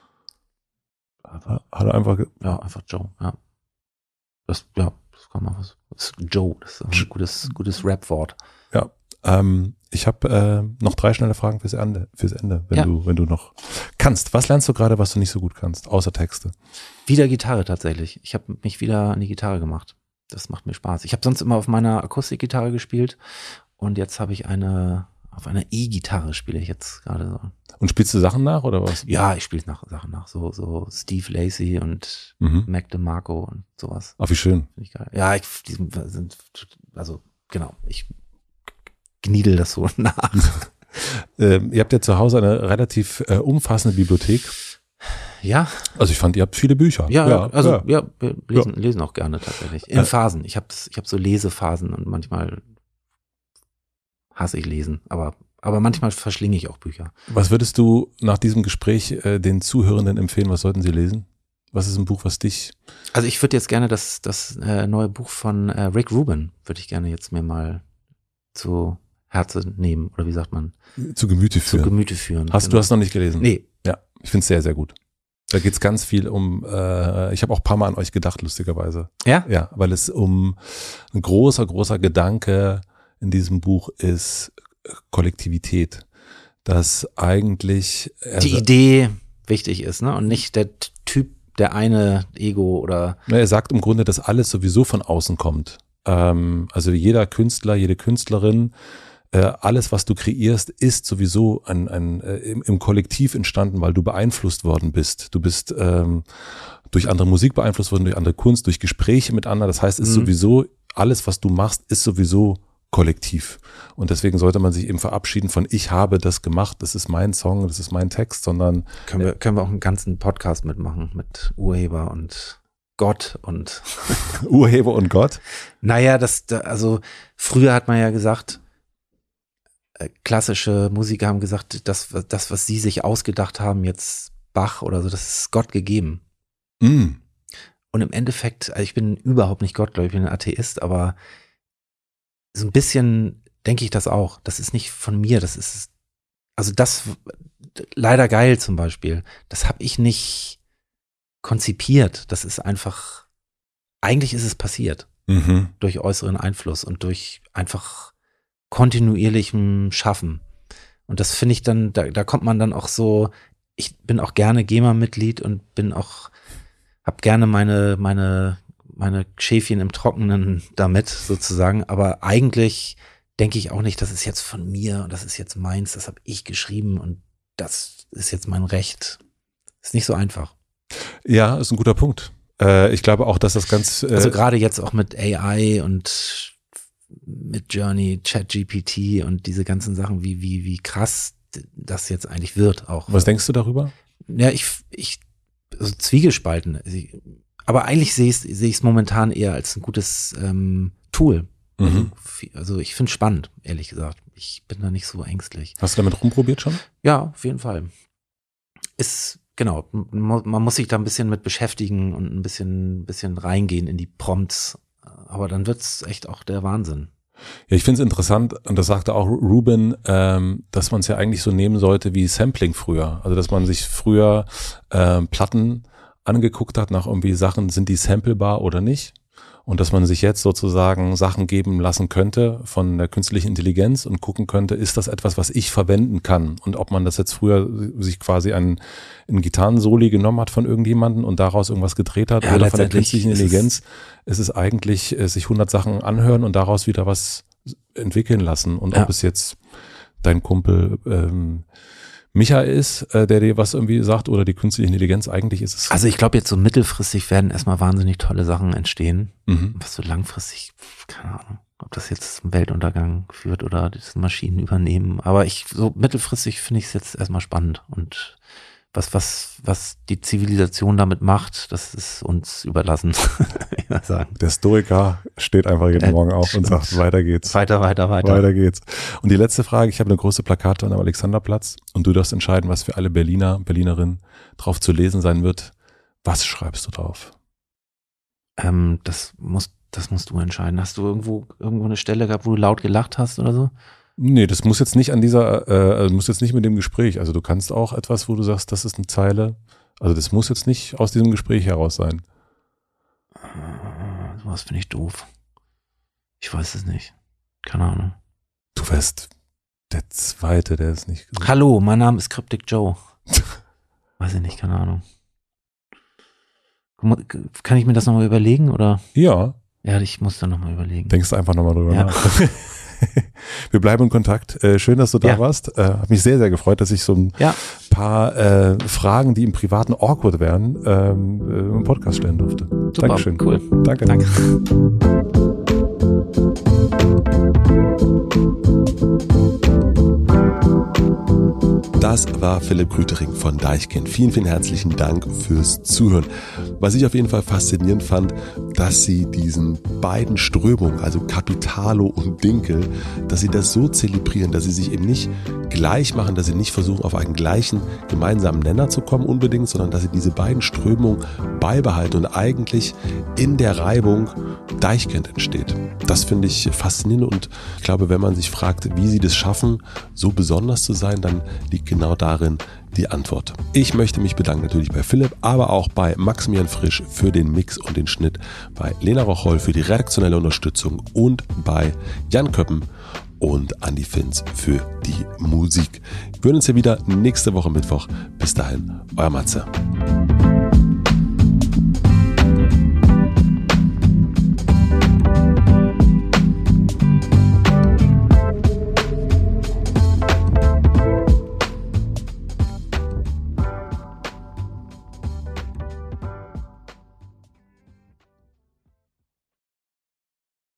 Hat er einfach einfach Joe, ja. Das kann man was. Das ist Joe, das ist ein gutes Rap-Wort. Ja. Ich habe noch 3 schnelle Fragen fürs Ende, wenn du noch kannst. Was lernst du gerade, was du nicht so gut kannst, außer Texte? Wieder Gitarre tatsächlich. Ich habe mich wieder an die Gitarre gemacht. Das macht mir Spaß. Ich habe sonst immer auf meiner Akustikgitarre gespielt und jetzt habe ich auf einer E-Gitarre spiele ich jetzt gerade so. Und spielst du Sachen nach oder was? Ja, ich spiele Sachen nach. So Steve Lacy und Mac DeMarco und sowas. Ach, wie schön. Finde ich geil. Ja, genau. Ich gniedel das so nach. Ihr habt ja zu Hause eine relativ umfassende Bibliothek. Ja. Also ich fand, ihr habt viele Bücher. Ja, wir lesen auch gerne tatsächlich. In Phasen. Ich hab so Lesephasen und manchmal hasse ich lesen, aber manchmal verschlinge ich auch Bücher. Was würdest du nach diesem Gespräch den Zuhörenden empfehlen? Was sollten sie lesen? Was ist ein Buch, was dich... Also ich würde jetzt gerne das neue Buch von Rick Rubin, würde ich gerne jetzt mir mal zu Herzen nehmen, oder wie sagt man? Zu Gemüte führen. Du hast noch nicht gelesen? Nee. Ja, ich finde es sehr, sehr gut. Da geht es ganz viel um, ich habe auch ein paar Mal an euch gedacht, lustigerweise. Ja? Ja, weil es um ein großer, großer Gedanke in diesem Buch ist Kollektivität. Dass eigentlich die Idee wichtig ist, ne? Und nicht der Typ, der eine Ego oder. Er sagt im Grunde, dass alles sowieso von außen kommt. Also jeder Künstler, jede Künstlerin, alles, was du kreierst, ist sowieso im Kollektiv entstanden, weil du beeinflusst worden bist. Du bist durch andere Musik beeinflusst worden, durch andere Kunst, durch Gespräche mit anderen. Das heißt, ist sowieso, alles, was du machst, ist sowieso kollektiv. Und deswegen sollte man sich eben verabschieden von ich habe das gemacht, das ist mein Song, das ist mein Text, sondern können wir auch einen ganzen Podcast mitmachen mit Urheber und Gott und Urheber und Gott? Naja, also früher hat man ja gesagt, klassische Musiker haben gesagt, das, was sie sich ausgedacht haben, jetzt Bach oder so, das ist Gott gegeben. Mm. Und im Endeffekt, also ich bin überhaupt nicht Gott, glaube ich bin ein Atheist, aber so ein bisschen denke ich das auch. Das ist nicht von mir, das ist, also das, leider geil zum Beispiel, das habe ich nicht konzipiert. Das ist einfach, eigentlich ist es passiert. Durch äußeren Einfluss und durch einfach kontinuierlichem Schaffen. Und das finde ich dann, da kommt man dann auch so, ich bin auch gerne GEMA-Mitglied und habe gerne meine Schäfchen im Trockenen damit sozusagen, aber eigentlich denke ich auch nicht, das ist jetzt von mir und das ist jetzt meins, das habe ich geschrieben und das ist jetzt mein Recht. Ist nicht so einfach. Ja, ist ein guter Punkt. Ich glaube auch, dass das ganz... also gerade jetzt auch mit AI und mit Journey, ChatGPT und diese ganzen Sachen, wie krass das jetzt eigentlich wird auch. Was denkst du darüber? Ja, also zwiegespalten. Aber eigentlich sehe ich es momentan eher als ein gutes Tool. Also ich finde es spannend, ehrlich gesagt. Ich bin da nicht so ängstlich. Hast du damit rumprobiert schon? Ja, auf jeden Fall. Genau, man muss sich da ein bisschen mit beschäftigen und ein bisschen reingehen in die Prompts. Aber dann wird's echt auch der Wahnsinn. Ja, ich finde es interessant, und das sagte auch Rubin, dass man es ja eigentlich so nehmen sollte wie Sampling früher. Also dass man sich früher Platten angeguckt hat nach irgendwie Sachen, sind die samplebar oder nicht? Und dass man sich jetzt sozusagen Sachen geben lassen könnte von der künstlichen Intelligenz und gucken könnte, ist das etwas, was ich verwenden kann? Und ob man das jetzt früher sich quasi ein Gitarrensoli genommen hat von irgendjemanden und daraus irgendwas gedreht hat, ja, oder von der künstlichen Intelligenz, ist es eigentlich sich 100 Sachen anhören und daraus wieder was entwickeln lassen. Und ob es jetzt dein Kumpel Micha ist, der dir was irgendwie sagt, oder die künstliche Intelligenz, eigentlich ist es... Also ich glaube jetzt so mittelfristig werden erstmal wahnsinnig tolle Sachen entstehen. Was so langfristig, keine Ahnung, ob das jetzt zum Weltuntergang führt oder diese Maschinen übernehmen. Aber so mittelfristig finde ich es jetzt erstmal spannend. Und was die Zivilisation damit macht, das ist uns überlassen, ich mal sagen. Der Stoiker steht einfach jeden Morgen auf und sagt, weiter geht's. Weiter. Weiter geht's. Und die letzte Frage, ich habe eine große Plakate am Alexanderplatz und du darfst entscheiden, was für alle Berlinerinnen drauf zu lesen sein wird. Was schreibst du drauf? Das musst du entscheiden. Hast du irgendwo eine Stelle gehabt, wo du laut gelacht hast oder so? Nee, das muss jetzt nicht muss jetzt nicht mit dem Gespräch. Also du kannst auch etwas, wo du sagst, das ist eine Zeile. Also das muss jetzt nicht aus diesem Gespräch heraus sein. Sowas finde ich doof. Ich weiß es nicht. Keine Ahnung. Du wärst der Zweite, der es nicht gesagt hat. Hallo, mein Name ist Cryptic Joe. Weiß ich nicht, keine Ahnung. Kann ich mir das nochmal überlegen, oder? Ja. Ja, ich muss da nochmal überlegen. Denkst du einfach nochmal drüber nach. Wir bleiben in Kontakt. Schön, dass du da warst. Hat mich sehr, sehr gefreut, dass ich so ein paar Fragen, die im Privaten awkward wären, im Podcast stellen durfte. Super, Dankeschön. Cool. Danke. Das war Philipp Grütering von Deichkind. Vielen, vielen herzlichen Dank fürs Zuhören. Was ich auf jeden Fall faszinierend fand, dass sie diesen beiden Strömungen, also Capitalo und Dinkel, dass sie das so zelebrieren, dass sie sich eben nicht gleich machen, dass sie nicht versuchen, auf einen gleichen gemeinsamen Nenner zu kommen unbedingt, sondern dass sie diese beiden Strömungen beibehalten und eigentlich in der Reibung Deichkind entsteht. Das finde ich faszinierend und ich glaube, wenn man sich fragt, wie sie das schaffen, so besonders zu sein, dann liegt genau darin die Antwort. Ich möchte mich bedanken natürlich bei Philipp, aber auch bei Maximilian Frisch für den Mix und den Schnitt, bei Lena Rocholl für die redaktionelle Unterstützung und bei Jan Köppen und Andi Finz für die Musik. Wir hören uns ja wieder nächste Woche Mittwoch. Bis dahin, euer Matze.